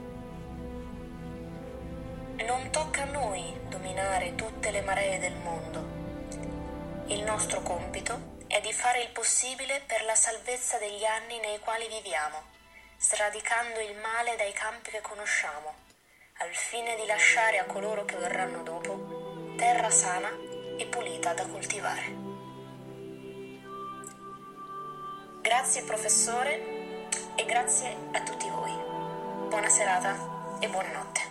non tocca a noi dominare tutte le maree del mondo. Il nostro compito è di fare il possibile per la salvezza degli anni nei quali viviamo, sradicando il male dai campi che conosciamo, al fine di lasciare a coloro che verranno dopo terra sana e pulita da coltivare. Grazie professore e grazie a tutti voi. Buona serata e buonanotte.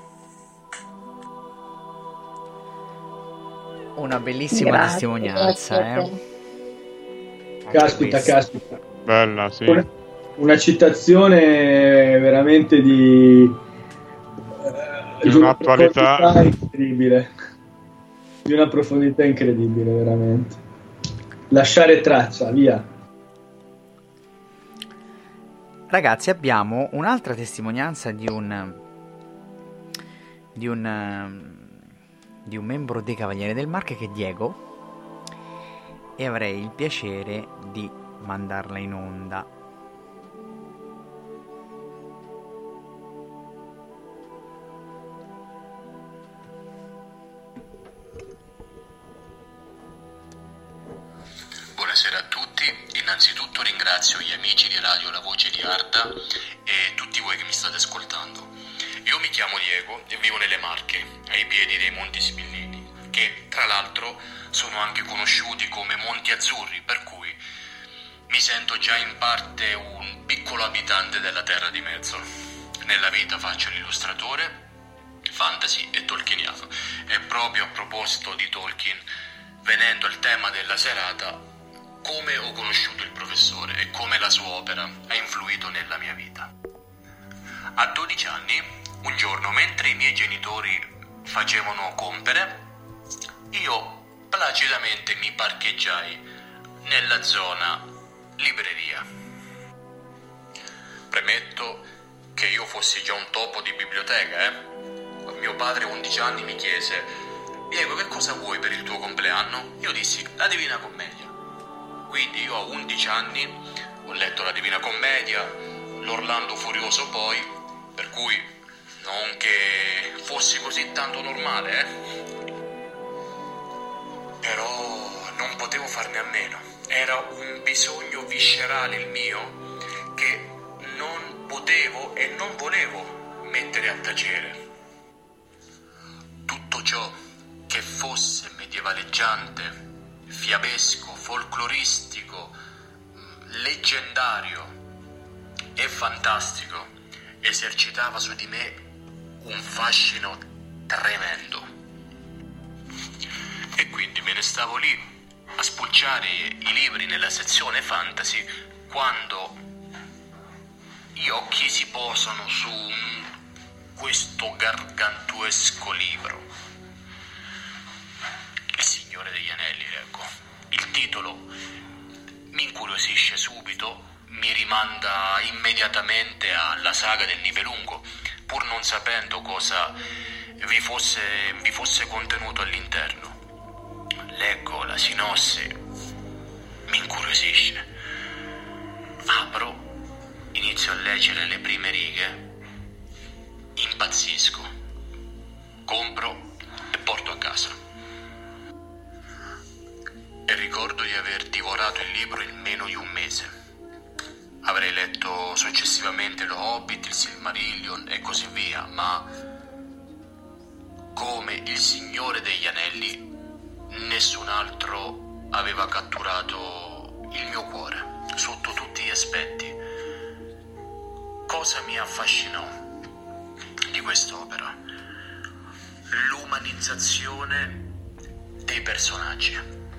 Una bellissima Grazie, testimonianza, grazie. eh? Caspita, caspita. Bella, sì. Una, una citazione veramente di, di di un'attualità una incredibile. Di una profondità incredibile, veramente. Lasciare traccia, via. Ragazzi, abbiamo un'altra testimonianza di un di un di un membro dei Cavalieri del Mar, che è Diego, e avrei il piacere di mandarla in onda. Buonasera a tutti, innanzitutto ringrazio gli amici di Radio La Voce di Arda e tutti voi che mi state ascoltando. Io mi chiamo Diego e vivo nelle Marche, ai piedi dei Monti Spillini, che tra l'altro sono anche conosciuti come Monti Azzurri, per cui mi sento già in parte un piccolo abitante della terra di mezzo. Nella vita faccio l'illustratore, fantasy e tolkieniano, e proprio a proposito di Tolkien, venendo al tema della serata, come ho conosciuto il professore e come la sua opera ha influito nella mia vita. A dodici anni, un giorno, mentre i miei genitori facevano compere, io placidamente mi parcheggiai nella zona libreria. Premetto che io fossi già un topo di biblioteca, eh? Mio padre a undici anni mi chiese: Diego, che cosa vuoi per il tuo compleanno? Io dissi: la Divina Commedia. Quindi io a undici anni ho letto la Divina Commedia, l'Orlando Furioso poi, per cui non che fossi così tanto normale, eh? Però non potevo farne a meno. Era un bisogno viscerale il mio, che non potevo e non volevo mettere a tacere. Tutto ciò che fosse medievaleggiante, fiabesco, folcloristico, leggendario e fantastico esercitava su di me un fascino tremendo. E quindi me ne stavo lì a spulciare i libri nella sezione fantasy quando gli occhi si posano su un gargantuesco libro. Il Signore degli Anelli, ecco. Il titolo mi incuriosisce subito, mi rimanda immediatamente alla saga del Nibelungo, pur non sapendo cosa vi fosse, vi fosse contenuto all'interno. Leggo la sinossi, mi incuriosisce. Apro, inizio a leggere le prime righe, impazzisco, compro e porto a casa. E ricordo di aver divorato il libro in meno di un mese. Avrei letto successivamente Lo Hobbit, il Silmarillion e così via, ma come il Signore degli Anelli nessun altro aveva catturato il mio cuore sotto tutti gli aspetti. Cosa mi affascinò di quest'opera? L'umanizzazione dei personaggi.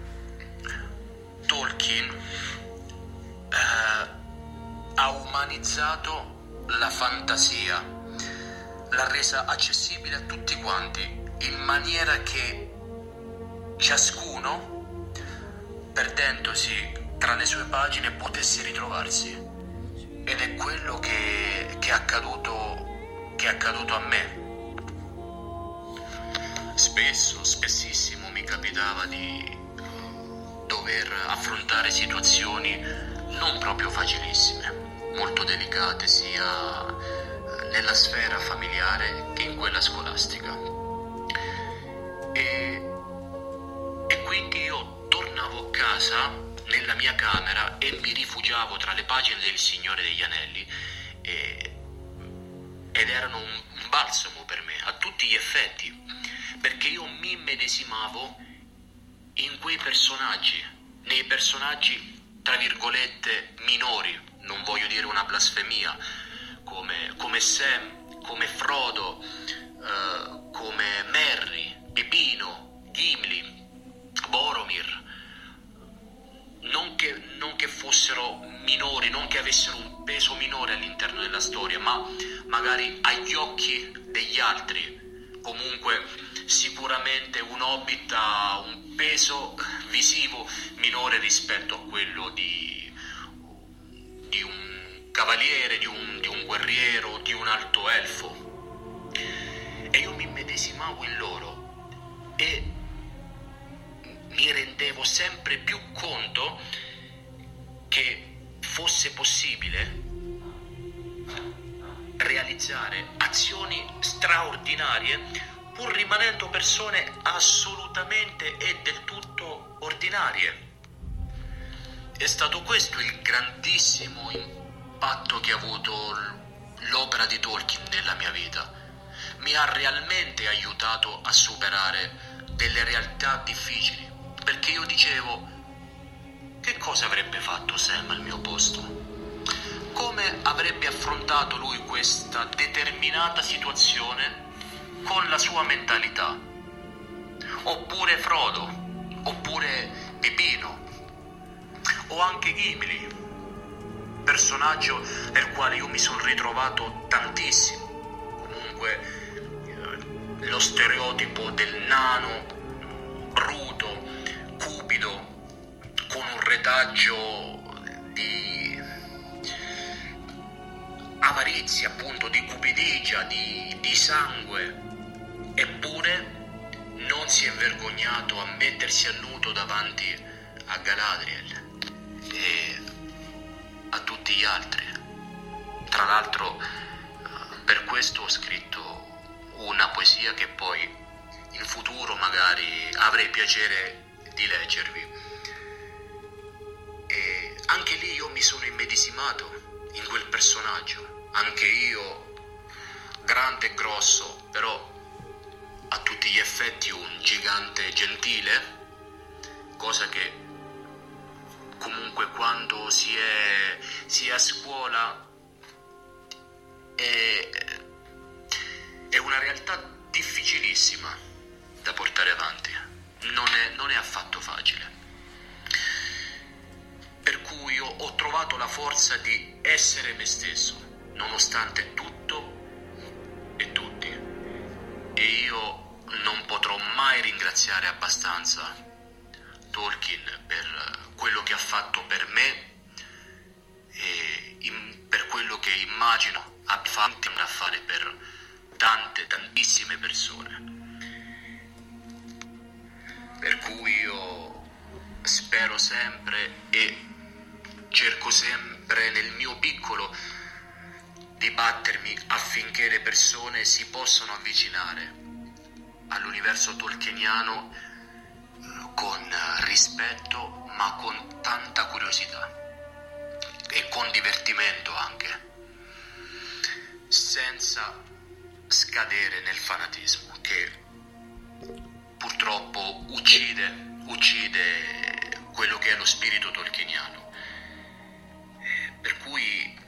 Tolkien eh, ha umanizzato la fantasia, l'ha resa accessibile a tutti quanti, in maniera che ciascuno, perdendosi tra le sue pagine, potesse ritrovarsi. Ed è quello che, che è accaduto, che è accaduto a me. Spesso, spessissimo mi capitava di dover affrontare situazioni non proprio facilissime, molto delicate sia nella sfera familiare che in quella scolastica. E, e quindi io tornavo a casa nella mia camera e mi rifugiavo tra le pagine del Signore degli Anelli e, ed erano un, un balsamo per me a tutti gli effetti, perché io mi immedesimavo in quei personaggi, nei personaggi tra virgolette minori, non voglio dire una blasfemia, come, come Sam, come Frodo, eh, come Merry, Pipino, Gimli, Boromir, non che, non che fossero minori, non che avessero un peso minore all'interno della storia, ma magari agli occhi degli altri. Comunque sicuramente un Hobbit ha un peso visivo minore rispetto a quello di, di un cavaliere, di un, di un guerriero, di un alto elfo. E io mi immedesimavo in loro e mi rendevo sempre più conto che fosse possibile realizzare azioni straordinarie pur rimanendo persone assolutamente e del tutto ordinarie. È stato questo il grandissimo impatto che ha avuto l'opera di Tolkien nella mia vita. Mi ha realmente aiutato a superare delle realtà difficili, perché io dicevo: che cosa avrebbe fatto Sam al mio posto? Come avrebbe affrontato lui questa determinata situazione con la sua mentalità? Oppure Frodo, oppure Pipino, o anche Gimli, personaggio nel quale io mi sono ritrovato tantissimo. Comunque eh, lo stereotipo del nano bruto, cupido, con un retaggio di avarizia, appunto, di cupidigia, di, di sangue, eppure non si è vergognato a mettersi a nudo davanti a Galadriel e a tutti gli altri. Tra l'altro, per questo ho scritto una poesia che poi in futuro magari avrei piacere di leggervi. E anche lì io mi sono immedesimato in quel personaggio, anche io grande e grosso, però a tutti gli effetti un gigante gentile, cosa che comunque quando si è, si è a scuola è, è una realtà difficilissima da portare avanti, non è, non è affatto facile. Per cui io ho trovato la forza di essere me stesso, nonostante tutto e tutti. mai ringraziare abbastanza Tolkien per quello che ha fatto per me e in, per quello che immagino abbia fatto a fare per tante, tantissime persone. Per cui io spero sempre e cerco sempre nel mio piccolo di battermi affinché le persone si possano avvicinare all'universo tolkieniano con rispetto ma con tanta curiosità e con divertimento anche, senza scadere nel fanatismo che purtroppo uccide, uccide quello che è lo spirito tolkieniano. Per cui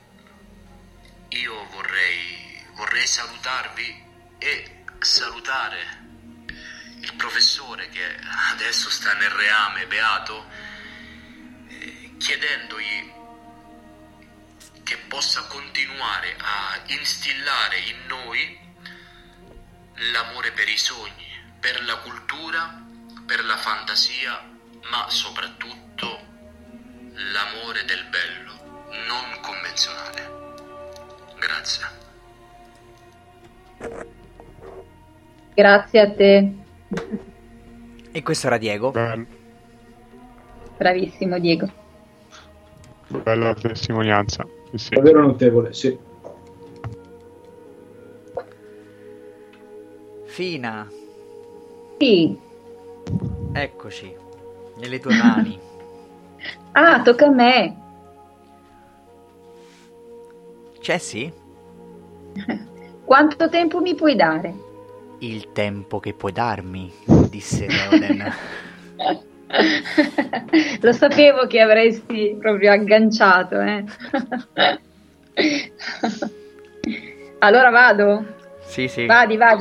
io vorrei, vorrei salutarvi e salutare il professore che adesso sta nel reame beato, eh, chiedendogli che possa continuare a instillare in noi l'amore per i sogni, per la cultura, per la fantasia, ma soprattutto l'amore del bello, non convenzionale. Grazie. Grazie a te. E questo era Diego. Bello. Bravissimo Diego. Bella testimonianza. Sì, sì. Davvero notevole, sì. Fina. Sì. Eccoci, nelle tue mani. Ah, tocca a me. C'è sì? Quanto tempo mi puoi dare? Il tempo che puoi darmi, disse Theoden. Lo sapevo che avresti proprio agganciato, eh. Allora vado? Sì, sì. Vadi, vadi.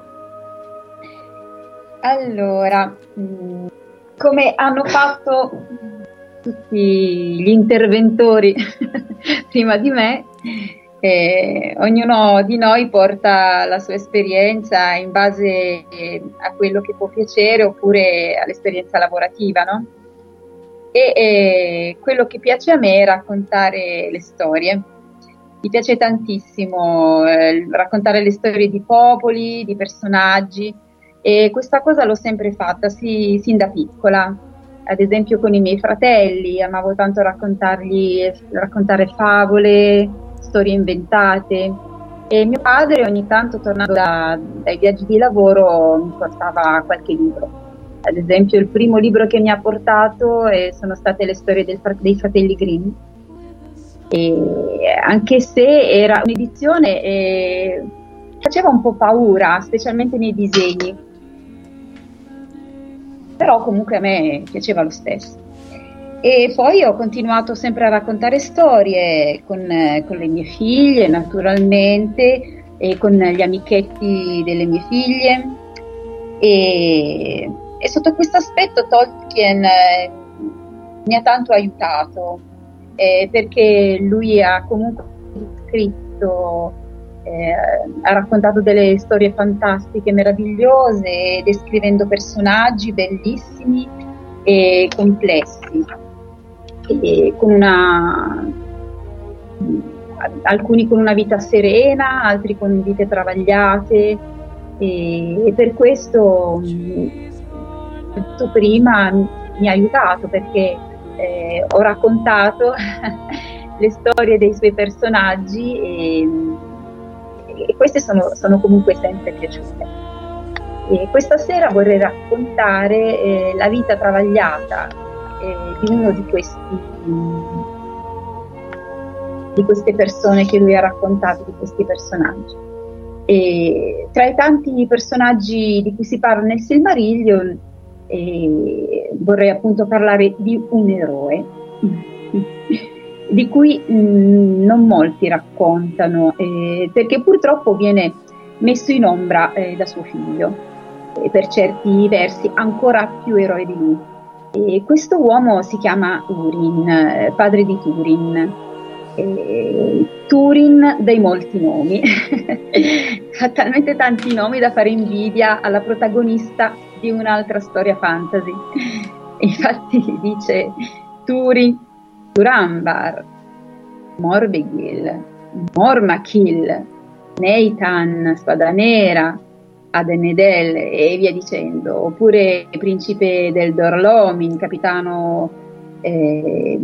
Allora, come hanno fatto tutti gli interventori prima di me, eh, ognuno di noi porta la sua esperienza in base a quello che può piacere oppure all'esperienza lavorativa, no? E, e quello che piace a me è raccontare le storie. Mi piace tantissimo eh, raccontare le storie di popoli, di personaggi, e questa cosa l'ho sempre fatta, sì, sin da piccola. Ad esempio con i miei fratelli, amavo tanto raccontargli, raccontare favole, storie inventate, e mio padre ogni tanto, tornando da, dai viaggi di lavoro, mi portava qualche libro. Ad esempio il primo libro che mi ha portato eh, sono state le storie del, dei fratelli Grimm, e anche se era un'edizione eh, faceva un po' paura, specialmente nei disegni, però comunque a me piaceva lo stesso. E poi ho continuato sempre a raccontare storie con, con le mie figlie, naturalmente, e con gli amichetti delle mie figlie, e, e sotto questo aspetto Tolkien eh, mi ha tanto aiutato, eh, perché lui ha comunque scritto, eh, ha raccontato delle storie fantastiche, meravigliose, descrivendo personaggi bellissimi e complessi, e con una, alcuni con una vita serena, altri con vite travagliate, e, e per questo detto prima mi ha aiutato, perché eh, ho raccontato le storie dei suoi personaggi e, e queste sono, sono comunque sempre piaciute. E questa sera vorrei raccontare eh, la vita travagliata eh, di uno di questi di queste persone che lui ha raccontato, di questi personaggi. E tra i tanti personaggi di cui si parla nel Silmarillion, eh, vorrei appunto parlare di un eroe di cui mh, non molti raccontano, eh, perché purtroppo viene messo in ombra eh, da suo figlio, e per certi versi ancora più eroe di lui. E questo uomo si chiama Urin, eh, padre di Turin. E Turin dai molti nomi, ha talmente tanti nomi da fare invidia alla protagonista di di un'altra storia fantasy. Infatti dice Turin, Turambar, Morbeghil, Mormakil, Neitan, Spada Nera, Adenedel e via dicendo, oppure principe del Dorlomin, capitano eh,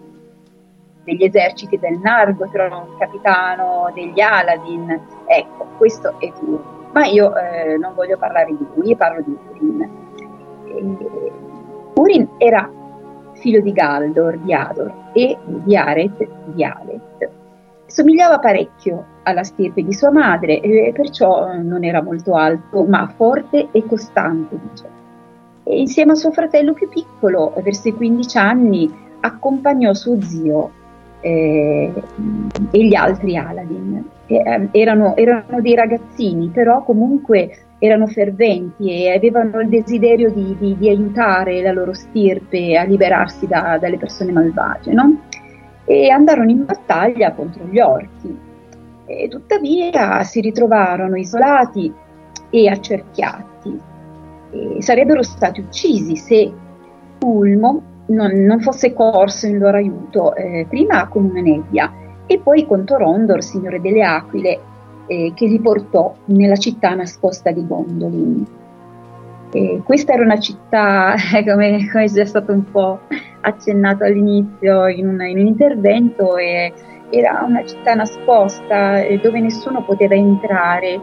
degli eserciti del Nargothrond, capitano degli Aladin. Ecco, questo è Turin, ma io eh, non voglio parlare di lui, parlo di Urin. Eh, Urin era figlio di Galdor, di Ador, e di Aret, di Alet. Somigliava parecchio alla stirpe di sua madre e perciò non era molto alto, ma forte e costante, dice. E insieme a suo fratello più piccolo, verso i quindici anni, accompagnò suo zio eh, e gli altri Aladin. E, eh, erano, erano dei ragazzini, però comunque erano ferventi e avevano il desiderio di, di, di aiutare la loro stirpe a liberarsi da, dalle persone malvagie, no? E andarono in battaglia contro gli orchi. E tuttavia si ritrovarono isolati e accerchiati. E sarebbero stati uccisi se Ulmo non, non fosse corso in loro aiuto, eh, prima con una nebbia e poi con Torondor, signore delle aquile, eh, che li portò nella città nascosta di Gondolin. E questa era una città, come, come è già stato un po' accennato all'inizio in, una, in un intervento, e era una città nascosta eh, dove nessuno poteva entrare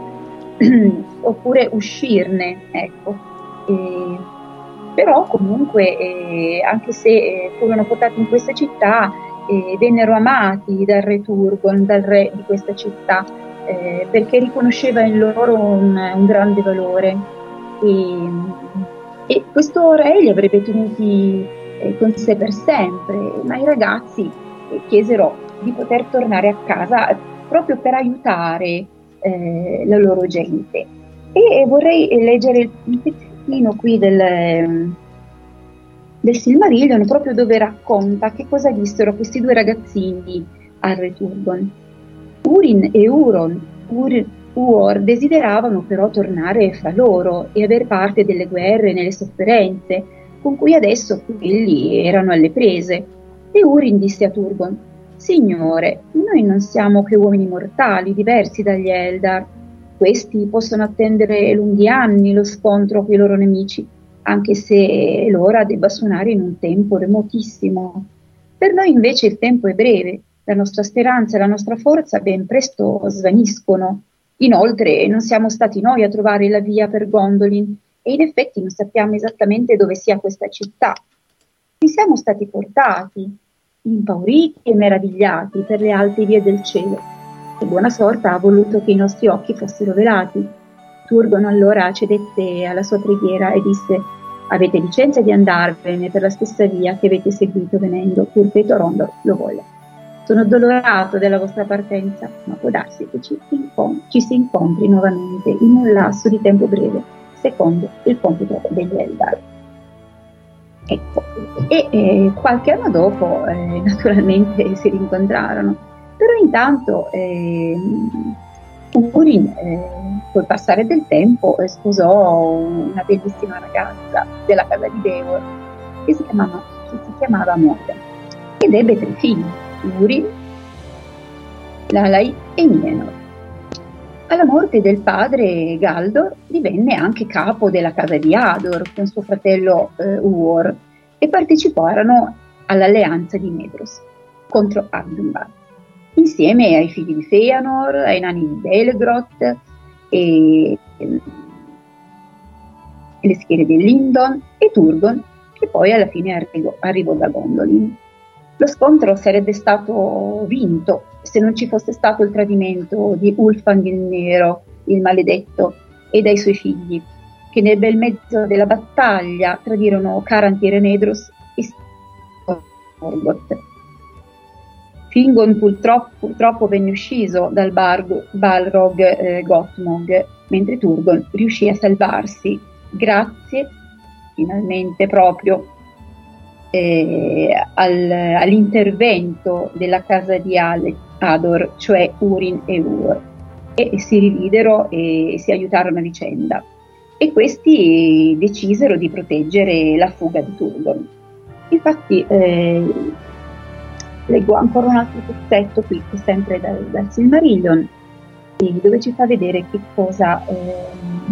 oppure uscirne, ecco. E, però comunque eh, anche se eh, furono portati in questa città eh, vennero amati dal re Turgon, dal re di questa città, eh, perché riconosceva in loro un, un grande valore, e, e questo re li avrebbe tenuti eh, con sé per sempre, ma i ragazzi eh, chiesero di poter tornare a casa proprio per aiutare eh, la loro gente. E vorrei leggere un pezzettino qui del, del Silmarillion, proprio dove racconta che cosa dissero questi due ragazzini al re Turgon. Urin e Uron, Ur, Uor desideravano però tornare fra loro e aver parte delle guerre e nelle sofferenze con cui adesso quelli erano alle prese. E Urin disse a Turgon: Signore, noi non siamo che uomini mortali, diversi dagli Eldar. Questi possono attendere lunghi anni lo scontro con i loro nemici, anche se l'ora debba suonare in un tempo remotissimo. Per noi invece il tempo è breve, la nostra speranza e la nostra forza ben presto svaniscono. Inoltre non siamo stati noi a trovare la via per Gondolin, e in effetti non sappiamo esattamente dove sia questa città. Ne siamo stati portati, impauriti e meravigliati per le alte vie del cielo, e buona sorta ha voluto che i nostri occhi fossero velati. Turgon allora cedette alla sua preghiera e disse: avete licenza di andarvene per la stessa via che avete seguito venendo, purché Torondor lo voglia. Sono addolorato della vostra partenza, ma può darsi che ci, incont- ci si incontri nuovamente in un lasso di tempo breve, secondo il compito degli Eldar. Ecco, e eh, qualche anno dopo eh, naturalmente si rincontrarono, però intanto eh, Urin eh, col passare del tempo eh, sposò una bellissima ragazza della casa di Beor che si chiamava, che si chiamava Morgan, ed ebbe tre figli, Urin, Lalai e Nienor. Alla morte del padre Galdor divenne anche capo della casa di Ador con suo fratello eh, Uor, e parteciparono all'alleanza di Medros contro Ardenbar, insieme ai figli di Feanor, ai nani di Belgrot e, e le schiere di Lindon e Turgon, che poi alla fine arrivò, arrivò da Gondolin. Lo scontro sarebbe stato vinto se non ci fosse stato il tradimento di Ulfang il Nero, il maledetto, e dai suoi figli, che nel bel mezzo della battaglia tradirono Caranthir e Medros e Morgoth. Fingon purtroppo, purtroppo venne ucciso dal Bargo, Balrog eh, Gottmog, mentre Turgon riuscì a salvarsi grazie finalmente proprio eh, al, all'intervento della casa di Ale, Ador, cioè Urin e Ur, e si rividero e si aiutarono a vicenda. e questi decisero di proteggere la fuga di Turgon. Infatti eh, leggo ancora un altro pezzetto qui, sempre dal, dal Silmarillion, dove ci fa vedere che cosa, eh,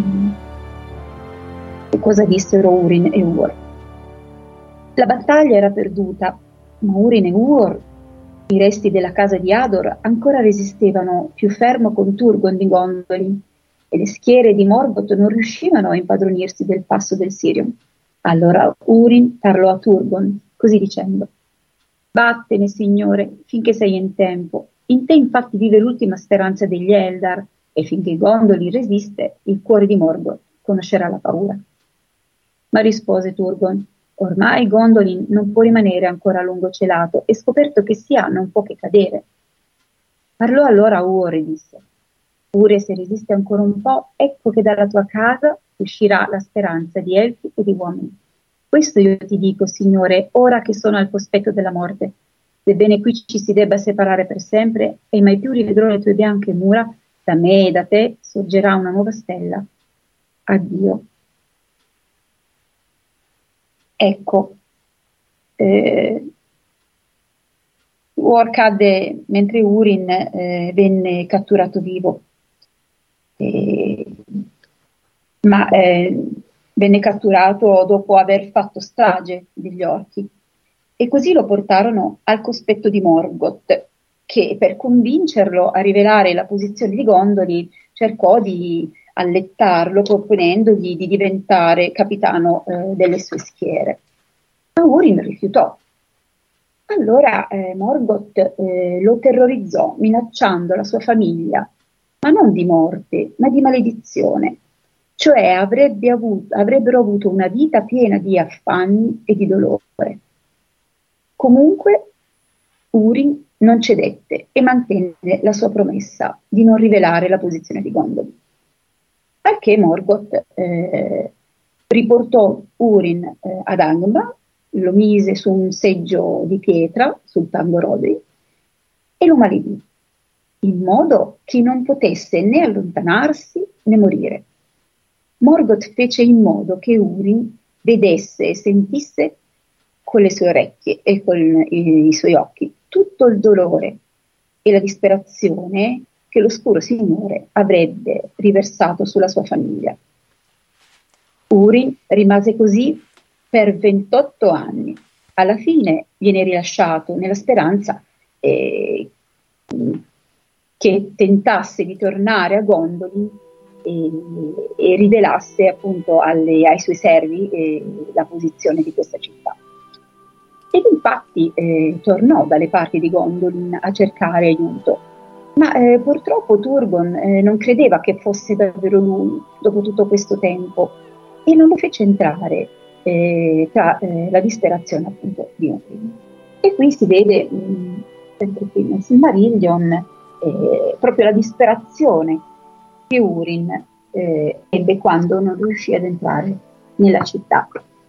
che cosa dissero Urin e Uor. La battaglia era perduta, ma Urin e Uor, i resti della casa di Ador, ancora resistevano più fermo con Turgon di Gondolin, e le schiere di Morgoth non riuscivano a impadronirsi del passo del Sirion. Allora Urin parlò a Turgon, così dicendo: «Vattene, signore, finché sei in tempo. In te infatti vive l'ultima speranza degli Eldar, e finché Gondolin resiste, il cuore di Morgoth conoscerà la paura». Ma rispose Turgon: «Ormai Gondolin non può rimanere ancora a lungo celato, e scoperto che si ha non può che cadere». Parlò allora Uor e disse: «Pure se resiste ancora un po', ecco che dalla tua casa uscirà la speranza di elfi e di uomini. Questo io ti dico, signore, ora che sono al cospetto della morte. Sebbene qui ci si debba separare per sempre, e mai più rivedrò le tue bianche mura, da me e da te sorgerà una nuova stella. Addio». Ecco, eh, Uor cadde mentre Urin eh, venne catturato vivo, eh, ma eh, venne catturato dopo aver fatto strage degli orchi, e così lo portarono al cospetto di Morgoth, che per convincerlo a rivelare la posizione di Gondolin cercò di allettarlo proponendogli di diventare capitano eh, delle sue schiere. Ma Urin rifiutò. Allora eh, Morgoth eh, lo terrorizzò minacciando la sua famiglia, ma non di morte, ma di maledizione, cioè avrebbe avuto, avrebbero avuto una vita piena di affanni e di dolore. Comunque Urin non cedette e mantenne la sua promessa di non rivelare la posizione di Gondolin. Al che Morgoth eh, riportò Urin eh, ad Angmar, lo mise su un seggio di pietra sul Tangorodri e lo maledì, in modo che non potesse né allontanarsi né morire. Morgoth fece in modo che Urin vedesse e sentisse con le sue orecchie e con i, i suoi occhi tutto il dolore e la disperazione che l'oscuro signore avrebbe riversato sulla sua famiglia. Urin rimase così per ventotto anni. Alla fine viene rilasciato nella speranza eh, che tentasse di tornare a Gondolin e, e rivelasse appunto alle, ai suoi servi eh, la posizione di questa città. Ed infatti eh, tornò dalle parti di Gondolin a cercare aiuto. Ma eh, purtroppo Turgon eh, non credeva che fosse davvero lui dopo tutto questo tempo e non lo fece entrare eh, tra eh, la disperazione appunto di Urin. E qui si vede, mh, sempre qui nel Silmarillion, eh, proprio la disperazione che Urin eh, ebbe quando non riuscì ad entrare nella città.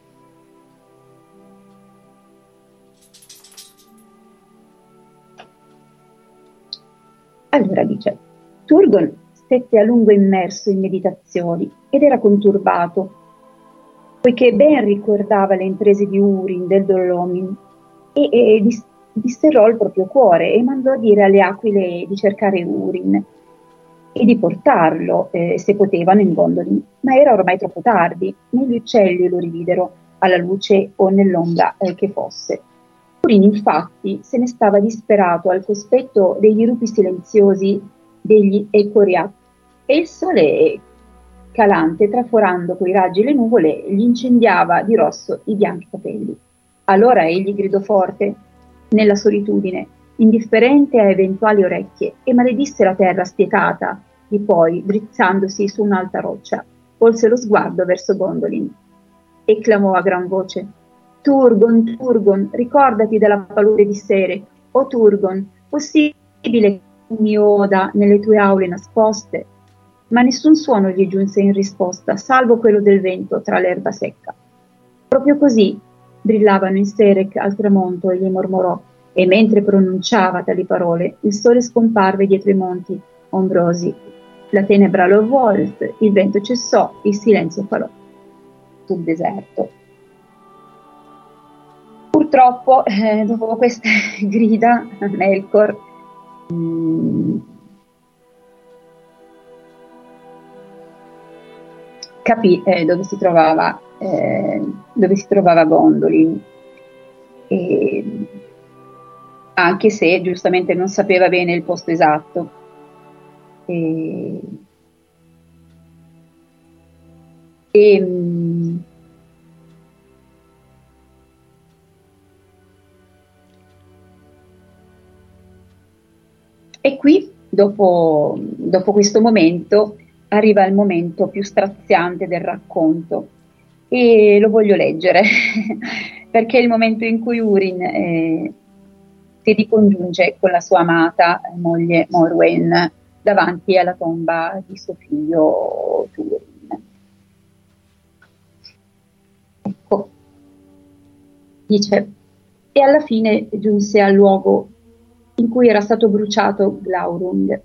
Allora dice: Turgon stette a lungo immerso in meditazioni ed era conturbato, poiché ben ricordava le imprese di Urin del Dolomin e, e dis- disserrò il proprio cuore e mandò a dire alle aquile di cercare Urin e di portarlo, eh, se potevano, in Gondolin. Ma era ormai troppo tardi, né gli uccelli lo rividero alla luce o nell'ombra eh, che fosse. Urin infatti se ne stava disperato al cospetto degli rupi silenziosi degli Ecoriat, e il sole calante, traforando coi raggi le nuvole, gli incendiava di rosso i bianchi capelli. Allora egli gridò forte nella solitudine, indifferente a eventuali orecchie, e maledisse la terra spietata, e poi, drizzandosi su un'alta roccia, volse lo sguardo verso Gondolin e clamò a gran voce: Turgon, Turgon, ricordati della palude di Sere. O Turgon, possibile che mi oda nelle tue aule nascoste? Ma nessun suono gli giunse in risposta, salvo quello del vento tra l'erba secca. Proprio così brillavano in Serech al tramonto, e gli mormorò, e mentre pronunciava tali parole, il sole scomparve dietro i monti ombrosi La tenebra lo avvolse, il vento cessò, il silenzio calò sul deserto. Purtroppo, eh, dopo queste grida, Melkor mh, capì eh, dove si trovava eh, dove si trovava Gondolin, e, anche se giustamente non sapeva bene il posto esatto. E, e mh, E qui, dopo, dopo questo momento, arriva il momento più straziante del racconto, e lo voglio leggere, perché è il momento in cui Urin eh, si ricongiunge con la sua amata moglie Morwen davanti alla tomba di suo figlio Turin. Ecco, dice, e alla fine giunse al luogo in cui era stato bruciato Glaurung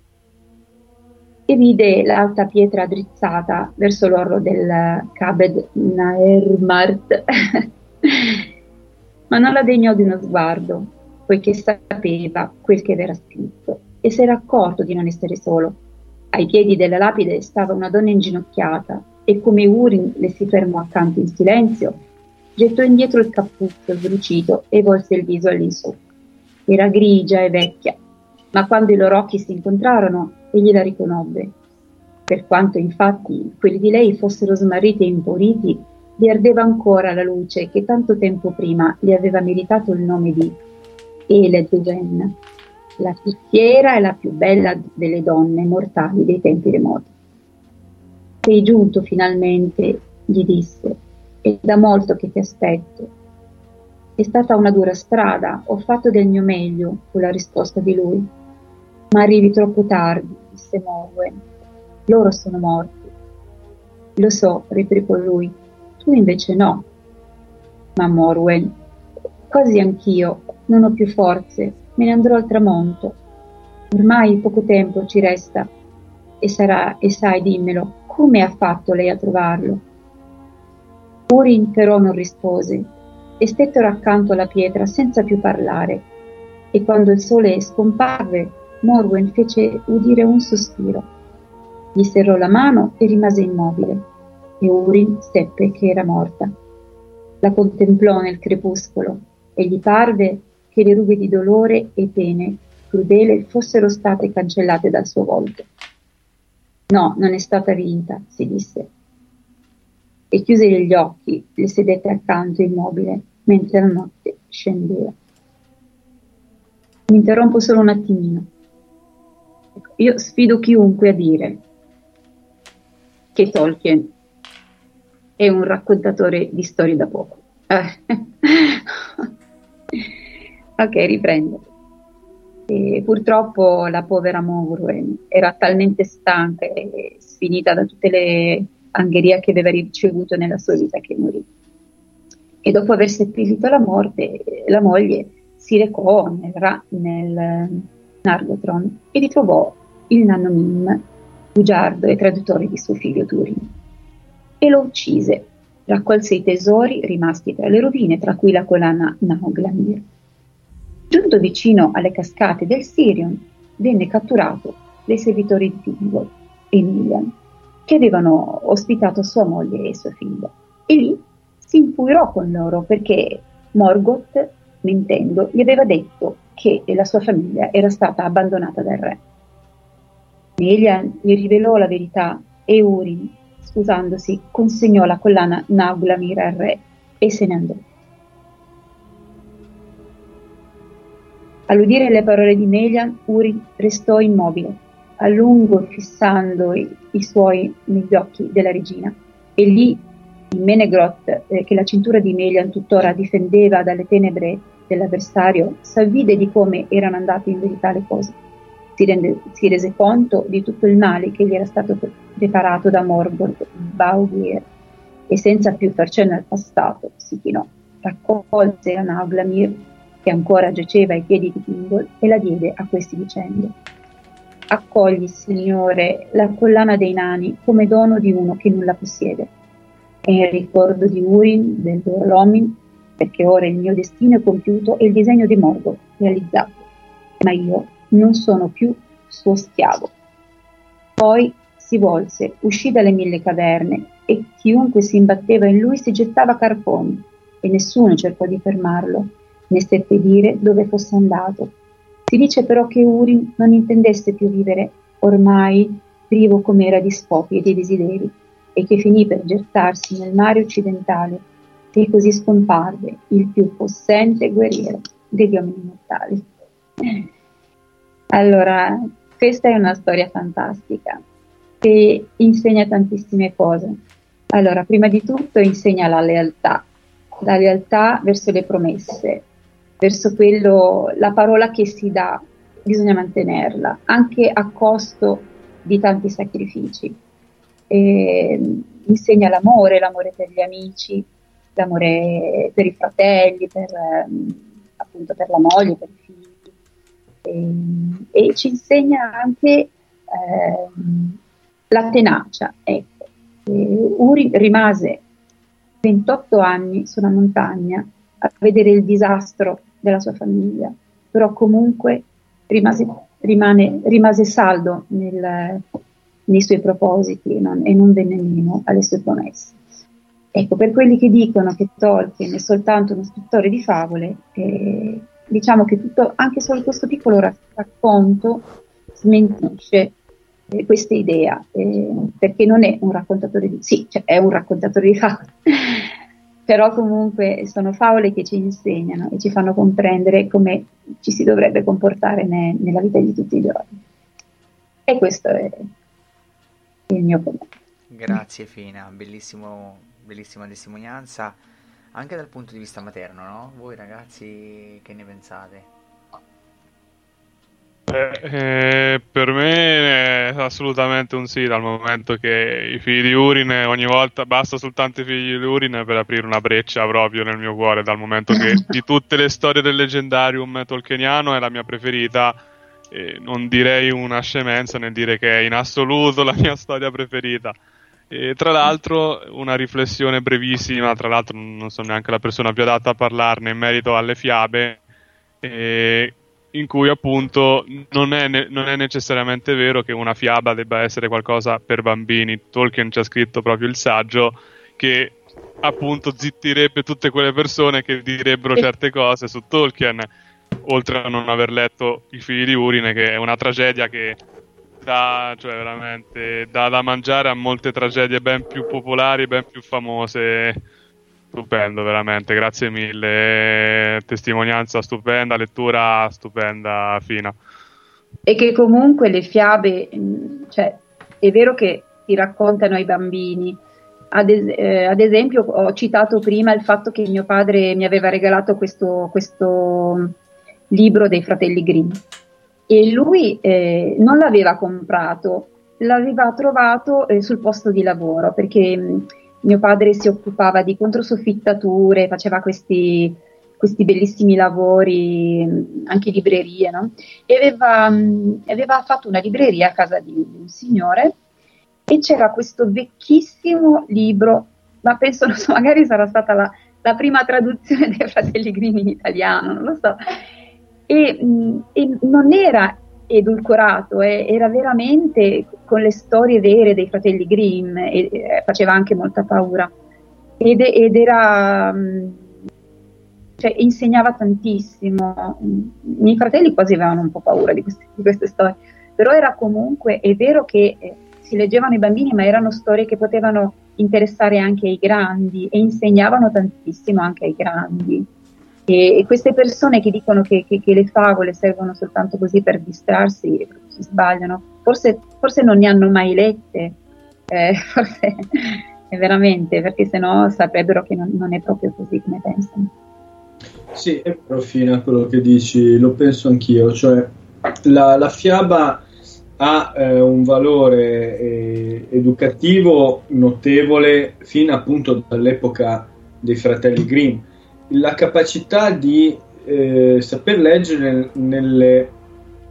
e vide l'alta pietra drizzata verso l'orlo del Cabed Naermart, ma non la degnò di uno sguardo, poiché sapeva quel che era scritto e si era accorto di non essere solo. Ai piedi della lapide stava una donna inginocchiata e, come Urin le si fermò accanto in silenzio, gettò indietro il cappuccio sbrucito e volse il viso all'insù. Era grigia e vecchia, ma quando i loro occhi si incontrarono, egli la riconobbe. Per quanto infatti quelli di lei fossero smarriti e imporiti, gli ardeva ancora la luce che tanto tempo prima gli aveva meritato il nome di Eledgen, la più fiera e la più bella delle donne mortali dei tempi remoti. Sei giunto finalmente, gli disse, e da molto che ti aspetto. È stata una dura strada, ho fatto del mio meglio, fu la risposta di lui. Ma arrivi troppo tardi, disse Morwen. Loro sono morti. Lo so, replicò lui, tu invece no. Ma Morwen, quasi anch'io, non ho più forze, me ne andrò al tramonto. Ormai poco tempo ci resta, e sarà, e sai, dimmelo, come ha fatto lei a trovarlo? Urin però non rispose, e stettero accanto alla pietra senza più parlare, e quando il sole scomparve, Morwen fece udire un sospiro. Gli serrò la mano e rimase immobile, e Urin seppe che era morta. La contemplò nel crepuscolo, e gli parve che le rughe di dolore e pene crudele fossero state cancellate dal suo volto. No, non è stata vinta, si disse, e chiuse gli occhi, le sedette accanto immobile, mentre la notte scendeva. Mi interrompo solo un attimino. Io sfido chiunque a dire che Tolkien è un raccontatore di storie da poco. Eh. Ok, riprendo. E purtroppo la povera Morwen era talmente stanca e sfinita da tutte le angherie che aveva ricevuto nella sua vita che morì. E dopo aver seppellito la morte, la moglie si recò nel, nel Nargothrond e ritrovò il nano Mim, bugiardo e traditore di suo figlio Turin, e lo uccise. Raccolse i tesori rimasti tra le rovine, tra cui la collana Nauglamir. Giunto vicino alle cascate del Sirion, venne catturato dai servitori di Thingol e Milian, che avevano ospitato sua moglie e sua figlia, e lì si infuriò con loro perché Morgoth, mentendo, gli aveva detto che la sua famiglia era stata abbandonata dal re. Milian gli rivelò la verità e Urin, scusandosi, consegnò la collana Nauglamir al re e se ne andò. All'udire le parole di Melian, Urin restò immobile, a lungo fissando i, i suoi negli occhi della regina, e lì, in Menegroth, eh, che la cintura di Melian tuttora difendeva dalle tenebre dell'avversario, s'avvide di come erano andate in verità le cose. Si, rende, si rese conto di tutto il male che gli era stato preparato da Morgoth Baugir, e senza più far cenno al passato si chinò, raccolse la Nauglamir che ancora giaceva ai piedi di Thingol e la diede a questi dicendo: accogli, Signore, la collana dei nani come dono di uno che nulla possiede. È il ricordo di Urin, del Dolomin, perché ora il mio destino è compiuto e il disegno di Mordor realizzato. Ma io non sono più suo schiavo. Poi si volse, uscì dalle mille caverne e chiunque si imbatteva in lui si gettava carponi e nessuno cercò di fermarlo, né seppe dire dove fosse andato. Si dice però che Urin non intendesse più vivere, ormai privo com'era di scopi e di desideri, e che finì per gettarsi nel mare occidentale, e così scomparve il più possente guerriero degli uomini mortali. Allora, questa è una storia fantastica che insegna tantissime cose. Allora, prima di tutto insegna la lealtà, la lealtà verso le promesse, verso quello, la parola che si dà, bisogna mantenerla, anche a costo di tanti sacrifici. E insegna l'amore, l'amore per gli amici, l'amore per i fratelli, per, appunto per la moglie, per i figli. E, e ci insegna anche eh, la tenacia. Ecco. Uri rimase ventotto anni su una montagna a vedere il disastro della sua famiglia, però comunque rimase, rimane, rimase saldo nel, nei suoi propositi non, e non venne meno alle sue promesse. Ecco, per quelli che dicono che Tolkien è soltanto uno scrittore di favole, eh, diciamo che tutto, anche solo questo piccolo racconto smentisce eh, questa idea, eh, perché non è un raccontatore di... sì, cioè è un raccontatore di favole, però comunque sono favole che ci insegnano e ci fanno comprendere come ci si dovrebbe comportare ne, nella vita di tutti i giorni. E questo è il mio commento. Grazie Fina, bellissimo, bellissima testimonianza, anche dal punto di vista materno, no? Voi ragazzi che ne pensate? Eh, eh, per me è assolutamente un sì, dal momento che i figli di Urin ogni volta basta soltanto i figli di Urin per aprire una breccia proprio nel mio cuore, dal momento che di tutte le storie del leggendarium tolkieniano è la mia preferita, e non direi una scemenza nel dire che è in assoluto la mia storia preferita. E tra l'altro una riflessione brevissima, tra l'altro non sono neanche la persona più adatta a parlarne in merito alle fiabe, eh, in cui appunto non è, ne- non è necessariamente vero che una fiaba debba essere qualcosa per bambini. Tolkien ci ha scritto proprio il saggio che appunto zittirebbe tutte quelle persone che direbbero certe cose su Tolkien, oltre a non aver letto I figli di Urine, che è una tragedia che dà, cioè veramente dà da mangiare a molte tragedie ben più popolari, ben più famose. Stupendo, veramente, grazie mille, testimonianza stupenda, lettura stupenda, Fina. E che comunque le fiabe, cioè, è vero che si raccontano ai bambini. Ad, es- eh, ad esempio ho citato prima il fatto che mio padre mi aveva regalato questo, questo libro dei fratelli Grimm e lui eh, non l'aveva comprato, l'aveva trovato eh, sul posto di lavoro, perché mh, mio padre si occupava di controsoffittature, faceva questi, questi bellissimi lavori, anche librerie, no? E aveva, mh, aveva fatto una libreria a casa di, di un signore e c'era questo vecchissimo libro, ma penso, non so, magari sarà stata la, la prima traduzione dei Fratelli Grimm in italiano, non lo so. E, mh, e non era edulcorato, eh, era veramente con le storie vere dei fratelli Grimm e eh, faceva anche molta paura ed, ed era mh, cioè insegnava tantissimo. I miei fratelli quasi avevano un po' paura di queste, di queste storie, però era comunque, è vero che eh, si leggevano i bambini, ma erano storie che potevano interessare anche ai grandi e insegnavano tantissimo anche ai grandi. E, e queste persone che dicono che, che, che le favole servono soltanto così per distrarsi, si sbagliano, forse, forse non ne hanno mai lette, eh, forse è veramente, perché sennò saprebbero che non, non è proprio così come pensano. Sì, è proprio fine a quello che dici, lo penso anch'io, cioè la, la fiaba ha eh, un valore eh, educativo notevole fino appunto dall'epoca dei fratelli Grimm. La capacità di eh, saper leggere nelle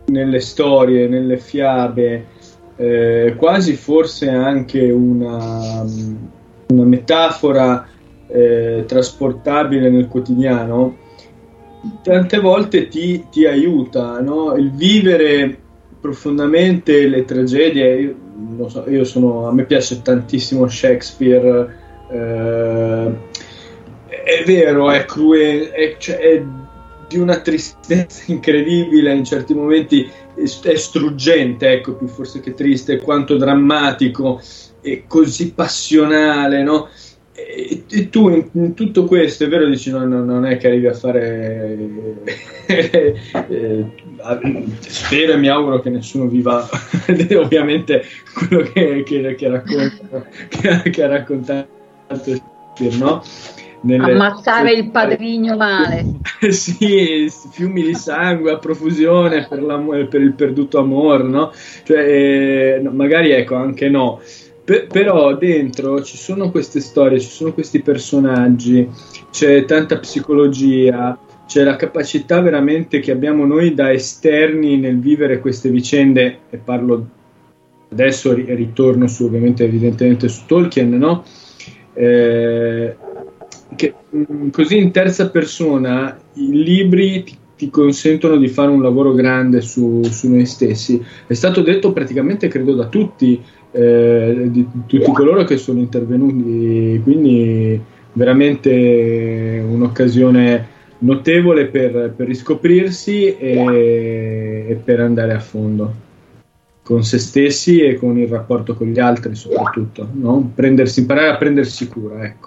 nelle storie, nelle fiabe, eh, quasi forse anche una, una metafora eh, trasportabile nel quotidiano, tante volte ti, ti aiuta, no? Il vivere profondamente le tragedie. Io, non so, io sono, a me piace tantissimo Shakespeare, eh, è vero, è cruel, è, cioè, è di una tristezza incredibile in certi momenti, è struggente, ecco, più forse che triste, quanto drammatico e così passionale, no? E, e tu in, in tutto questo, è vero, dici no, no, non è che arrivi a fare eh, eh, spero e mi auguro che nessuno viva ovviamente quello che, che, che racconta che, che ha raccontato, no? Nelle, ammazzare il padrigno male. Sì, fiumi di sangue a profusione per, per il perduto amor, no? Cioè, eh, no, magari ecco, anche no. P- però dentro ci sono queste storie, ci sono questi personaggi, c'è tanta psicologia, c'è la capacità veramente che abbiamo noi da esterni nel vivere queste vicende, e parlo adesso, ri- ritorno su, ovviamente, evidentemente su Tolkien, no? Eh, che mh, così in terza persona i libri ti, ti consentono di fare un lavoro grande su, su noi stessi. È stato detto praticamente, credo, da tutti, eh, di tutti coloro che sono intervenuti, quindi veramente un'occasione notevole per, per riscoprirsi e, e per andare a fondo con se stessi e con il rapporto con gli altri, soprattutto, no? Prendersi, imparare a prendersi cura, ecco.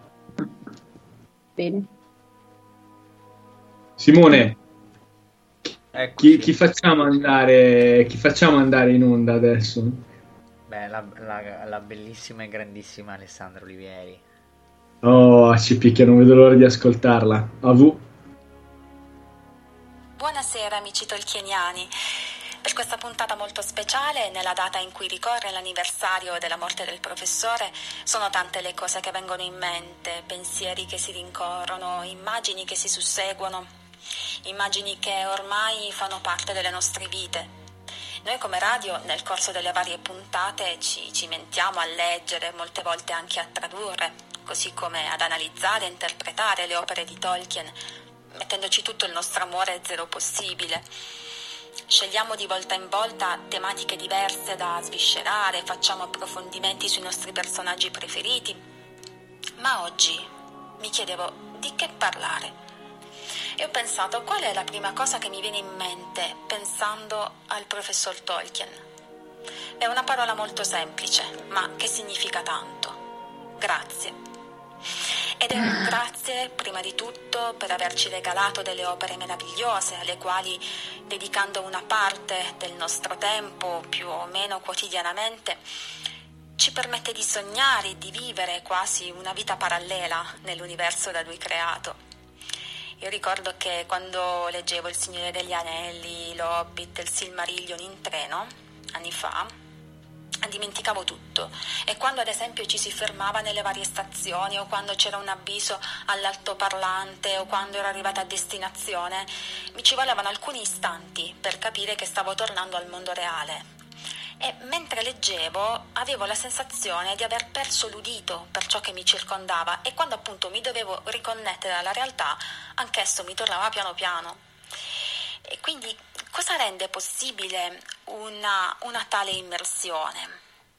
Bene. Simone, chi, chi facciamo andare chi facciamo andare in onda adesso? Beh, la, la, la bellissima e grandissima Alessandra Olivieri. Oh, ci picchia, non vedo l'ora di ascoltarla. A V. Buonasera amici tolkieniani. Per questa puntata molto speciale, nella data in cui ricorre l'anniversario della morte del professore, sono tante le cose che vengono in mente, pensieri che si rincorrono, immagini che si susseguono, immagini che ormai fanno parte delle nostre vite. Noi come radio nel corso delle varie puntate ci cimentiamo a leggere, molte volte anche a tradurre, così come ad analizzare e interpretare le opere di Tolkien, mettendoci tutto il nostro amore zero possibile. Scegliamo di volta in volta tematiche diverse da sviscerare, facciamo approfondimenti sui nostri personaggi preferiti. Ma oggi mi chiedevo di che parlare. E ho pensato, qual è la prima cosa che mi viene in mente pensando al professor Tolkien? È una parola molto semplice, ma che significa tanto. Grazie. Ed è un grazie prima di tutto per averci regalato delle opere meravigliose alle quali, dedicando una parte del nostro tempo più o meno quotidianamente, ci permette di sognare e di vivere quasi una vita parallela nell'universo da lui creato. Io ricordo che quando leggevo Il Signore degli Anelli, L'Hobbit, il Silmarillion in treno, anni fa, dimenticavo tutto, e quando ad esempio ci si fermava nelle varie stazioni o quando c'era un avviso all'altoparlante o quando ero arrivata a destinazione, mi ci volevano alcuni istanti per capire che stavo tornando al mondo reale. E mentre leggevo avevo la sensazione di aver perso l'udito per ciò che mi circondava, e quando appunto mi dovevo riconnettere alla realtà, anch'esso mi tornava piano piano. E quindi cosa rende possibile una, una tale immersione?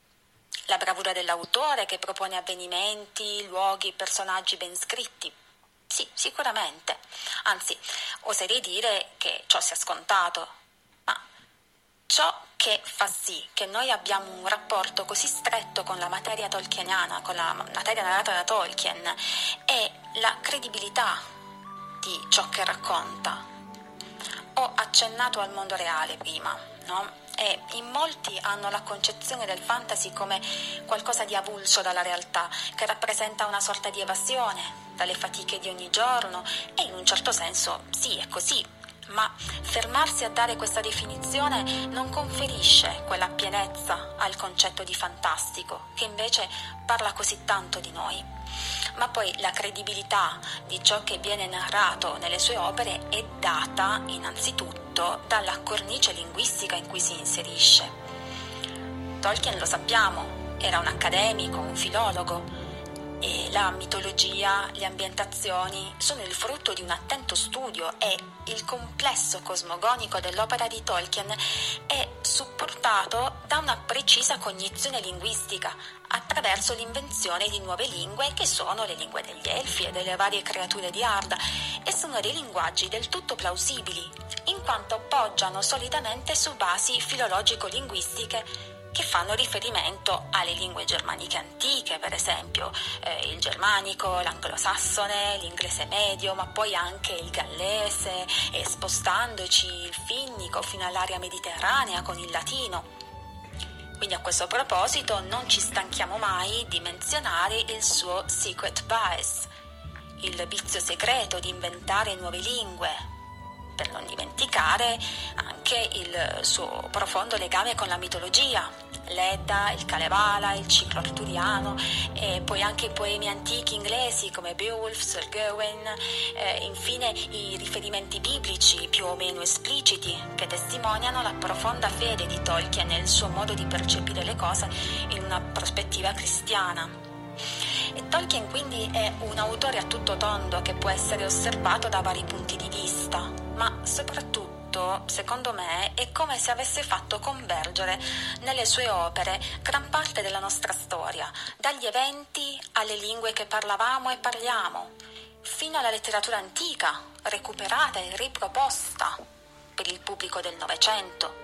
La bravura dell'autore che propone avvenimenti, luoghi, personaggi ben scritti? Sì, sicuramente. Anzi, oserei dire che ciò sia scontato. Ma ciò che fa sì che noi abbiamo un rapporto così stretto con la materia tolkieniana, con la materia narrata da Tolkien, è la credibilità di ciò che racconta. Ho accennato al mondo reale prima, no? E in molti hanno la concezione del fantasy come qualcosa di avulso dalla realtà, che rappresenta una sorta di evasione dalle fatiche di ogni giorno, e in un certo senso sì, è così. Ma fermarsi a dare questa definizione non conferisce quella pienezza al concetto di fantastico, che invece parla così tanto di noi. Ma poi la credibilità di ciò che viene narrato nelle sue opere è data innanzitutto soprattutto dalla cornice linguistica in cui si inserisce. Tolkien, lo sappiamo, era un accademico, un filologo, e la mitologia, le ambientazioni sono il frutto di un attento studio e il complesso cosmogonico dell'opera di Tolkien è supportato da una precisa cognizione linguistica attraverso l'invenzione di nuove lingue che sono le lingue degli elfi e delle varie creature di Arda, e sono dei linguaggi del tutto plausibili in quanto poggiano solidamente su basi filologico-linguistiche che fanno riferimento alle lingue germaniche antiche, per esempio eh, il germanico, l'anglosassone, l'inglese medio, ma poi anche il gallese, e spostandoci il finnico fino all'area mediterranea con il latino. Quindi a questo proposito non ci stanchiamo mai di menzionare il suo secret bias, il vizio segreto di inventare nuove lingue, per non dimenticare anche il suo profondo legame con la mitologia, l'Edda, il Kalevala, il ciclo arturiano, e poi anche i poemi antichi inglesi come Beowulf, Sir Gawain, eh, infine i riferimenti biblici più o meno espliciti che testimoniano la profonda fede di Tolkien e il suo modo di percepire le cose in una prospettiva cristiana. E Tolkien quindi è un autore a tutto tondo che può essere osservato da vari punti di vista, ma soprattutto, secondo me, è come se avesse fatto convergere nelle sue opere gran parte della nostra storia, dagli eventi alle lingue che parlavamo e parliamo, fino alla letteratura antica, recuperata e riproposta per il pubblico del Novecento.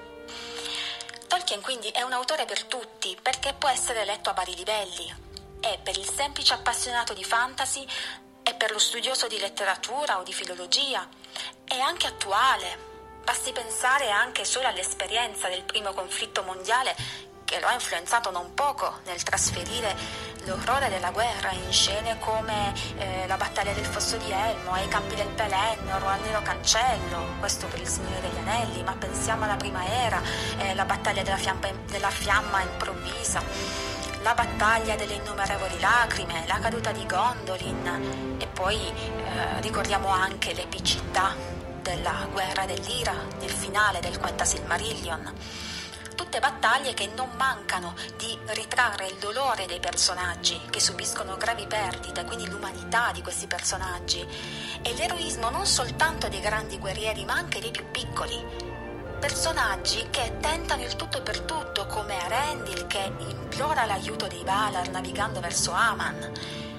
Tolkien quindi è un autore per tutti, perché può essere letto a vari livelli. È per il semplice appassionato di fantasy, è per lo studioso di letteratura o di filologia, è anche attuale. Basti pensare anche solo all'esperienza del primo conflitto mondiale, che lo ha influenzato non poco nel trasferire l'orrore della guerra in scene come eh, la battaglia del Fosso di Elmo, ai campi del Pelennor o al Nero Cancello, questo per il Signore degli Anelli, ma pensiamo alla Prima Era, eh, la battaglia della fiamma, della fiamma improvvisa, la battaglia delle innumerevoli lacrime, la caduta di Gondolin, e poi eh, ricordiamo anche l'epicità della guerra dell'Ira nel finale del Quenta Silmarillion. Tutte battaglie che non mancano di ritrarre il dolore dei personaggi che subiscono gravi perdite, quindi l'umanità di questi personaggi e l'eroismo non soltanto dei grandi guerrieri ma anche dei più piccoli. Personaggi che tentano il tutto per tutto, come Arendil che implora l'aiuto dei Valar navigando verso Aman,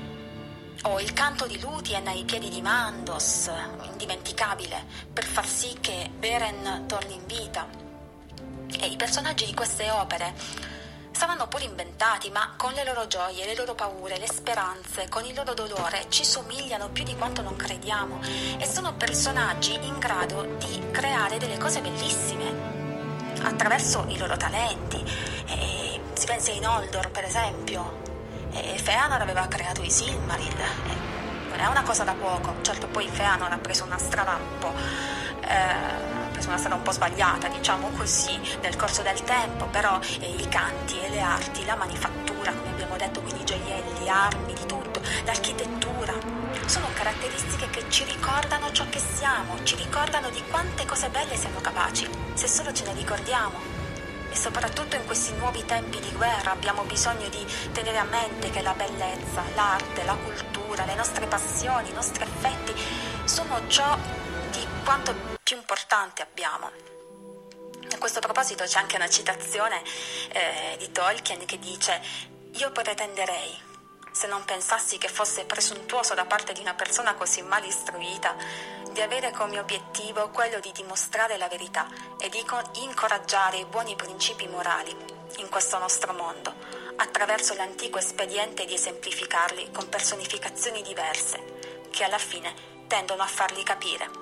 o il canto di Lúthien ai piedi di Mandos, indimenticabile, per far sì che Beren torni in vita. E i personaggi di queste opere saranno pure inventati, ma con le loro gioie, le loro paure, le speranze, con il loro dolore ci somigliano più di quanto non crediamo, e sono personaggi in grado di creare delle cose bellissime attraverso i loro talenti. E si pensa in Noldor, per esempio, e Fëanor aveva creato i Silmaril, e non è una cosa da poco. Certo, poi Fëanor ha preso una strada un po' eh, una strada un po' sbagliata, diciamo così, nel corso del tempo, però eh, i canti e le arti, la manifattura, come abbiamo detto, quindi gioielli, armi, di tutto, l'architettura, sono caratteristiche che ci ricordano ciò che siamo, ci ricordano di quante cose belle siamo capaci, se solo ce ne ricordiamo. E soprattutto in questi nuovi tempi di guerra abbiamo bisogno di tenere a mente che la bellezza, l'arte, la cultura, le nostre passioni, i nostri affetti sono ciò di quanto più importante abbiamo. A questo proposito c'è anche una citazione eh, di Tolkien che dice: io pretenderei, se non pensassi che fosse presuntuoso da parte di una persona così mal istruita, di avere come obiettivo quello di dimostrare la verità e di incoraggiare i buoni principi morali in questo nostro mondo, attraverso l'antico espediente di esemplificarli con personificazioni diverse, che alla fine tendono a farli capire.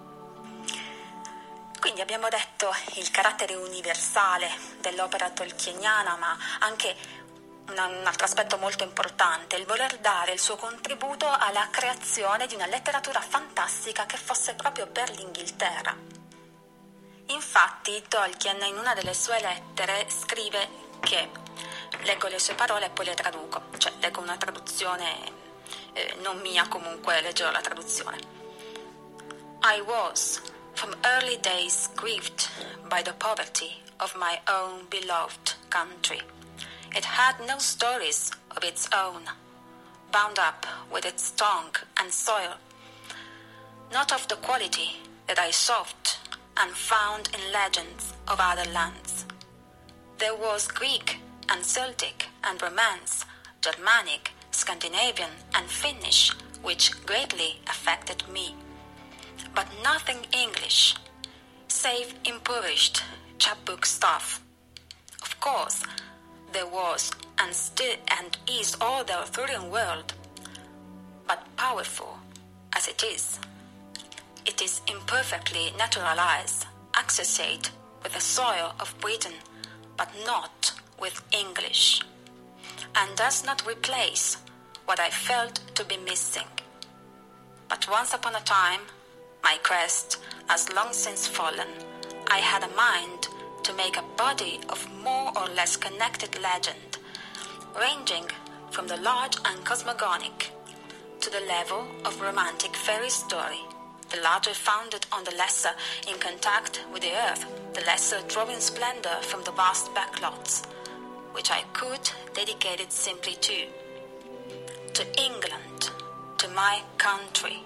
Quindi abbiamo detto il carattere universale dell'opera tolkieniana, ma anche un altro aspetto molto importante, il voler dare il suo contributo alla creazione di una letteratura fantastica che fosse proprio per l'Inghilterra. Infatti Tolkien in una delle sue lettere scrive che, leggo le sue parole e poi le traduco, cioè leggo una traduzione eh, non mia, comunque leggerò la traduzione. I was from early days grieved by the poverty of my own beloved country. It had no stories of its own, bound up with its tongue and soil, not of the quality that I sought and found in legends of other lands. There was Greek and Celtic and Romance, Germanic, Scandinavian and Finnish, which greatly affected me, but nothing English, save impoverished chapbook stuff. Of course, there was and still and is all the Arthurian world, but powerful as it is, it is imperfectly naturalized, associated with the soil of Britain, but not with English, and does not replace what I felt to be missing. But once upon a time, my crest has long since fallen. I had a mind to make a body of more or less connected legend, ranging from the large and cosmogonic to the level of romantic fairy story, the larger founded on the lesser in contact with the earth, the lesser drawing splendor from the vast backlots, which I could dedicate it simply to, to England, to my country.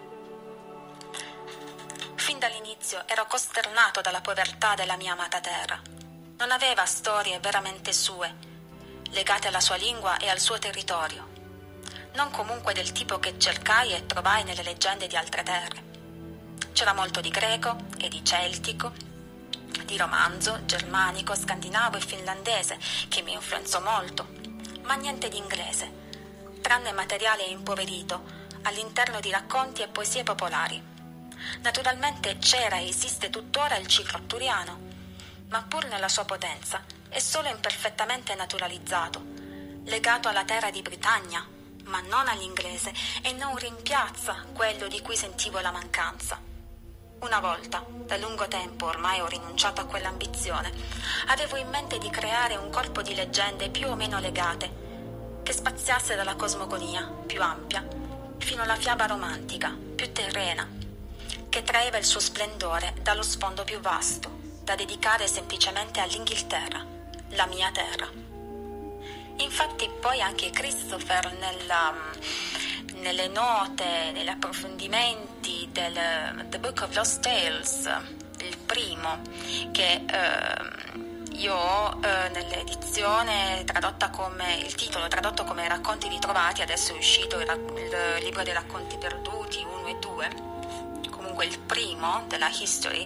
Fin dall'inizio ero costernato dalla povertà della mia amata terra. Non aveva storie veramente sue, legate alla sua lingua e al suo territorio, non comunque del tipo che cercai e trovai nelle leggende di altre terre. C'era molto di greco e di celtico, di romanzo, germanico, scandinavo e finlandese, che mi influenzò molto, ma niente di inglese, tranne materiale impoverito all'interno di racconti e poesie popolari. Naturalmente c'era e esiste tuttora il ciclo arturiano, ma pur nella sua potenza è solo imperfettamente naturalizzato, legato alla terra di Britannia, ma non all'inglese, e non rimpiazza quello di cui sentivo la mancanza. Una volta, da lungo tempo ormai ho rinunciato a quell'ambizione, avevo in mente di creare un corpo di leggende più o meno legate, che spaziasse dalla cosmogonia, più ampia, fino alla fiaba romantica, più terrena, che traeva il suo splendore dallo sfondo più vasto, da dedicare semplicemente all'Inghilterra, la mia terra. Infatti poi anche Christopher nella, nelle note, negli approfondimenti del The Book of Lost Tales, il primo, che eh, io ho eh, nell'edizione tradotta come, il titolo tradotto come Racconti ritrovati, adesso è uscito il, il libro dei racconti perduti uno e due, comunque il primo della History.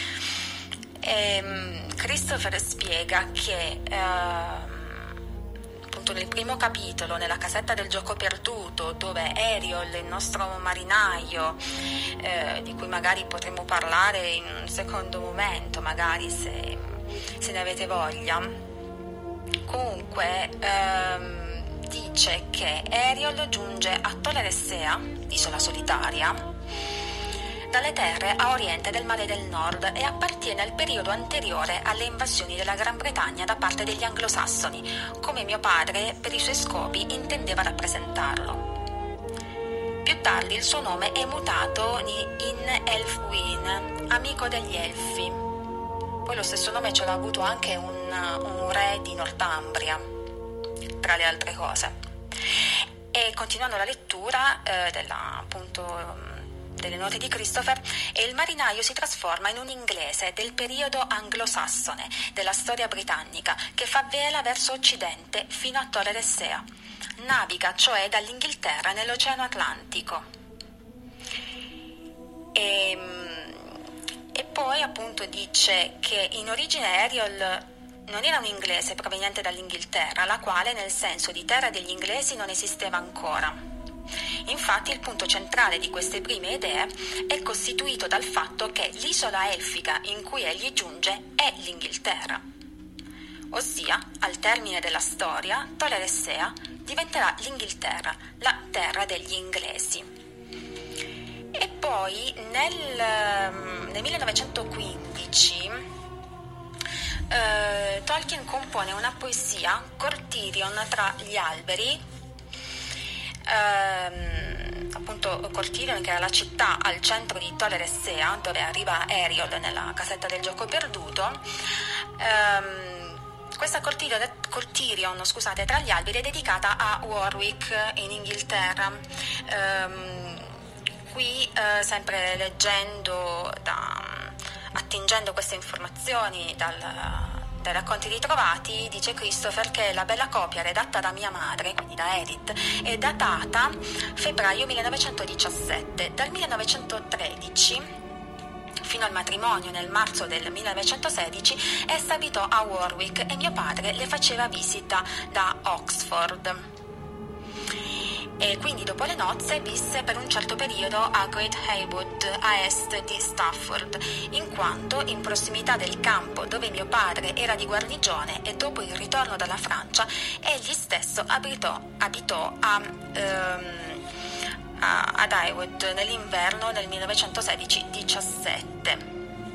E Christopher spiega che eh, appunto nel primo capitolo, nella casetta del gioco perduto, dove Ariel, il nostro marinaio, eh, di cui magari potremo parlare in un secondo momento, magari se, se ne avete voglia, comunque ehm, dice che Ariel giunge a Tolerassea, isola solitaria, dalle terre a oriente del mare del nord, e appartiene al periodo anteriore alle invasioni della Gran Bretagna da parte degli anglosassoni, come mio padre per i suoi scopi intendeva rappresentarlo. Più tardi il suo nome è mutato in Elfwin, amico degli Elfi. Poi lo stesso nome ce l'ha avuto anche un, un re di Northumbria, tra le altre cose. E continuando la lettura eh, della appunto delle note di Christopher, e il marinaio si trasforma in un inglese del periodo anglosassone della storia britannica, che fa vela verso occidente fino a Tolerassea. Naviga cioè dall'Inghilterra nell'Oceano Atlantico. E, e poi appunto dice che in origine Ariel non era un inglese proveniente dall'Inghilterra, la quale nel senso di terra degli inglesi non esisteva ancora. Infatti il punto centrale di queste prime idee è costituito dal fatto che l'isola elfica in cui egli giunge è l'Inghilterra, ossia al termine della storia Tolerassea diventerà l'Inghilterra, la terra degli inglesi. E poi nel, nel millenovecentoquindici eh, Tolkien compone una poesia, Cortirion tra gli alberi, ehm, appunto Cortirion, che era la città al centro di Tol Eressëa, dove arriva Eriol nella casetta del gioco perduto. Ehm, questa Cortirion, Cortirion scusate, tra gli alberi è dedicata a Warwick in Inghilterra. Ehm, qui eh, sempre leggendo, da, attingendo queste informazioni dal dai racconti ritrovati, dice Christopher che la bella copia redatta da mia madre, quindi da Edith, è datata febbraio millenovecentodiciassette. Dal millenovecentotredici fino al matrimonio nel marzo del millenovecentosedici essa abitò a Warwick e mio padre le faceva visita da Oxford. E quindi dopo le nozze visse per un certo periodo a Great Haywood, a est di Stafford, in quanto in prossimità del campo dove mio padre era di guarnigione, e dopo il ritorno dalla Francia egli stesso abitò, abitò a, ehm, a, ad Haywood nell'inverno del millenovecentosedici diciassette.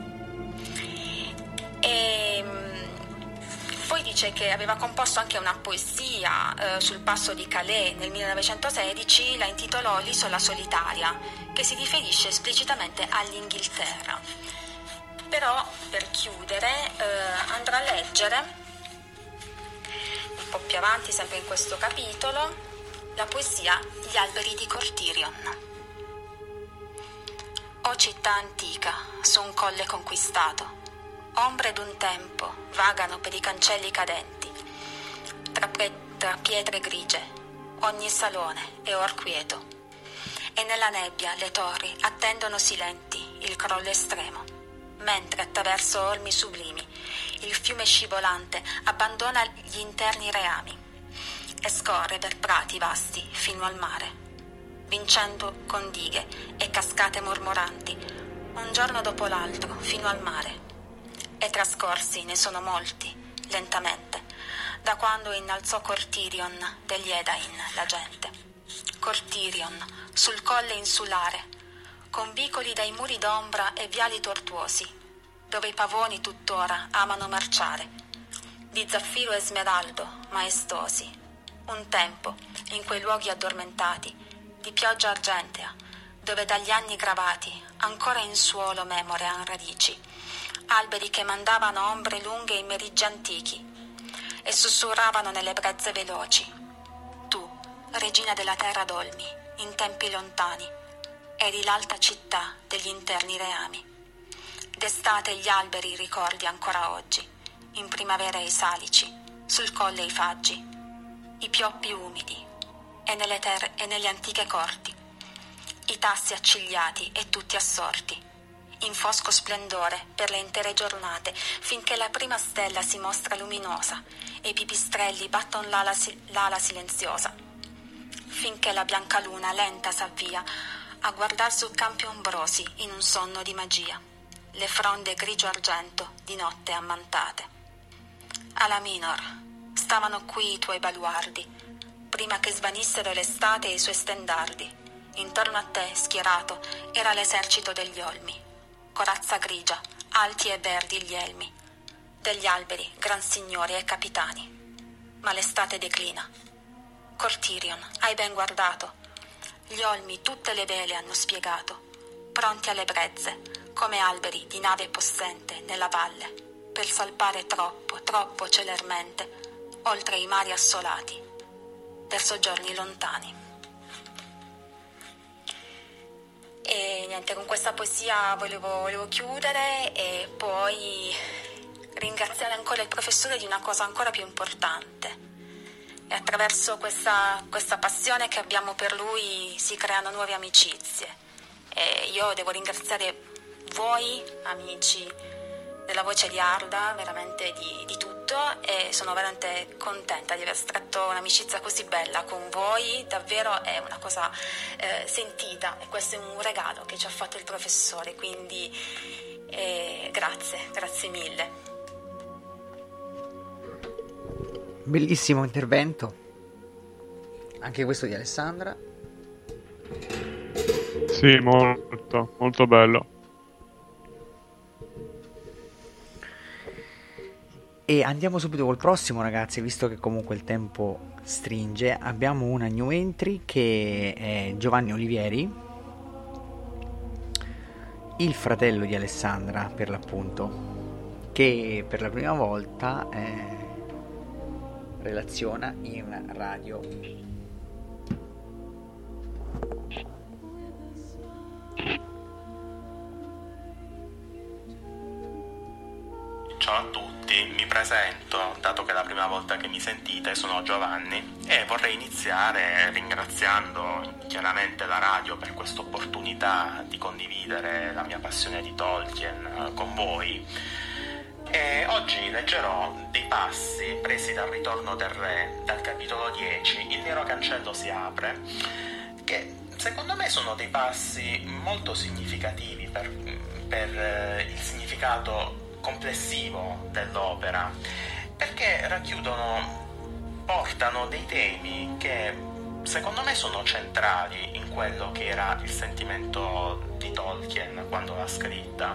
E poi dice che aveva composto anche una poesia eh, sul passo di Calais nel millenovecentosedici, la intitolò L'isola solitaria, che si riferisce esplicitamente all'Inghilterra. Però per chiudere eh, andrà a leggere un po' più avanti, sempre in questo capitolo, la poesia Gli alberi di Cortirion. O città antica su un colle conquistato, ombre d'un tempo vagano per i cancelli cadenti, tra, pre- tra pietre grigie, ogni salone è or quieto, e nella nebbia le torri attendono silenti il crollo estremo, mentre attraverso olmi sublimi il fiume scivolante abbandona gli interni reami e scorre per prati vasti fino al mare, vincendo con dighe e cascate mormoranti, un giorno dopo l'altro fino al mare. E trascorsi ne sono molti, lentamente, da quando innalzò Cortirion degli Edain la gente. Cortirion, sul colle insulare, con vicoli dai muri d'ombra e viali tortuosi, dove i pavoni tuttora amano marciare, di zaffiro e smeraldo, maestosi. Un tempo, in quei luoghi addormentati, di pioggia argentea, dove dagli anni gravati ancora in suolo memore han radici, alberi che mandavano ombre lunghe in meriggi antichi e sussurravano nelle brezze veloci. Tu, regina della terra d'olmi, in tempi lontani, eri l'alta città degli interni reami. D'estate gli alberi ricordi ancora oggi, in primavera i salici, sul colle i faggi, i pioppi umidi e nelle, ter- e nelle antiche corti, i tassi accigliati e tutti assorti, in fosco splendore per le intere giornate, finché la prima stella si mostra luminosa e i pipistrelli batton l'ala, l'ala silenziosa, finché la bianca luna lenta s'avvia a guardar su campi ombrosi in un sonno di magia, le fronde grigio argento di notte ammantate. Alla Minor stavano qui i tuoi baluardi, prima che svanissero l'estate e i suoi stendardi. Intorno a te, schierato, era l'esercito degli olmi, corazza grigia, alti e verdi gli elmi, degli alberi, gran signori e capitani. Ma l'estate declina. Cortirion, hai ben guardato, gli olmi tutte le vele hanno spiegato, pronti alle brezze, come alberi di nave possente nella valle, per salpare troppo, troppo celermente, oltre i mari assolati, per soggiorni lontani. E niente, con questa poesia volevo, volevo chiudere e poi ringraziare ancora il professore di una cosa ancora più importante. E attraverso questa, questa passione che abbiamo per lui si creano nuove amicizie. E io devo ringraziare voi, amici della Voce di Arda, veramente di, di tutto, e sono veramente contenta di aver stretto un'amicizia così bella con voi. Davvero è una cosa eh, sentita, e questo è un regalo che ci ha fatto il professore, quindi eh, grazie, grazie mille. Bellissimo intervento, anche questo di Alessandra. Sì, molto, molto bello. E andiamo subito col prossimo, ragazzi, visto che comunque il tempo stringe. Abbiamo una new entry che è Giovanni Olivieri, il fratello di Alessandra per l'appunto, che per la prima volta eh, relaziona in radio. Ciao a tutti, mi presento, dato che è la prima volta che mi sentite, sono Giovanni e vorrei iniziare ringraziando chiaramente la radio per questa opportunità di condividere la mia passione di Tolkien con voi. E oggi leggerò dei passi presi dal Ritorno del Re, dal capitolo dieci, Il nero cancello si apre, che secondo me sono dei passi molto significativi per, per il significato complessivo dell'opera, perché racchiudono, portano dei temi che secondo me sono centrali in quello che era il sentimento di Tolkien quando l'ha scritta.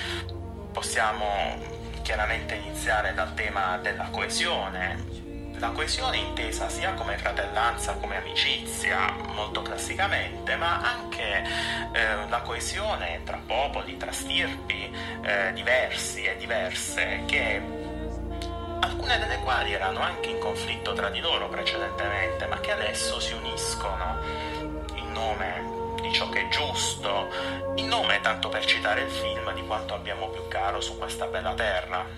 Possiamo chiaramente iniziare dal tema della coesione, la coesione intesa sia come fratellanza, come amicizia, molto classicamente, ma anche eh, la coesione tra popoli, tra stirpi eh, diversi e diverse, che alcune delle quali erano anche in conflitto tra di loro precedentemente, ma che adesso si uniscono in nome di ciò che è giusto, in nome, tanto per citare il film, di quanto abbiamo più caro su questa bella terra.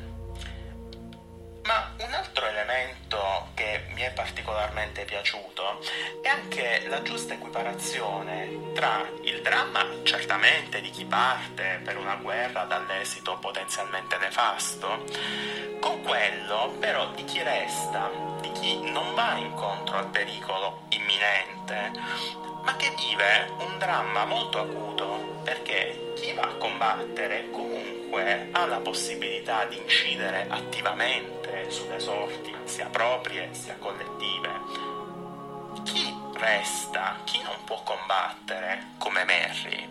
Ma un altro elemento che mi è particolarmente piaciuto è anche la giusta equiparazione tra il dramma, certamente, di chi parte per una guerra dall'esito potenzialmente nefasto, con quello però di chi resta, di chi non va incontro al pericolo imminente, ma che vive un dramma molto acuto, perché chi va a combattere comunque ha la possibilità di incidere attivamente sulle sorti, sia proprie sia collettive. Chi resta, chi non può combattere, come Merry,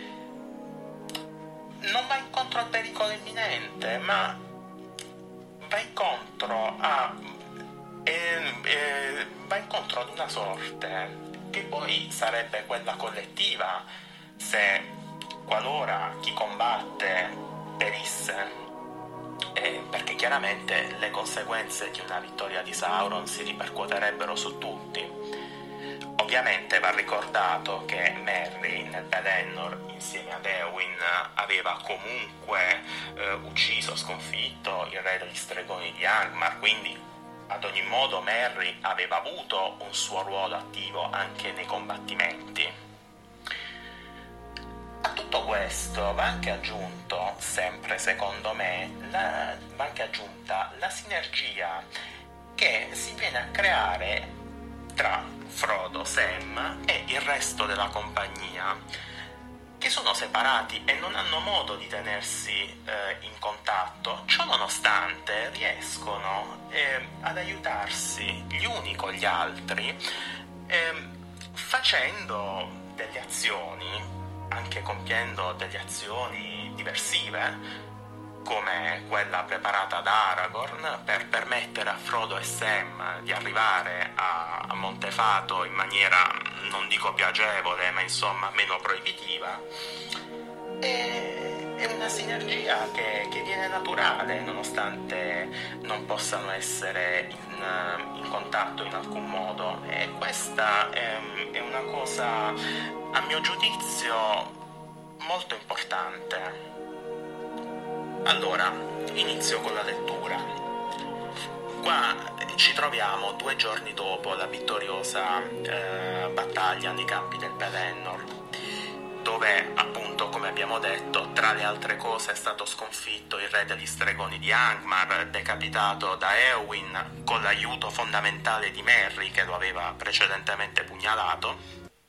non va incontro al pericolo imminente, ma va incontro a eh, eh, va incontro ad una sorte che poi sarebbe quella collettiva se, qualora chi combatte perisse, eh, perché chiaramente le conseguenze di una vittoria di Sauron si ripercuoterebbero su tutti. Ovviamente va ricordato che Merry nel Pelennor insieme ad Éowyn aveva comunque eh, ucciso, sconfitto il re degli stregoni di Angmar, quindi ad ogni modo Merry aveva avuto un suo ruolo attivo anche nei combattimenti. A tutto questo va anche aggiunto, sempre secondo me, la, va anche aggiunta la sinergia che si viene a creare tra Frodo, Sam e il resto della compagnia, che sono separati e non hanno modo di tenersi eh, in contatto. Ciò nonostante riescono eh, ad aiutarsi gli uni con gli altri, eh, facendo delle azioni, anche compiendo delle azioni diversive, come quella preparata da Aragorn per permettere a Frodo e Sam di arrivare a, a Montefato in maniera, non dico piacevole, ma insomma meno proibitiva. E, è una sinergia che, che viene naturale, nonostante non possano essere in, in contatto in alcun modo. E questa è, è una cosa, a mio giudizio, molto importante. Allora, inizio con la lettura. Qua ci troviamo due giorni dopo la vittoriosa eh, battaglia nei campi del Pelennor, dove appunto, come abbiamo detto, tra le altre cose è stato sconfitto il re degli stregoni di Angmar, decapitato da Éowyn con l'aiuto fondamentale di Merry, che lo aveva precedentemente pugnalato.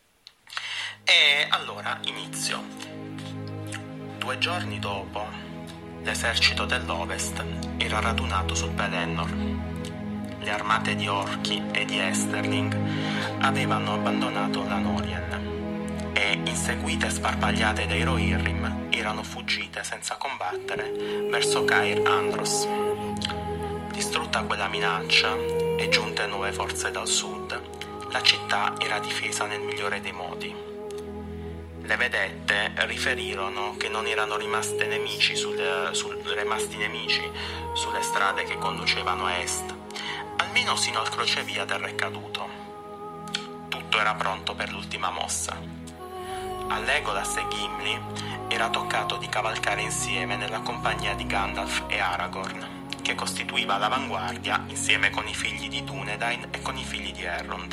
E allora inizio. Due giorni dopo, l'esercito dell'Ovest era radunato sul Pelennor. Le armate di orchi e di Esterling avevano abbandonato la Norien e, inseguite e sparpagliate dai Rohirrim, erano fuggite senza combattere verso Cair Andros. Passata quella minaccia e giunte nuove forze dal sud, la città era difesa nel migliore dei modi. Le vedette riferirono che non erano rimaste nemici sulle, sul, rimasti nemici sulle strade che conducevano a est, almeno sino al crocevia del re caduto. Tutto era pronto per l'ultima mossa. A Legolas e Gimli era toccato di cavalcare insieme nella compagnia di Gandalf e Aragorn, che costituiva l'avanguardia insieme con i figli di Dúnedain e con i figli di Elrond.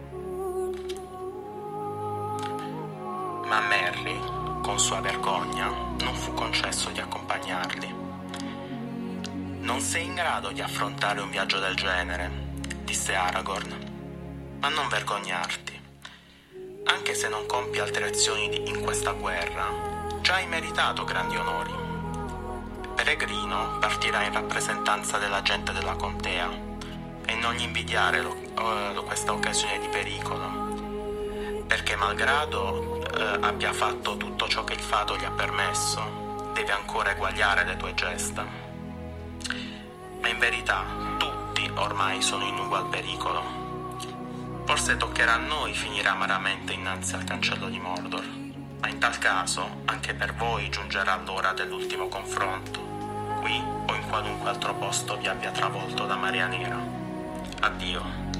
Ma a Merry, con sua vergogna, non fu concesso di accompagnarli. «Non sei in grado di affrontare un viaggio del genere», disse Aragorn, «ma non vergognarti. Anche se non compi altre azioni di- in questa guerra, già hai meritato grandi onori. Peregrino partirà in rappresentanza della gente della contea e non gli invidiare lo, uh, questa occasione di pericolo, perché malgrado uh, abbia fatto tutto ciò che il fato gli ha permesso, deve ancora eguagliare le tue gesta. Ma in verità tutti ormai sono in ugual pericolo. Forse toccherà a noi finire amaramente innanzi al cancello di Mordor, ma in tal caso anche per voi giungerà l'ora dell'ultimo confronto, qui o in qualunque altro posto vi abbia travolto la marea nera. Addio».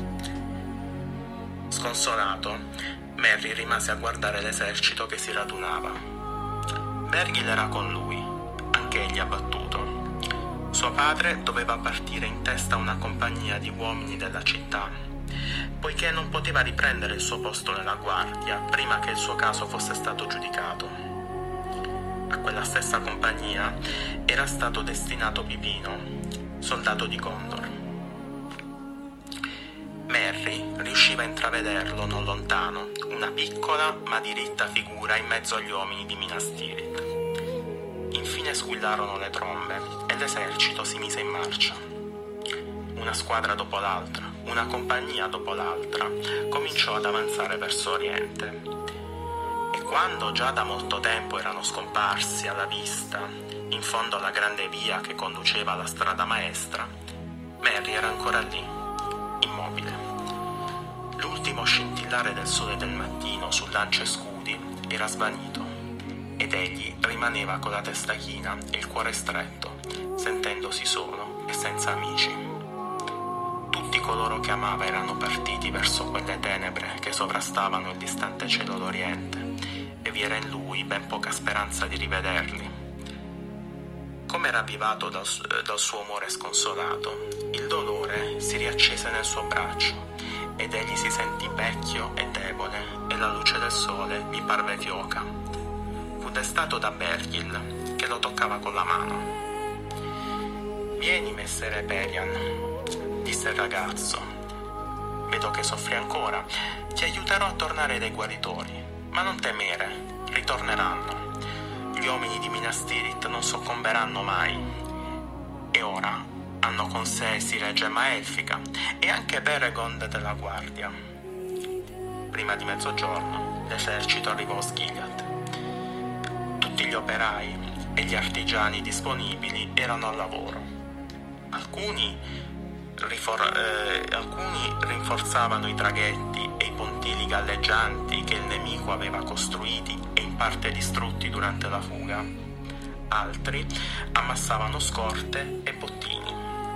Sconsolato, Merry rimase a guardare l'esercito che si radunava. Bergil era con lui, anche egli abbattuto. Suo padre doveva partire in testa a una compagnia di uomini della città, poiché non poteva riprendere il suo posto nella guardia prima che il suo caso fosse stato giudicato. A quella stessa compagnia era stato destinato Pipino, soldato di Gondor. Merry riusciva a intravederlo non lontano, una piccola ma diritta figura in mezzo agli uomini di Minas Tirith. Infine squillarono le trombe e l'esercito si mise in marcia. Una squadra dopo l'altra, una compagnia dopo l'altra, cominciò ad avanzare verso oriente. E quando già da molto tempo erano scomparsi alla vista, in fondo alla grande via che conduceva alla strada maestra, Merry era ancora lì, immobile. L'ultimo scintillare del sole del mattino su lance e scudi era svanito, ed egli rimaneva con la testa china e il cuore stretto, sentendosi solo e senza amici. Tutti coloro che amava erano partiti verso quelle tenebre che sovrastavano il distante cielo d'Oriente, e vi era in lui ben poca speranza di rivederli. Come ravvivato dal, dal suo umore sconsolato, il dolore si riaccese nel suo braccio, ed egli si sentì vecchio e debole, e la luce del sole gli parve fioca. Fu destato da Bergil, che lo toccava con la mano. «Vieni, messere Perian», disse il ragazzo. «Vedo che soffri ancora. Ti aiuterò a tornare dai guaritori, ma non temere, ritorneranno. Gli uomini di Minas Tirith non soccomberanno mai. E ora hanno con sé Sire Gemma Elfica e anche Beregond della Guardia». Prima di mezzogiorno l'esercito arrivò a Osgiliath. Tutti gli operai e gli artigiani disponibili erano al lavoro. Alcuni Rifor- eh, alcuni rinforzavano i traghetti e i pontili galleggianti che il nemico aveva costruiti e in parte distrutti durante la fuga. Altri ammassavano scorte e bottini.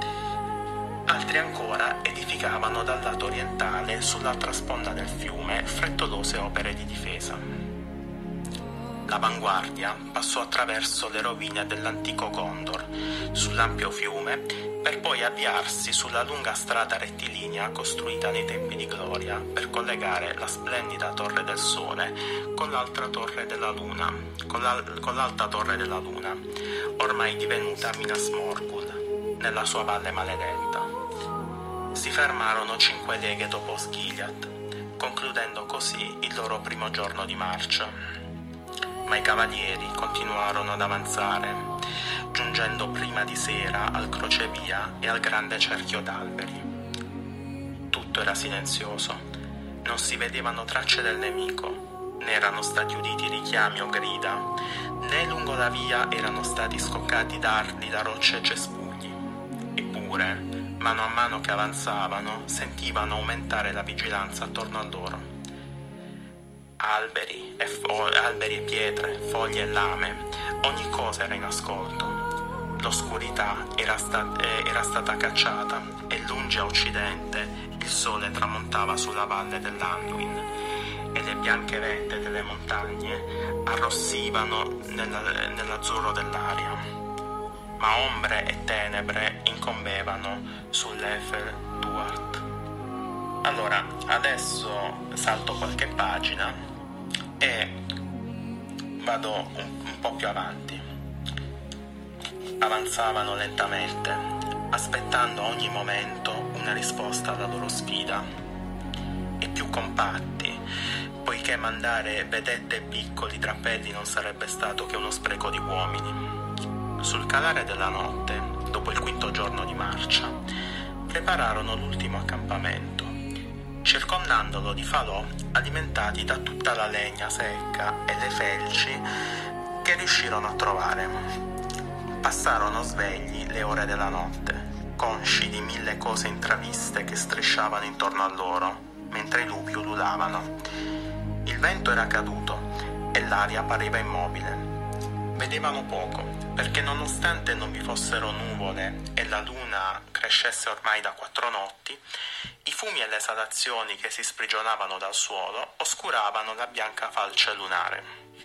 Altri ancora edificavano dal lato orientale, sull'altra sponda del fiume, frettolose opere di difesa. L'avanguardia passò attraverso le rovine dell'antico Gondor, sull'ampio fiume, per poi avviarsi sulla lunga strada rettilinea costruita nei tempi di gloria per collegare la splendida Torre del Sole con l'altra Torre della Luna, con, la, con l'alta Torre della Luna, ormai divenuta Minas Morgul, nella sua valle maledetta. Si fermarono cinque leghe dopo Osgiliath, concludendo così il loro primo giorno di marcia. Ma i cavalieri continuarono ad avanzare, giungendo prima di sera al crocevia e al grande cerchio d'alberi. Tutto era silenzioso, non si vedevano tracce del nemico, né erano stati uditi richiami o grida, né lungo la via erano stati scoccati dardi da rocce e cespugli. Eppure mano a mano che avanzavano, sentivano aumentare la vigilanza attorno a loro. Alberi e, fo- alberi e pietre, foglie e lame, ogni cosa era in ascolto. L'oscurità era, sta- eh, era stata cacciata e lungi a occidente il sole tramontava sulla valle dell'Anduin e le bianche vette delle montagne arrossivano nella, nell'azzurro dell'aria, ma ombre e tenebre incombevano sull'Efer Duart. Allora, adesso salto qualche pagina e vado un, un po' più avanti. Avanzavano lentamente, aspettando a ogni momento una risposta alla loro sfida, e più compatti, poiché mandare vedette e piccoli drappelli non sarebbe stato che uno spreco di uomini. Sul calare della notte, dopo il quinto giorno di marcia, prepararono l'ultimo accampamento, circondandolo di falò alimentati da tutta la legna secca e le felci che riuscirono a trovare. Passarono svegli le ore della notte, consci di mille cose intraviste che strisciavano intorno a loro, mentre i lupi ululavano. Il vento era caduto e l'aria pareva immobile. Vedevano poco, perché nonostante non vi fossero nuvole e la luna crescesse ormai da quattro notti, i fumi e le esalazioni che si sprigionavano dal suolo oscuravano la bianca falce lunare.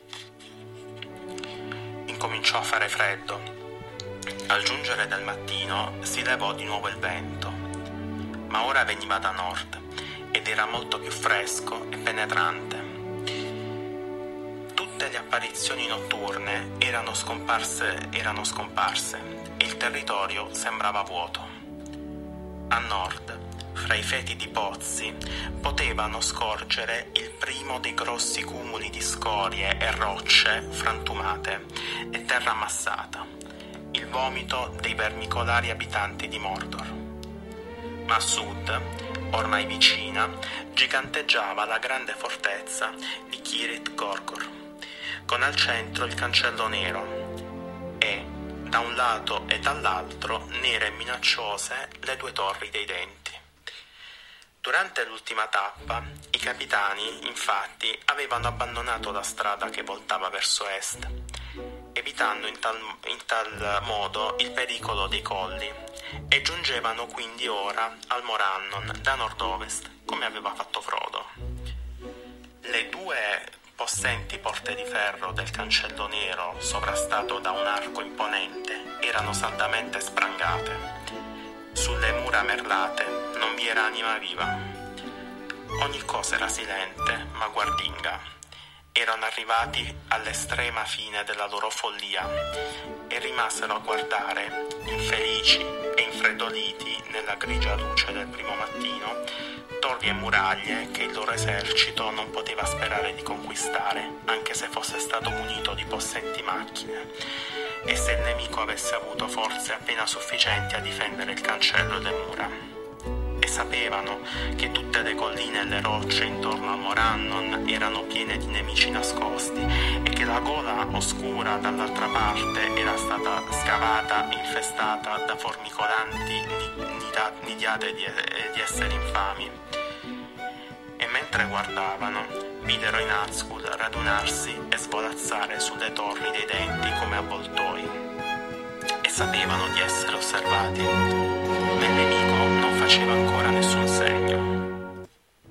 Incominciò a fare freddo. Al giungere del mattino si levò di nuovo il vento, ma ora veniva da nord ed era molto più fresco e penetrante. Tutte le apparizioni notturne erano scomparse, erano scomparse e il territorio sembrava vuoto. A nord, fra i fetidi pozzi, potevano scorgere il primo dei grossi cumuli di scorie e rocce frantumate e terra ammassata, il vomito dei vermicolari abitanti di Mordor. Ma a sud, ormai vicina, giganteggiava la grande fortezza di Kirit Gorgor, con al centro il cancello nero e, da un lato e dall'altro, nere e minacciose le due torri dei denti. Durante l'ultima tappa, i capitani, infatti, avevano abbandonato la strada che voltava verso est, evitando in tal, in tal modo il pericolo dei colli, e giungevano quindi ora al Morannon da nord-ovest, come aveva fatto Frodo. Le due possenti porte di ferro del cancello nero, sovrastato da un arco imponente, erano saldamente sprangate. Sulle mura merlate non vi era anima viva. Ogni cosa era silente, ma guardinga. Erano arrivati all'estrema fine della loro follia e rimasero a guardare, infelici e infreddoliti nella grigia luce del primo mattino, torri e muraglie che il loro esercito non poteva sperare di conquistare, anche se fosse stato munito di possenti macchine, e se il nemico avesse avuto forze appena sufficienti a difendere il cancello e le mura. E sapevano che tutte le colline e le rocce intorno a Morannon erano piene di nemici nascosti e che la gola oscura dall'altra parte era stata scavata e infestata da formicolanti nidiate di, di esseri infami. E mentre guardavano, videro i Nazgûl radunarsi e svolazzare sulle torri dei denti come avvoltoi, e sapevano di essere osservati, ma il nemico non faceva ancora nessun segno.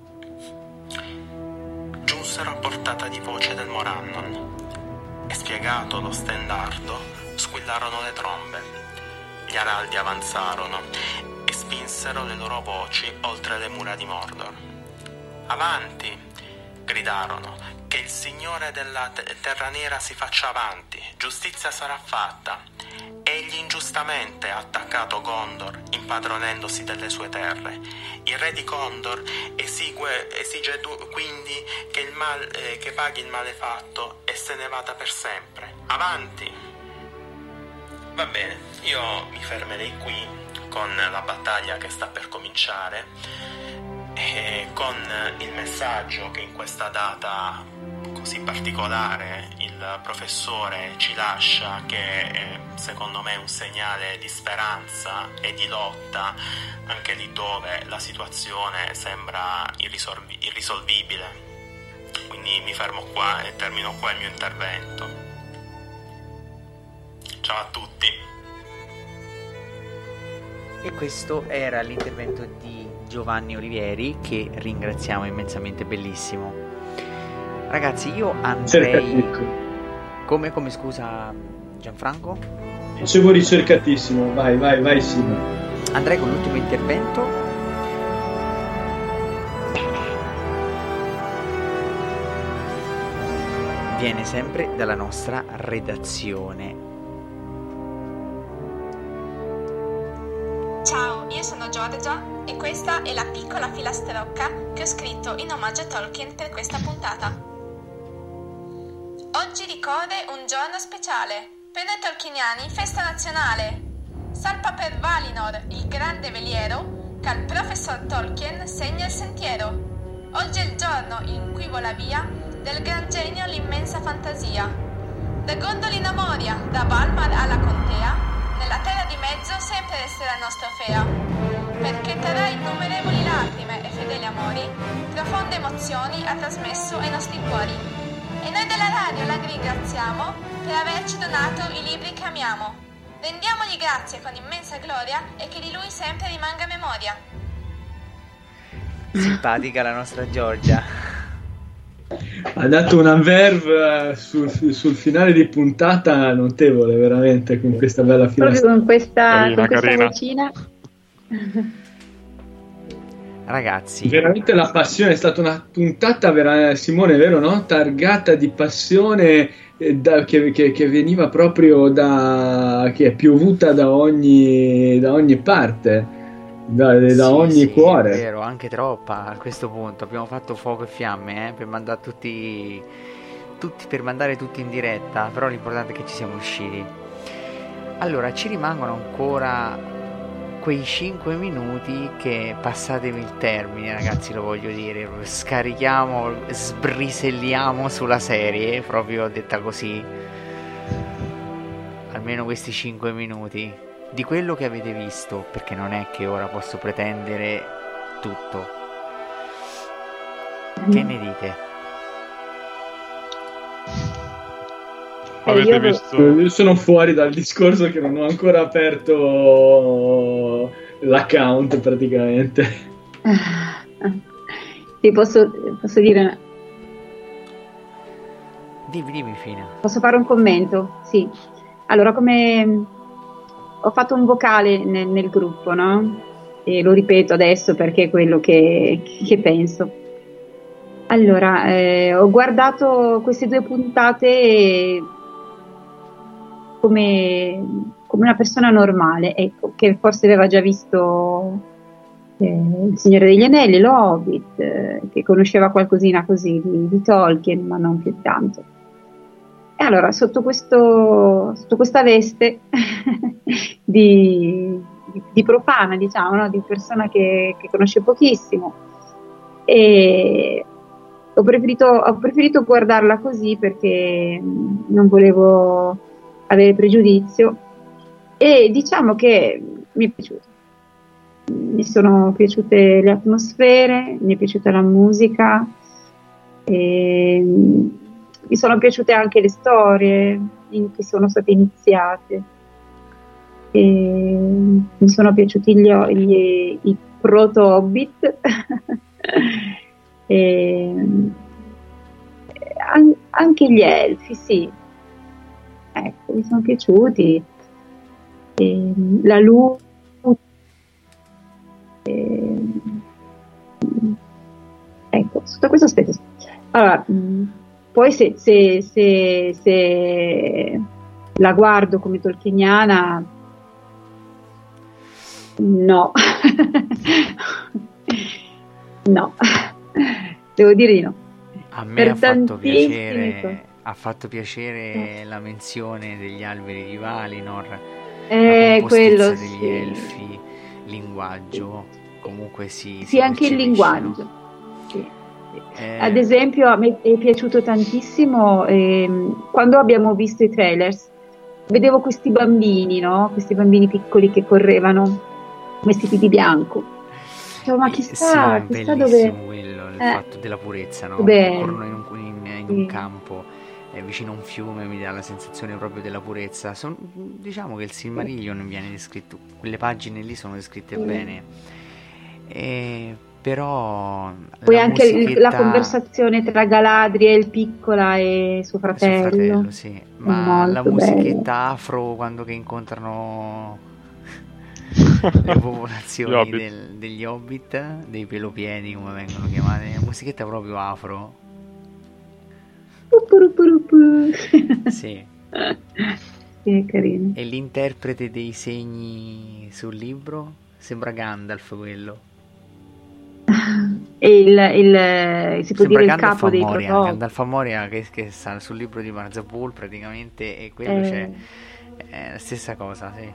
Giunsero a portata di voce del Morannon e, spiegato lo stendardo, squillarono le trombe. Gli araldi avanzarono e spinsero le loro voci oltre le mura di Mordor. «Avanti!» gridarono, «che il Signore della Terra Nera si faccia avanti, giustizia sarà fatta. Egli ingiustamente ha attaccato Gondor, impadronendosi delle sue terre. Il re di Gondor esigue, esige du- quindi che, il mal, eh, che paghi il malefatto e se ne vada per sempre. Avanti!» Va bene, io mi fermerei qui con la battaglia che sta per cominciare. e con il messaggio che in questa data così particolare il professore ci lascia, che è, secondo me, un segnale di speranza e di lotta anche lì dove la situazione sembra irrisolvi- irrisolvibile. Quindi mi fermo qua e termino qua il mio intervento. Ciao a tutti. E questo era l'intervento di Giovanni Olivieri, che ringraziamo immensamente, bellissimo. Ragazzi, io andrei... Come, come scusa Gianfranco? Dicevo ricercatissimo, vai, vai, vai Simo. Andrei con l'ultimo intervento. Viene sempre dalla nostra redazione. Ciao, io sono Giorgia e questa è la piccola filastrocca che ho scritto in omaggio a Tolkien per questa puntata. Oggi ricorre un giorno speciale. Per noi tolkieniani, festa nazionale. Salpa per Valinor, il grande veliero, che al professor Tolkien segna il sentiero. Oggi è il giorno in cui vola via del gran genio l'immensa fantasia. Da Gondolin a Moria, da Valmar alla Contea, nella terra di mezzo sempre resterà il nostro Fea, perché tra innumerevoli lacrime e fedeli amori, profonde emozioni ha trasmesso ai nostri cuori. E noi della radio la ringraziamo per averci donato i libri che amiamo. Rendiamogli grazie con immensa gloria e che di lui sempre rimanga memoria. Simpatica la nostra Giorgia. Ha dato una verve sul, sul finale di puntata notevole, veramente, con questa bella filastrocca. Proprio con questa, carina, con questa carina. vocina. Ragazzi, veramente la passione è stata una puntata, vera, Simone, vero, no? Targata di passione, eh, da, che, che, che veniva proprio da... che è piovuta da ogni, da ogni parte, da, da sì, ogni sì, cuore. È vero, anche troppa a questo punto. Abbiamo fatto fuoco e fiamme, eh, per mandare tutti, tutti, per mandare tutti in diretta, però l'importante è che ci siamo riusciti. Allora, ci rimangono ancora quei cinque minuti che, passatemi il termine ragazzi, lo voglio dire, scarichiamo, sbriselliamo sulla serie, proprio detta così, almeno questi cinque minuti di quello che avete visto, perché non è che ora posso pretendere tutto. Che ne dite? Avete io, visto? Io sono fuori dal discorso, che non ho ancora aperto l'account praticamente. Sì, posso, posso dire... Dimmi, dimmi Fina. Posso fare un commento? Sì. Allora, come ho fatto un vocale nel, nel gruppo, no? E lo ripeto adesso perché è quello che, che penso. Allora, eh, ho guardato queste due puntate come, come una persona normale, ecco, che forse aveva già visto eh, Il Signore degli Anelli, l'Hobbit, eh, che conosceva qualcosina così di, di Tolkien, ma non più tanto. E allora, sotto, questo, sotto questa veste di, di, di profana, diciamo, no? Di persona che, che conosce pochissimo, e ho preferito, ho preferito guardarla così perché non volevo avere pregiudizio, e diciamo che mi è piaciuto. Mi sono piaciute le atmosfere, mi è piaciuta la musica, e mi sono piaciute anche le storie che sono state iniziate, e mi sono piaciuti gli, gli, i proto-hobbit e an, anche gli elfi, sì, ecco, mi sono piaciuti, e la luce, e, ecco, sotto questo aspetto. Allora, poi se, se, se, se la guardo come tolkieniana, no. No, devo dire di no. A me Per ha fatto tantissimi piacere, co- ha fatto piacere la menzione degli alberi di Valinor, Eh, la quello compostezza degli sì. elfi, linguaggio, comunque si... Sì, si anche il percepiscono. linguaggio. Sì. Eh, Ad esempio, a me è piaciuto tantissimo ehm, quando abbiamo visto i trailers. Vedevo questi bambini, no? Questi bambini piccoli che correvano, vestiti di bianco. Dicevo, ma chissà, sì, chissà bellissimo dove... quello, il Eh. fatto della purezza, no? Bello. Corrono in un, in- in Sì. un campo eh, vicino a un fiume, mi dà la sensazione proprio della purezza. Son- diciamo che il Silmarillion viene descritto, quelle pagine lì sono descritte Sì. bene. Eh, però Poi la anche il- musichetta- la conversazione tra Galadriel piccola e suo suo fratello. fratello, sì. Ma Molto la bello. musichetta afro quando che incontrano le popolazioni Gli hobbit. del- degli hobbit, dei pelopiedi come vengono chiamate, la musichetta proprio afro. Pupurupurupu. Sì. Sì, è carino. E l'interprete dei segni sul libro sembra Gandalf quello. E il, il- si può Sembra dire il Gandalf capo a dei Moria, protagonisti. Gandalf a Moria che, che sta sul libro di Marzapul praticamente, e quello Eh. c'è è la stessa cosa, sì.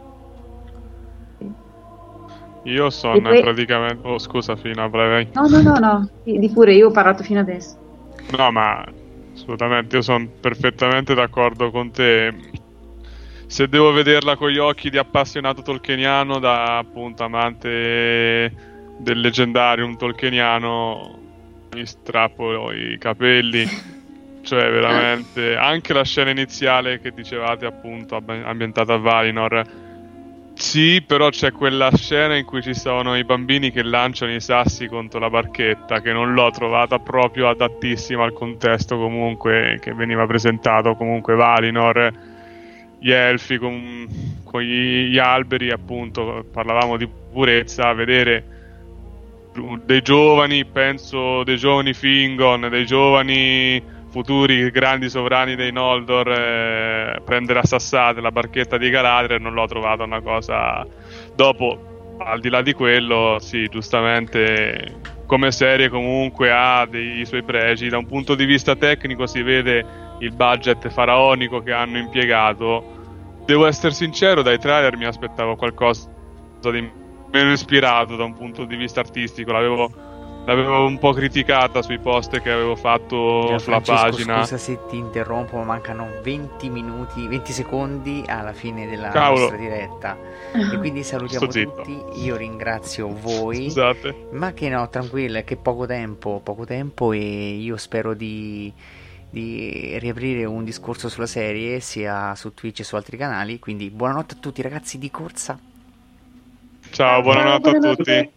Io sono E poi- praticamente... Oh, scusa Fina, vai, vai. No, no, no, no, di di pure, io ho parlato fino adesso. No, ma assolutamente, io sono perfettamente d'accordo con te. Se devo vederla con gli occhi di appassionato tolkieniano, da appunto amante del leggendarium tolkieniano, mi strappo i capelli. Cioè, veramente, anche la scena iniziale che dicevate, appunto, ab- ambientata a Valinor. Sì, però c'è quella scena in cui ci sono i bambini che lanciano i sassi contro la barchetta, che non l'ho trovata proprio adattissima al contesto comunque che veniva presentato, comunque Valinor, gli elfi con, con gli, gli alberi, appunto, parlavamo di purezza, vedere dei giovani, penso dei giovani Fingon, dei giovani futuri grandi sovrani dei Noldor, eh, prendere a sassate la barchetta di Galadriel, non l'ho trovata una cosa. Dopo, al di là di quello, sì, giustamente come serie comunque ha dei suoi pregi. Da un punto di vista tecnico si vede il budget faraonico che hanno impiegato. Devo essere sincero, dai trailer mi aspettavo qualcosa di meno ispirato da un punto di vista artistico. L'avevo L'avevo un po' criticata sui post che avevo fatto Gian sulla Francesco, pagina. scusa se ti interrompo, ma mancano venti minuti, venti secondi alla fine della Cavolo. nostra diretta. E quindi salutiamo Sto zitto. tutti. Io ringrazio voi. Scusate. Ma che no, tranquilla, che poco tempo, poco tempo, e io spero di, di riaprire un discorso sulla serie sia su Twitch che su altri canali. Quindi buonanotte a tutti ragazzi, di corsa. Ciao, buonanotte a tutti.